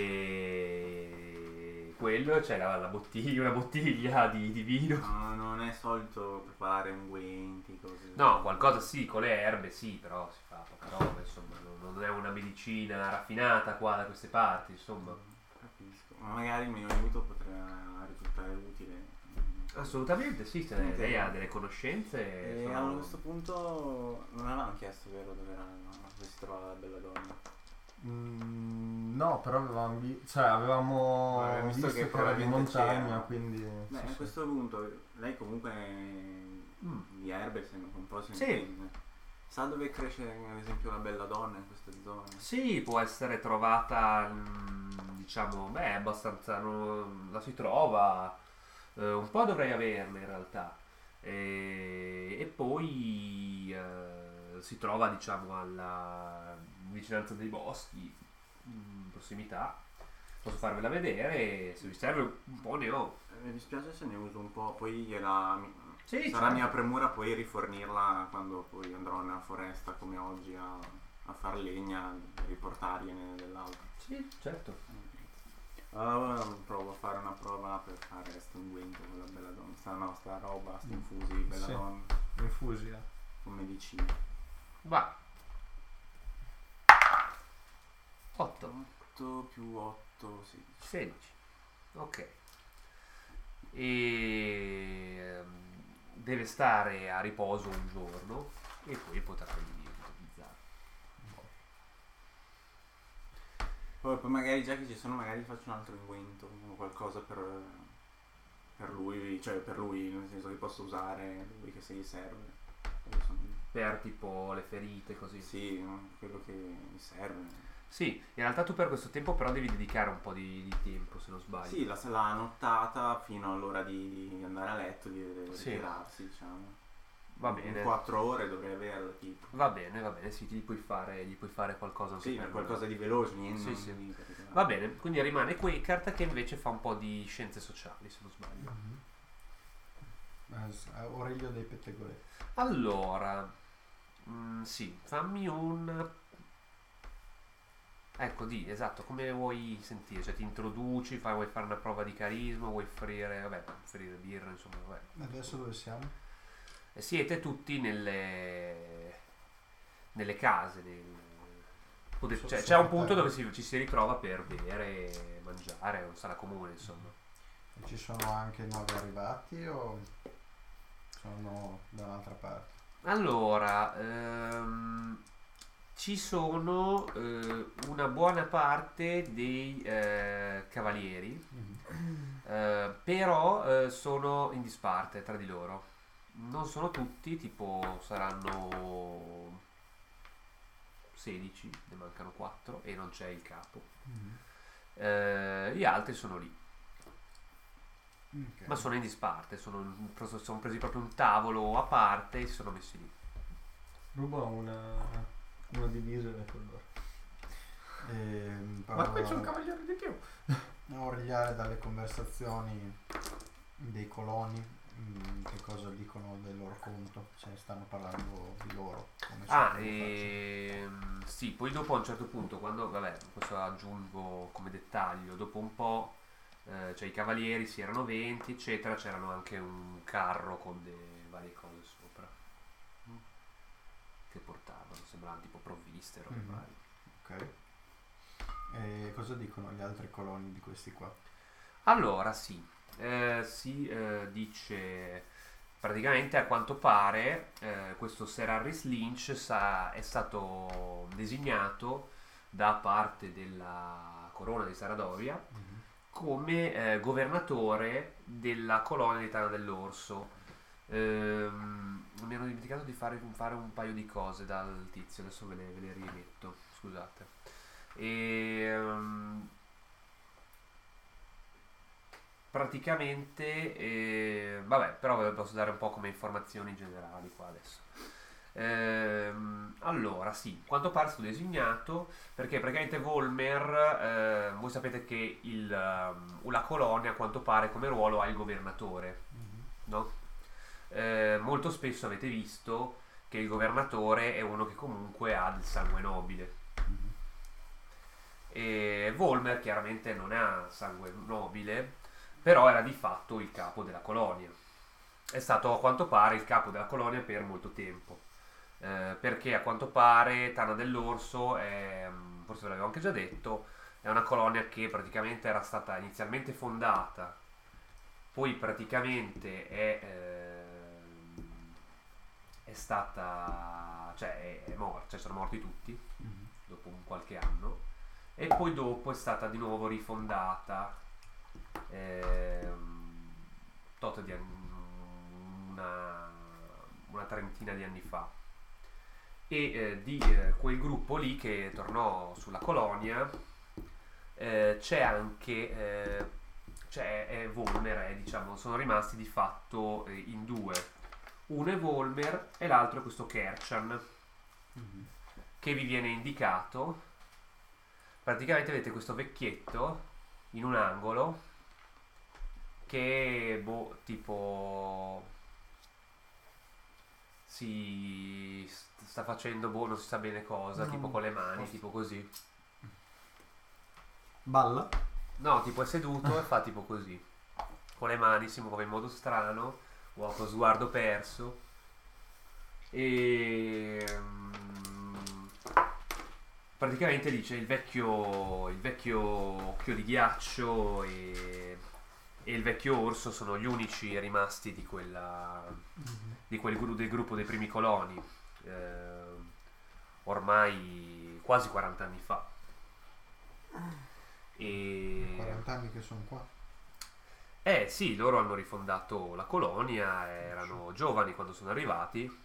E quello, c'è una bottiglia di vino. No, non è solito preparare unguenti, cose. No, qualcosa sì, con le erbe sì, però si fa poca roba, insomma, non è una medicina raffinata qua da queste parti, insomma. Capisco. Ma magari il mio aiuto potrebbe risultare utile. Assolutamente sì, se lei ha delle conoscenze. E sono- a questo punto non avevamo chiesto, vero, dove si trova la bella donna. No, però avevamo Visto visto che che era di probabilmente montagna, c'era. quindi Beh, sì, a sì. questo punto lei comunque di erbe un po' si Sì. intende. Sa dove cresce ad esempio la bella donna in queste zone? Sì, può essere trovata, diciamo, beh, abbastanza, la si trova, un po' dovrei averne in realtà, e poi si trova, diciamo, alla vicinanza dei boschi, in prossimità. Posso farvela vedere, se vi serve un po' ne ho. Mi dispiace se ne uso un po', poi Sì, sarà certo. mia premura poi rifornirla quando poi andrò nella foresta come oggi a far legna, riportargliene dell'altro. Sì, certo. Allora provo a fare una prova per fare sto unguento con la bella donna, sta roba, sti infusi bella Sì. donna Infusi, con medicina. Va. 8. 8 più 8, 16. 16. Ok. E deve stare a riposo un giorno e poi potrà utilizzare. Poi magari già che ci sono magari faccio un altro unguento o qualcosa per lui, cioè per lui nel senso che posso usare lui che se gli serve. Per tipo le ferite così. Sì, no? Quello che mi serve. Sì, in realtà tu per questo tempo però devi dedicare un po' di tempo se non sbaglio. Sì, la nottata fino all'ora di andare a letto, di Sì. ritirarsi, diciamo. Va bene. 4 ore dovrei averlo, tipo. Va bene, sì, gli puoi fare qualcosa anche Sì, per qualcosa di veloce, niente. Sì, non sì. di particolare. Va bene, quindi rimane qui carta che invece fa un po' di scienze sociali se non sbaglio. Aurelio dei Pettegolezzi. Allora, sì, fammi un... Ecco, esatto, come vuoi sentire? Cioè ti introduci, vuoi fare una prova di carisma, vuoi offrire birra, insomma, vabbè. Adesso dove siamo? E siete tutti nelle case, c'è un punto dove ci si ritrova per bere, mangiare, una sala comune, insomma. E ci sono anche nuovi arrivati o sono da un'altra parte? Allora, ci sono una buona parte dei cavalieri, però sono in disparte tra di loro. Non sono tutti, tipo saranno 16, ne mancano 4 e non c'è il capo. Gli altri sono lì, Ok. ma sono in disparte, sono presi proprio un tavolo a parte e si sono messi lì. Ruba una divisa da colore. Ma qui c'è un cavaliere di più. a origliare dalle conversazioni dei coloni, che cosa dicono del loro conto, cioè stanno parlando di loro. Come Sì, poi dopo a un certo punto, quando, vabbè, questo aggiungo come dettaglio, dopo un po', cioè i cavalieri si erano 20, eccetera, c'erano anche un carro con le varie cose sopra che portavano, sembravano tipo provviste, robe Mhm. varie. Ok. E cosa dicono gli altri coloni di questi qua? Allora, sì, si dice praticamente a quanto pare questo Sir Harris Lynch è stato designato da parte della corona di Saradovia come governatore della colonia di Tana dell'Orso. Mi ero dimenticato di fare un paio di cose dal tizio, adesso ve le rimetto, scusate. Praticamente, vabbè, però ve le posso dare un po' come informazioni generali qua adesso. Allora, sì, quanto pare è stato designato perché praticamente Volmer, voi sapete che la colonia a quanto pare come ruolo ha il governatore, no? Molto spesso avete visto che il governatore è uno che comunque ha del sangue nobile. E Volmer chiaramente non ha sangue nobile, però era di fatto il capo della colonia. È stato a quanto pare il capo della colonia per molto tempo, perché a quanto pare Tana dell'Orso è, forse ve l'avevo anche già detto, è una colonia che praticamente era stata inizialmente fondata, poi praticamente è stata, cioè è morta, cioè sono morti tutti dopo un qualche anno, e poi dopo è stata di nuovo rifondata tot di una trentina di anni fa, e di quel gruppo lì che tornò sulla colonia c'è anche Volmer, diciamo, sono rimasti di fatto in due. Uno è Volmer e l'altro è questo Kerchan, che vi viene indicato. Praticamente vedete questo vecchietto in un angolo che tipo si sta facendo non si sa bene cosa, tipo con le mani, tipo così. Balla? No, tipo è seduto e fa tipo così. Con le mani si muove in modo strano, o con sguardo perso. E praticamente dice il vecchio occhio di ghiaccio e il vecchio orso sono gli unici rimasti di del gruppo dei primi coloni, ormai quasi 40 anni fa. E 40 anni che sono qua. sì, loro hanno rifondato la colonia, erano giovani quando sono arrivati.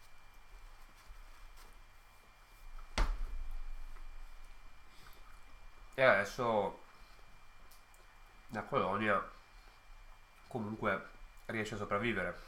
E adesso la colonia comunque riesce a sopravvivere.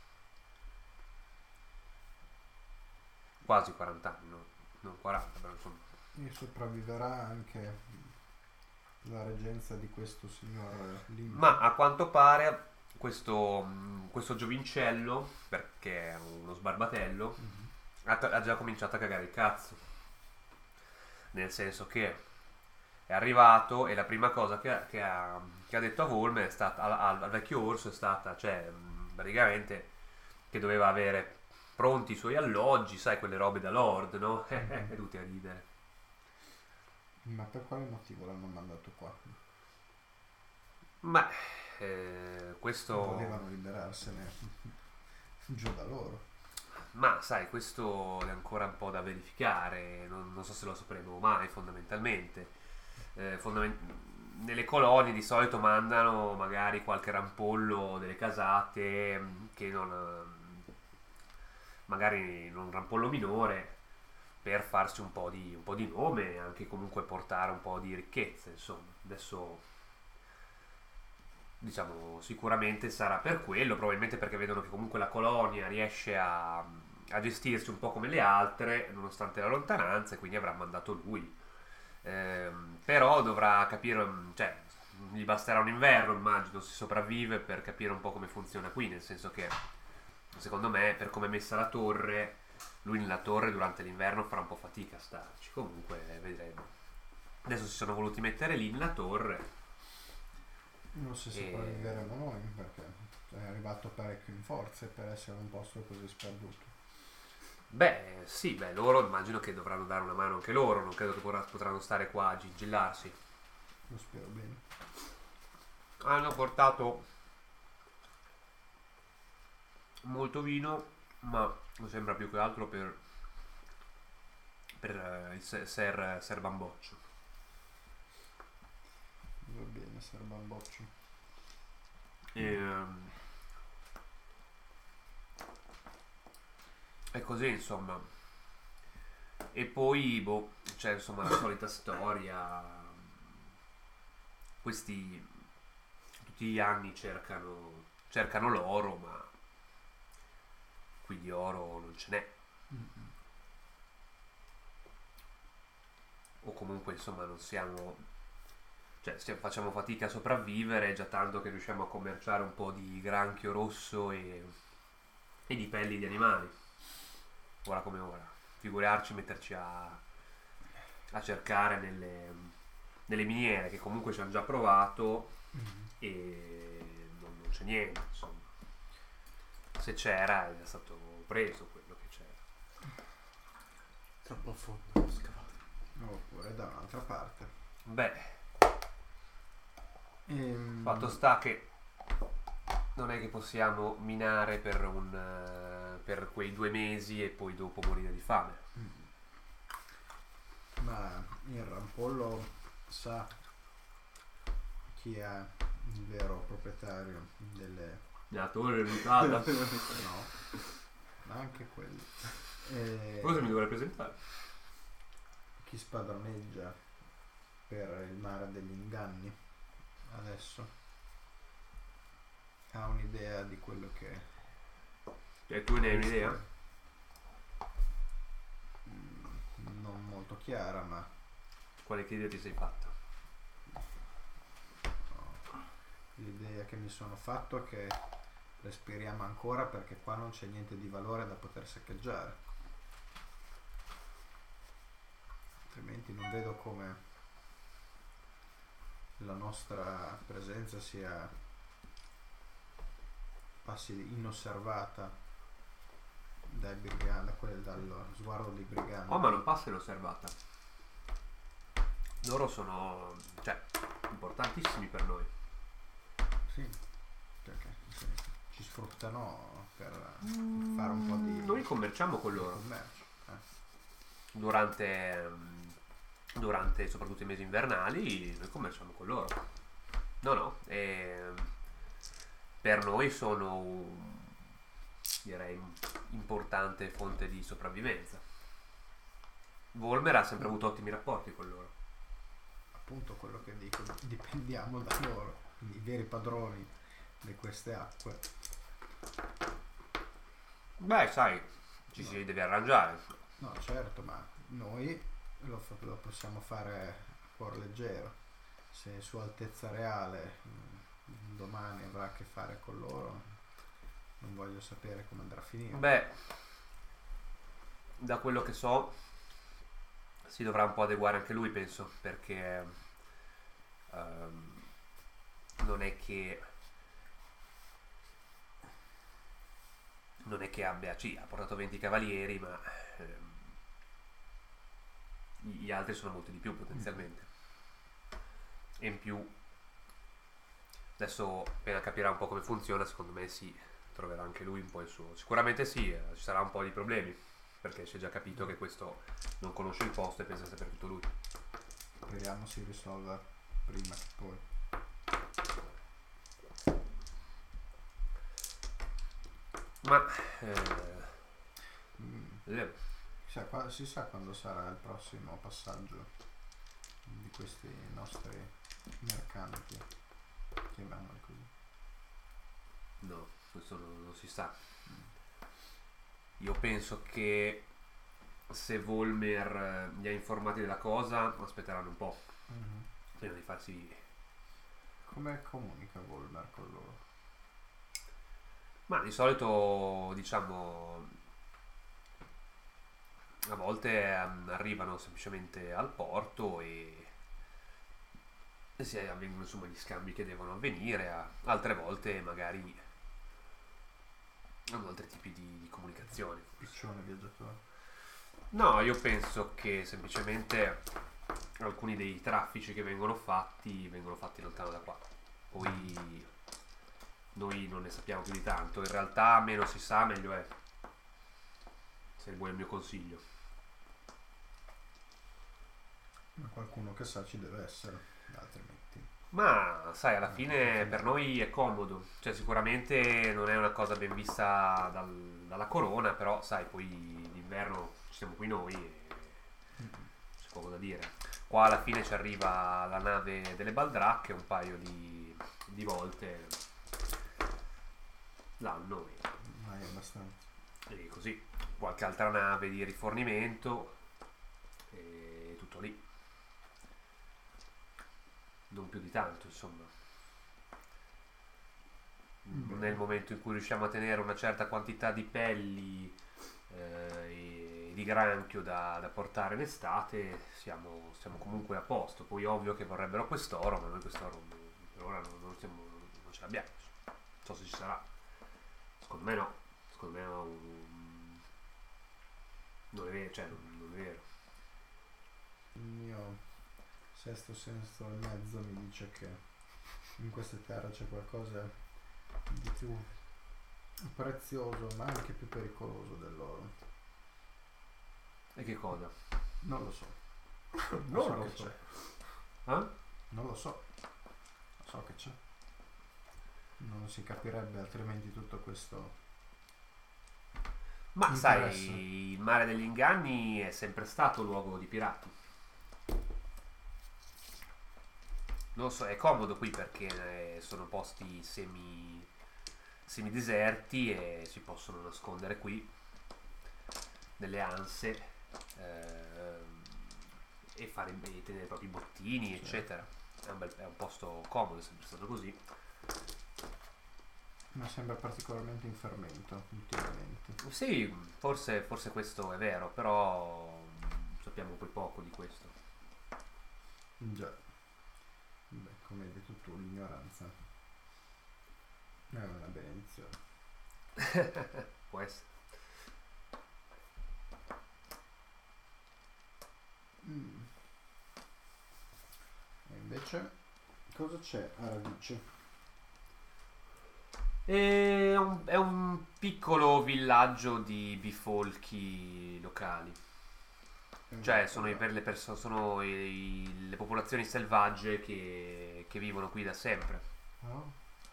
Quasi 40 anni, non 40, però insomma. E sopravviverà anche la reggenza di questo signor Lynch. Ma a quanto pare questo giovincello, perché è uno sbarbatello, ha già cominciato a cagare il cazzo. Nel senso che è arrivato e la prima cosa che ha detto a Volmer è stata, al vecchio orso, è stata, cioè, praticamente che doveva avere pronti i suoi alloggi, sai, quelle robe da lord, no? E tutti a ridere. Ma per quale motivo l'hanno mandato qua? Ma questo... Volevano liberarsene giù da loro. Ma sai, questo è ancora un po' da verificare, non so se lo sapremo mai fondamentalmente. Nelle colonie di solito mandano magari qualche rampollo delle casate che magari non un rampollo minore, per farsi un po' di nome e anche comunque portare un po' di ricchezze, insomma. Adesso diciamo sicuramente sarà per quello, probabilmente perché vedono che comunque la colonia riesce a gestirsi un po' come le altre nonostante la lontananza, e quindi avrà mandato lui. Però dovrà capire, cioè gli basterà un inverno, immagino, si sopravvive, per capire un po' come funziona qui, nel senso che secondo me, per come è messa la torre, lui nella torre durante l'inverno farà un po' fatica a starci. Comunque vedremo. Adesso si sono voluti mettere lì nella torre. Non so se sopravviveremo noi, perché è arrivato parecchio in forze per essere un posto così sperduto. Beh, sì, loro immagino che dovranno dare una mano anche loro, non credo che potranno stare qua a gingillarsi. Lo spero bene. Hanno portato molto vino, ma mi sembra più che altro per il Ser Bamboccio. Va bene, Ser Bamboccio. E così, insomma. E poi c'è insomma la solita storia. Questi tutti gli anni cercano l'oro, ma qui di oro non ce n'è. O comunque insomma non siamo, cioè facciamo fatica a sopravvivere, già tanto che riusciamo a commerciare un po' di granchio rosso e di pelli di animali, ora come ora. Figuriarci metterci a cercare nelle miniere, che comunque ci hanno già provato e non c'è niente, insomma. Se c'era è stato preso quello che c'era. Troppo a fondo scavato. Oppure da un'altra parte. Fatto sta che non è che possiamo minare per quei 2 mesi e poi dopo morire di fame. Ma il rampollo sa chi è il vero proprietario La torre luccata. No, ma anche quelli. Cosa mi dovrei presentare? Chi spadroneggia per il mare degli inganni adesso ha un'idea di quello che... E tu ne hai un'idea? Non molto chiara, ma Quale idea ti sei fatta? l'idea che mi sono fatto è che respiriamo ancora, perché qua non c'è niente di valore da poter saccheggiare. Altrimenti non vedo come la nostra presenza passi inosservata dallo sguardo dei briganti. Oh, ma non passa inosservata. Loro sono, importantissimi per noi. Sì, perché ci sfruttano per fare un po' di... Noi commerciamo con loro commercio. durante soprattutto i mesi invernali. Noi commerciamo con loro. No, per noi sono direi importante fonte di sopravvivenza. Volmer ha sempre avuto ottimi rapporti con loro. Appunto quello che dico, dipendiamo da loro, quindi i veri padroni di queste acque. Beh, sai, ci si deve arrangiare. No, certo, ma noi lo possiamo fare a cuor leggero. Se Sua Altezza Reale domani avrà a che fare con loro, non voglio sapere come andrà a finire. Beh, da quello che so si dovrà un po' adeguare anche lui, penso, perché non è che ha portato 20 cavalieri, ma gli altri sono molti di più potenzialmente. E in più Adesso appena capirà un po' come funziona, secondo me sì, troverà anche lui un po' il suo. Sicuramente sì, ci sarà un po' di problemi, perché si è già capito che questo non conosce il posto e pensa di sapere tutto lui. Speriamo si risolva prima che poi. Ma Si sa quando sarà il prossimo passaggio di questi nostri mercanti, chiamiamoli così. no, questo non si sa. Io penso che se Volmer li ha informati della cosa, aspetteranno un po' prima di farsi. Come comunica Volmer con loro? Ma di solito, diciamo, a volte arrivano semplicemente al porto e si avvengono insomma gli scambi che devono avvenire, altre volte magari hanno altri tipi di comunicazione. Piccione viaggiatore. No, io penso che semplicemente alcuni dei traffici che vengono fatti lontano da qua. Poi noi non ne sappiamo più di tanto, in realtà meno si sa meglio è, se vuoi il mio consiglio. Ma qualcuno che sa ci deve essere, altrimenti. Ma sai, alla fine per noi è comodo, cioè sicuramente non è una cosa ben vista dalla corona, però sai, poi d'inverno ci siamo qui noi e c'è poco da dire. Qua alla fine ci arriva la nave delle Baldracche un paio di volte l'anno Ma è abbastanza. e così, qualche altra nave di rifornimento e tutto lì. Non più di tanto, insomma. Nel momento in cui riusciamo a tenere una certa quantità di pelli e di granchio da portare in estate, siamo comunque a posto. Poi ovvio che vorrebbero quest'oro, ma noi quest'oro per ora non ce l'abbiamo. Non so se ci sarà. Secondo me no. Secondo me non è vero, cioè non è vero. Il mio sesto senso e mezzo mi dice che in queste terre c'è qualcosa di più prezioso ma anche più pericoloso dell'oro. E che cosa? Non lo so. L'oro che che c'è. Eh? Non lo so. So che c'è. Non si capirebbe altrimenti tutto questo. Ma Interessa. sai, il mare degli inganni è sempre stato luogo di pirati. Non so, è comodo qui perché sono posti semideserti e si possono nascondere qui nelle anse e tenere i propri bottini, eccetera. È un posto comodo, è sempre stato così. Ma sembra particolarmente in fermento ultimamente. Sì, forse questo è vero, però sappiamo poi poco di questo. Già. Beh, come hai detto tu, l'ignoranza è una benedizione. Può essere. E invece cosa c'è a radice? È un piccolo villaggio di bifolchi locali. Cioè sono le popolazioni selvagge che vivono qui da sempre. No?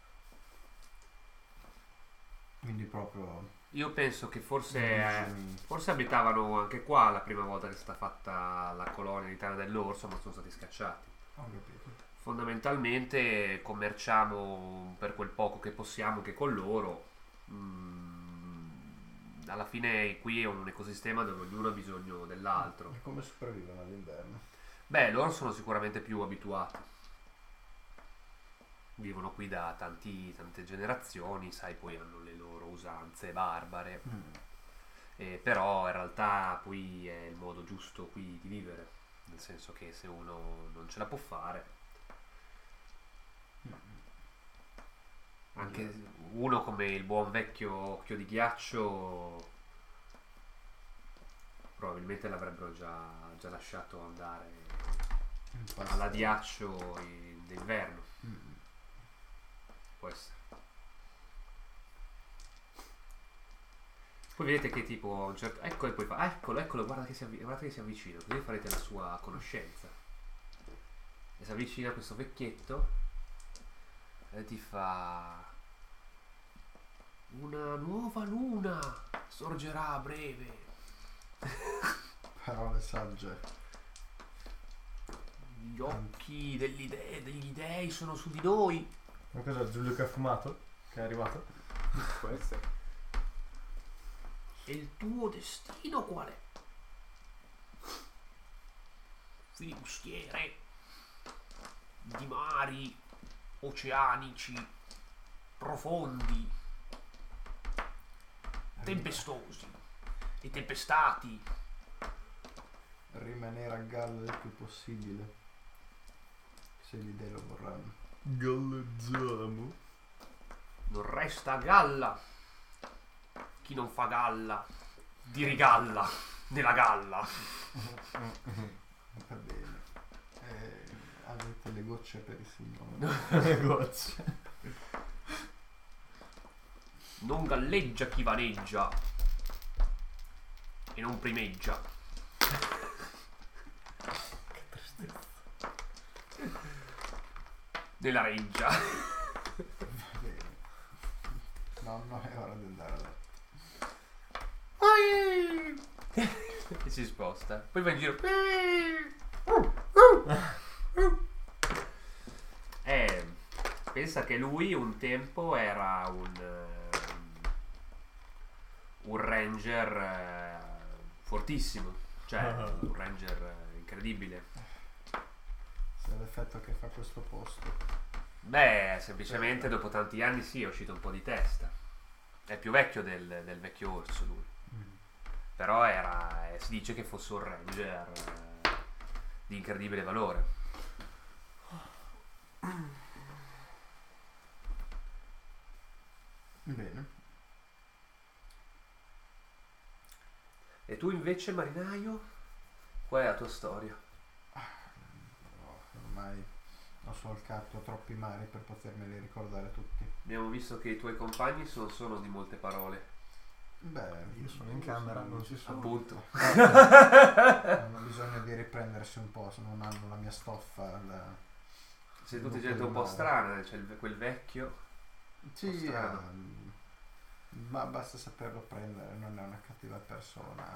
Quindi proprio Io penso che forse indigeni. abitavano anche qua la prima volta che è stata fatta la colonia di Tana dell'Orso, ma sono stati scacciati. Ho capito. Fondamentalmente commerciamo per quel poco che possiamo anche con loro. Alla fine qui è un ecosistema dove ognuno ha bisogno dell'altro. E come sopravvivono all'inverno? Beh, loro sono sicuramente più abituati. Vivono qui da tante generazioni, sai, poi hanno le loro usanze barbare. Però in realtà poi è il modo giusto qui di vivere. Nel senso che se uno non ce la può fare, anche uno come il buon vecchio Occhio di Ghiaccio probabilmente l'avrebbero già lasciato andare all'adiaccio d'inverno. Può essere. Poi vedete che tipo a un certo... Ecco, e poi fa... eccolo, guarda che si avvicina. Così farete la sua conoscenza. E si avvicina a questo vecchietto e ti fa... Una nuova luna sorgerà a breve. Parole sagge. Gli occhi degli dei sono su di noi. Ma cos'è Giulio che ha fumato? Che è arrivato? Può essere. E il tuo destino qual è? Filibustiere di mari oceanici profondi, tempestosi e tempestati. Rimanere a galla il più possibile, se gli dei lo vorranno. Galleggiamo. Non resta a galla chi non fa galla di rigalla nella galla. Va bene. Avete le gocce per il signore. Le gocce. Non galleggia chi vaneggia e non primeggia. Nella reggia. Va bene. No, è ora di andare a letto. E si sposta. Poi va in giro. Pensa che lui un tempo era un ranger fortissimo. Cioè un ranger incredibile. Se è l'effetto che fa questo posto. Beh, semplicemente dopo tanti anni sì, è uscito un po' di testa. È più vecchio del vecchio orso lui. Però si dice che fosse un ranger di incredibile valore. Bene. E tu invece, marinaio, qual è la tua storia? Ormai ho solcato troppi mari per potermeli ricordare tutti. Abbiamo visto che i tuoi compagni sono di molte parole. Beh, Io sono in camera, non ci sono. Appunto. Hanno bisogno di riprendersi un po', se non hanno la mia stoffa. Siete tutti gente un po' strana, c'è quel vecchio. Sì, strano. ma basta saperlo prendere, non è una cattiva persona.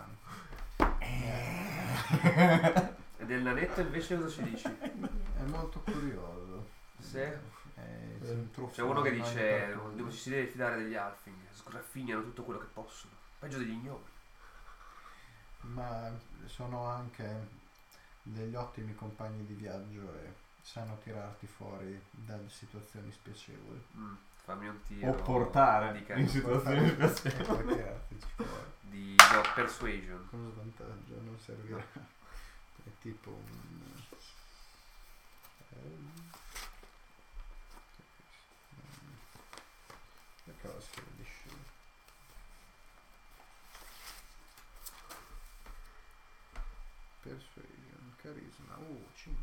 E del nanetto invece cosa ci dici? È molto curioso. Se? C'è C'è uno che dice dove ci si deve fidare degli Alfing, sgraffignano tutto quello che possono, peggio degli ignori. Ma sono anche degli ottimi compagni di viaggio e sanno tirarti fuori dalle situazioni spiacevoli. Fammi un tiro. O portare di in carisma. situazioni E spiacevoli. poi tirartici fuori. Di persuasion. Con svantaggio, non servirà. È tipo un... Che cosa si dice? Persuasion, carisma, 5.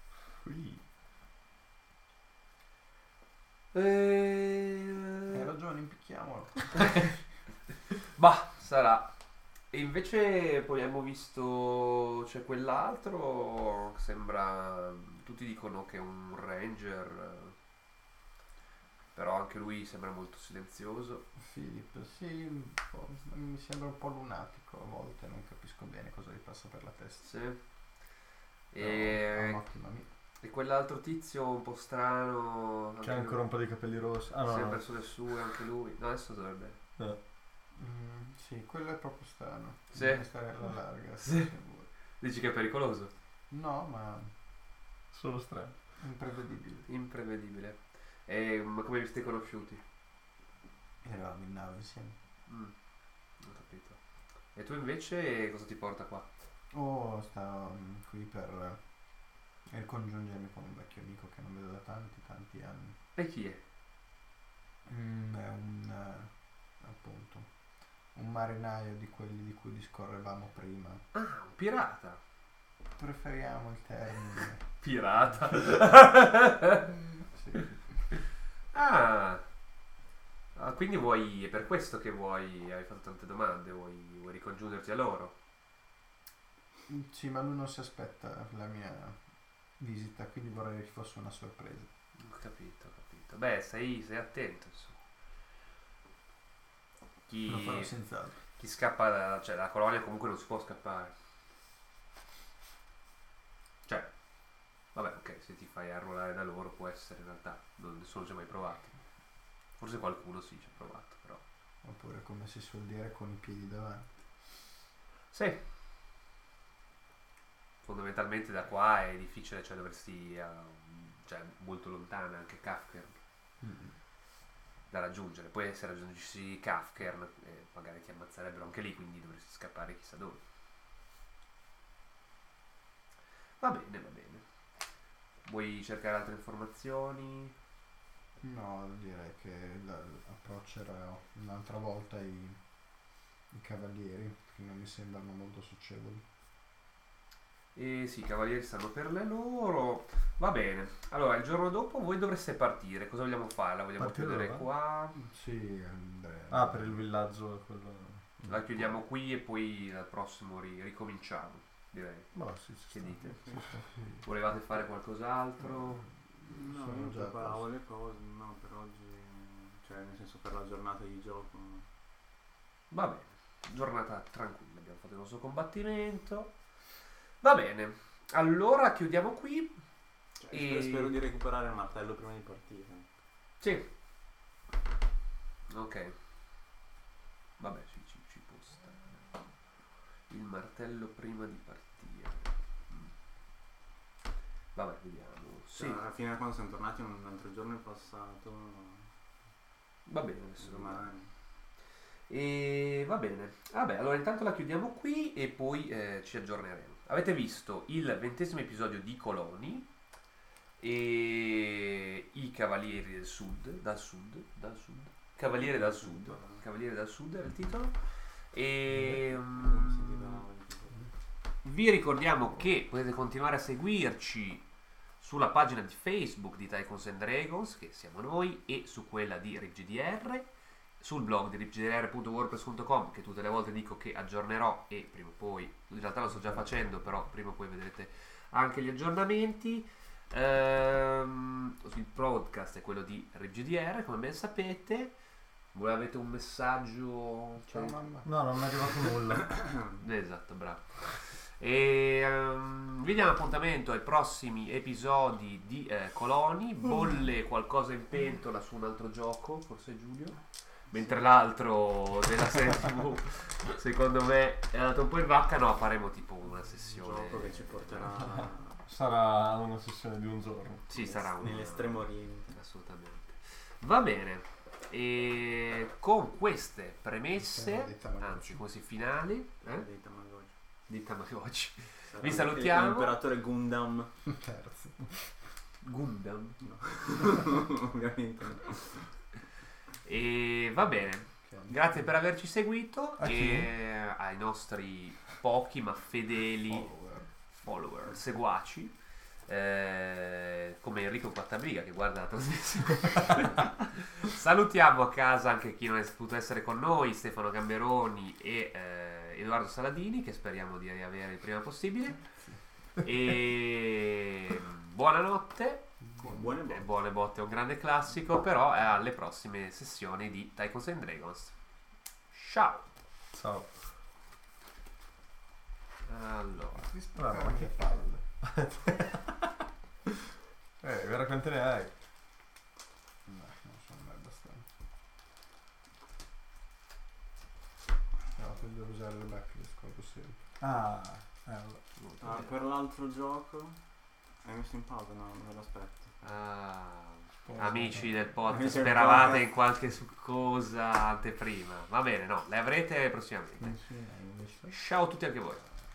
Hai ragione, impicchiamolo. Bah, sarà. E invece poi abbiamo visto c'è quell'altro, sembra, tutti dicono che è un ranger, però anche lui sembra molto silenzioso. Philip, sì, un po', mi sembra un po' lunatico a volte, non capisco bene cosa gli passa per la testa. Sì. Però ha E, un'ottima amica. e quell'altro tizio un po' strano, C'è ancora un po' di capelli rossi. Ah no, sempre no. sulle sue, anche lui. No, adesso dovrebbe. Sì, quello è proprio strano. Sì. Bisogna stare alla larga. Sì. se vuoi. Dici che è pericoloso? No, ma Solo strano. imprevedibile. Imprevedibile. Ma come vi siete conosciuti? Eravamo in nave insieme. Ho capito. E tu invece cosa ti porta qua? Oh, sto qui per ricongiungermi con un vecchio amico che non vedo da tanti anni. E chi è? È appunto un marinaio di quelli di cui discorrevamo prima. Ah, un pirata. Preferiamo il termine. Pirata. Sì. Quindi vuoi, è per questo che hai fatto tante domande, vuoi ricongiungerti a loro? Sì, ma lui non si aspetta la mia visita, quindi vorrei che fosse una sorpresa. Ho capito. Beh, sei attento, insomma. Lo farò senz'altro. Chi scappa dalla colonia comunque non si può scappare. Cioè, vabbè, ok, se ti fai arruolare da loro può essere in realtà, nessuno ci ha mai provato. Forse qualcuno sì ci ha provato, però. Oppure, come si suol dire, con i piedi davanti. Sì. Fondamentalmente da qua è difficile, cioè dovresti, cioè molto lontana anche Kafkern da raggiungere. Poi se raggiungissi Kafkern magari ti ammazzerebbero anche lì, quindi dovresti scappare chissà dove. Va bene. Vuoi cercare altre informazioni? No, direi che approccerò un'altra volta i cavalieri, che non mi sembrano molto socievoli. E sì, i cavalieri stanno per le loro. Va bene. Allora, il giorno dopo voi dovreste partire. Cosa vogliamo fare? La vogliamo Partire chiudere ora? qua? Sì, Andrea. Ah, per il villaggio quello. La chiudiamo qui e poi al prossimo ricominciamo, direi. Ma sì, Che dite? Sì. Volevate fare qualcos'altro? No, Sono io già a preparavo posto. le cose, no, per oggi, cioè nel senso per la giornata di gioco. Va bene. Giornata tranquilla, abbiamo fatto il nostro combattimento. Va bene. Allora chiudiamo qui. Cioè, E- spero di recuperare il martello prima di partire. Sì. Ok. Vabbè, ci può stare. Il martello prima di partire. Vabbè, vediamo. Cioè, Sì, alla fine quando siamo tornati un altro giorno è passato. va bene. Adesso Domani. E va bene. Vabbè, allora intanto la chiudiamo qui e poi ci aggiorneremo. Avete visto il 20° episodio di Coloni e i Cavalieri del Sud, dal Sud. Cavaliere dal Sud era il titolo. E Come si intitolava il titolo? vi ricordiamo che potete continuare a seguirci sulla pagina di Facebook di Tycoons and Dragons, che siamo noi, e su quella di RipGDR, sul blog di ripgdr.wordpress.com, che tutte le volte dico che aggiornerò e prima o poi, in realtà lo sto già facendo, però prima o poi vedrete anche gli aggiornamenti. Il podcast è quello di RipGDR, come ben sapete. Voi avete un messaggio? Ciao mamma. No, non mi è arrivato nulla. Esatto, bravo. E vi diamo appuntamento ai prossimi episodi di Coloni. Bolle qualcosa in pentola su un altro gioco, forse Giulio, mentre l'altro della serie TV secondo me è andato un po' in vacca. No, faremo tipo una Un sessione. gioco che ci porterà Sarà una sessione di un giorno. Sì, sarà un nell'estremo oriente. assolutamente. Va bene. E con queste premesse, Dei Tamagotchi. anzi questi finali Dei Tamagotchi. di Tamagotchi, Sarà vi salutiamo. L'imperatore Gundam. Terzo. Gundam. No. Ovviamente no. E va bene. Grazie per averci seguito A chi? e ai nostri pochi ma fedeli follower, seguaci, come Enrico Quattabriga che guarda la trasmissione. Salutiamo a casa anche chi non è potuto essere con noi, Stefano Gamberoni e Edoardo Saladini, che speriamo di riavere il prima possibile. E buonanotte. Buone botte. Buone botte è un grande classico, però è alle prossime sessioni di Tycoons and Dragons. Ciao. Ciao. Allora, Ti sparavo. Ma che palle. Guarda quante ne hai. No, non sono mai abbastanza. No, poi devo usare le bacche, le scordo sempre. Allora. Ah, per l'altro gioco hai messo in pausa? No, non me l'aspetto. amici del podcast, Amici del speravate podcast. in qualche cosa anteprima. Va bene, no, le avrete prossimamente. Sì, invece. Ciao a tutti anche voi.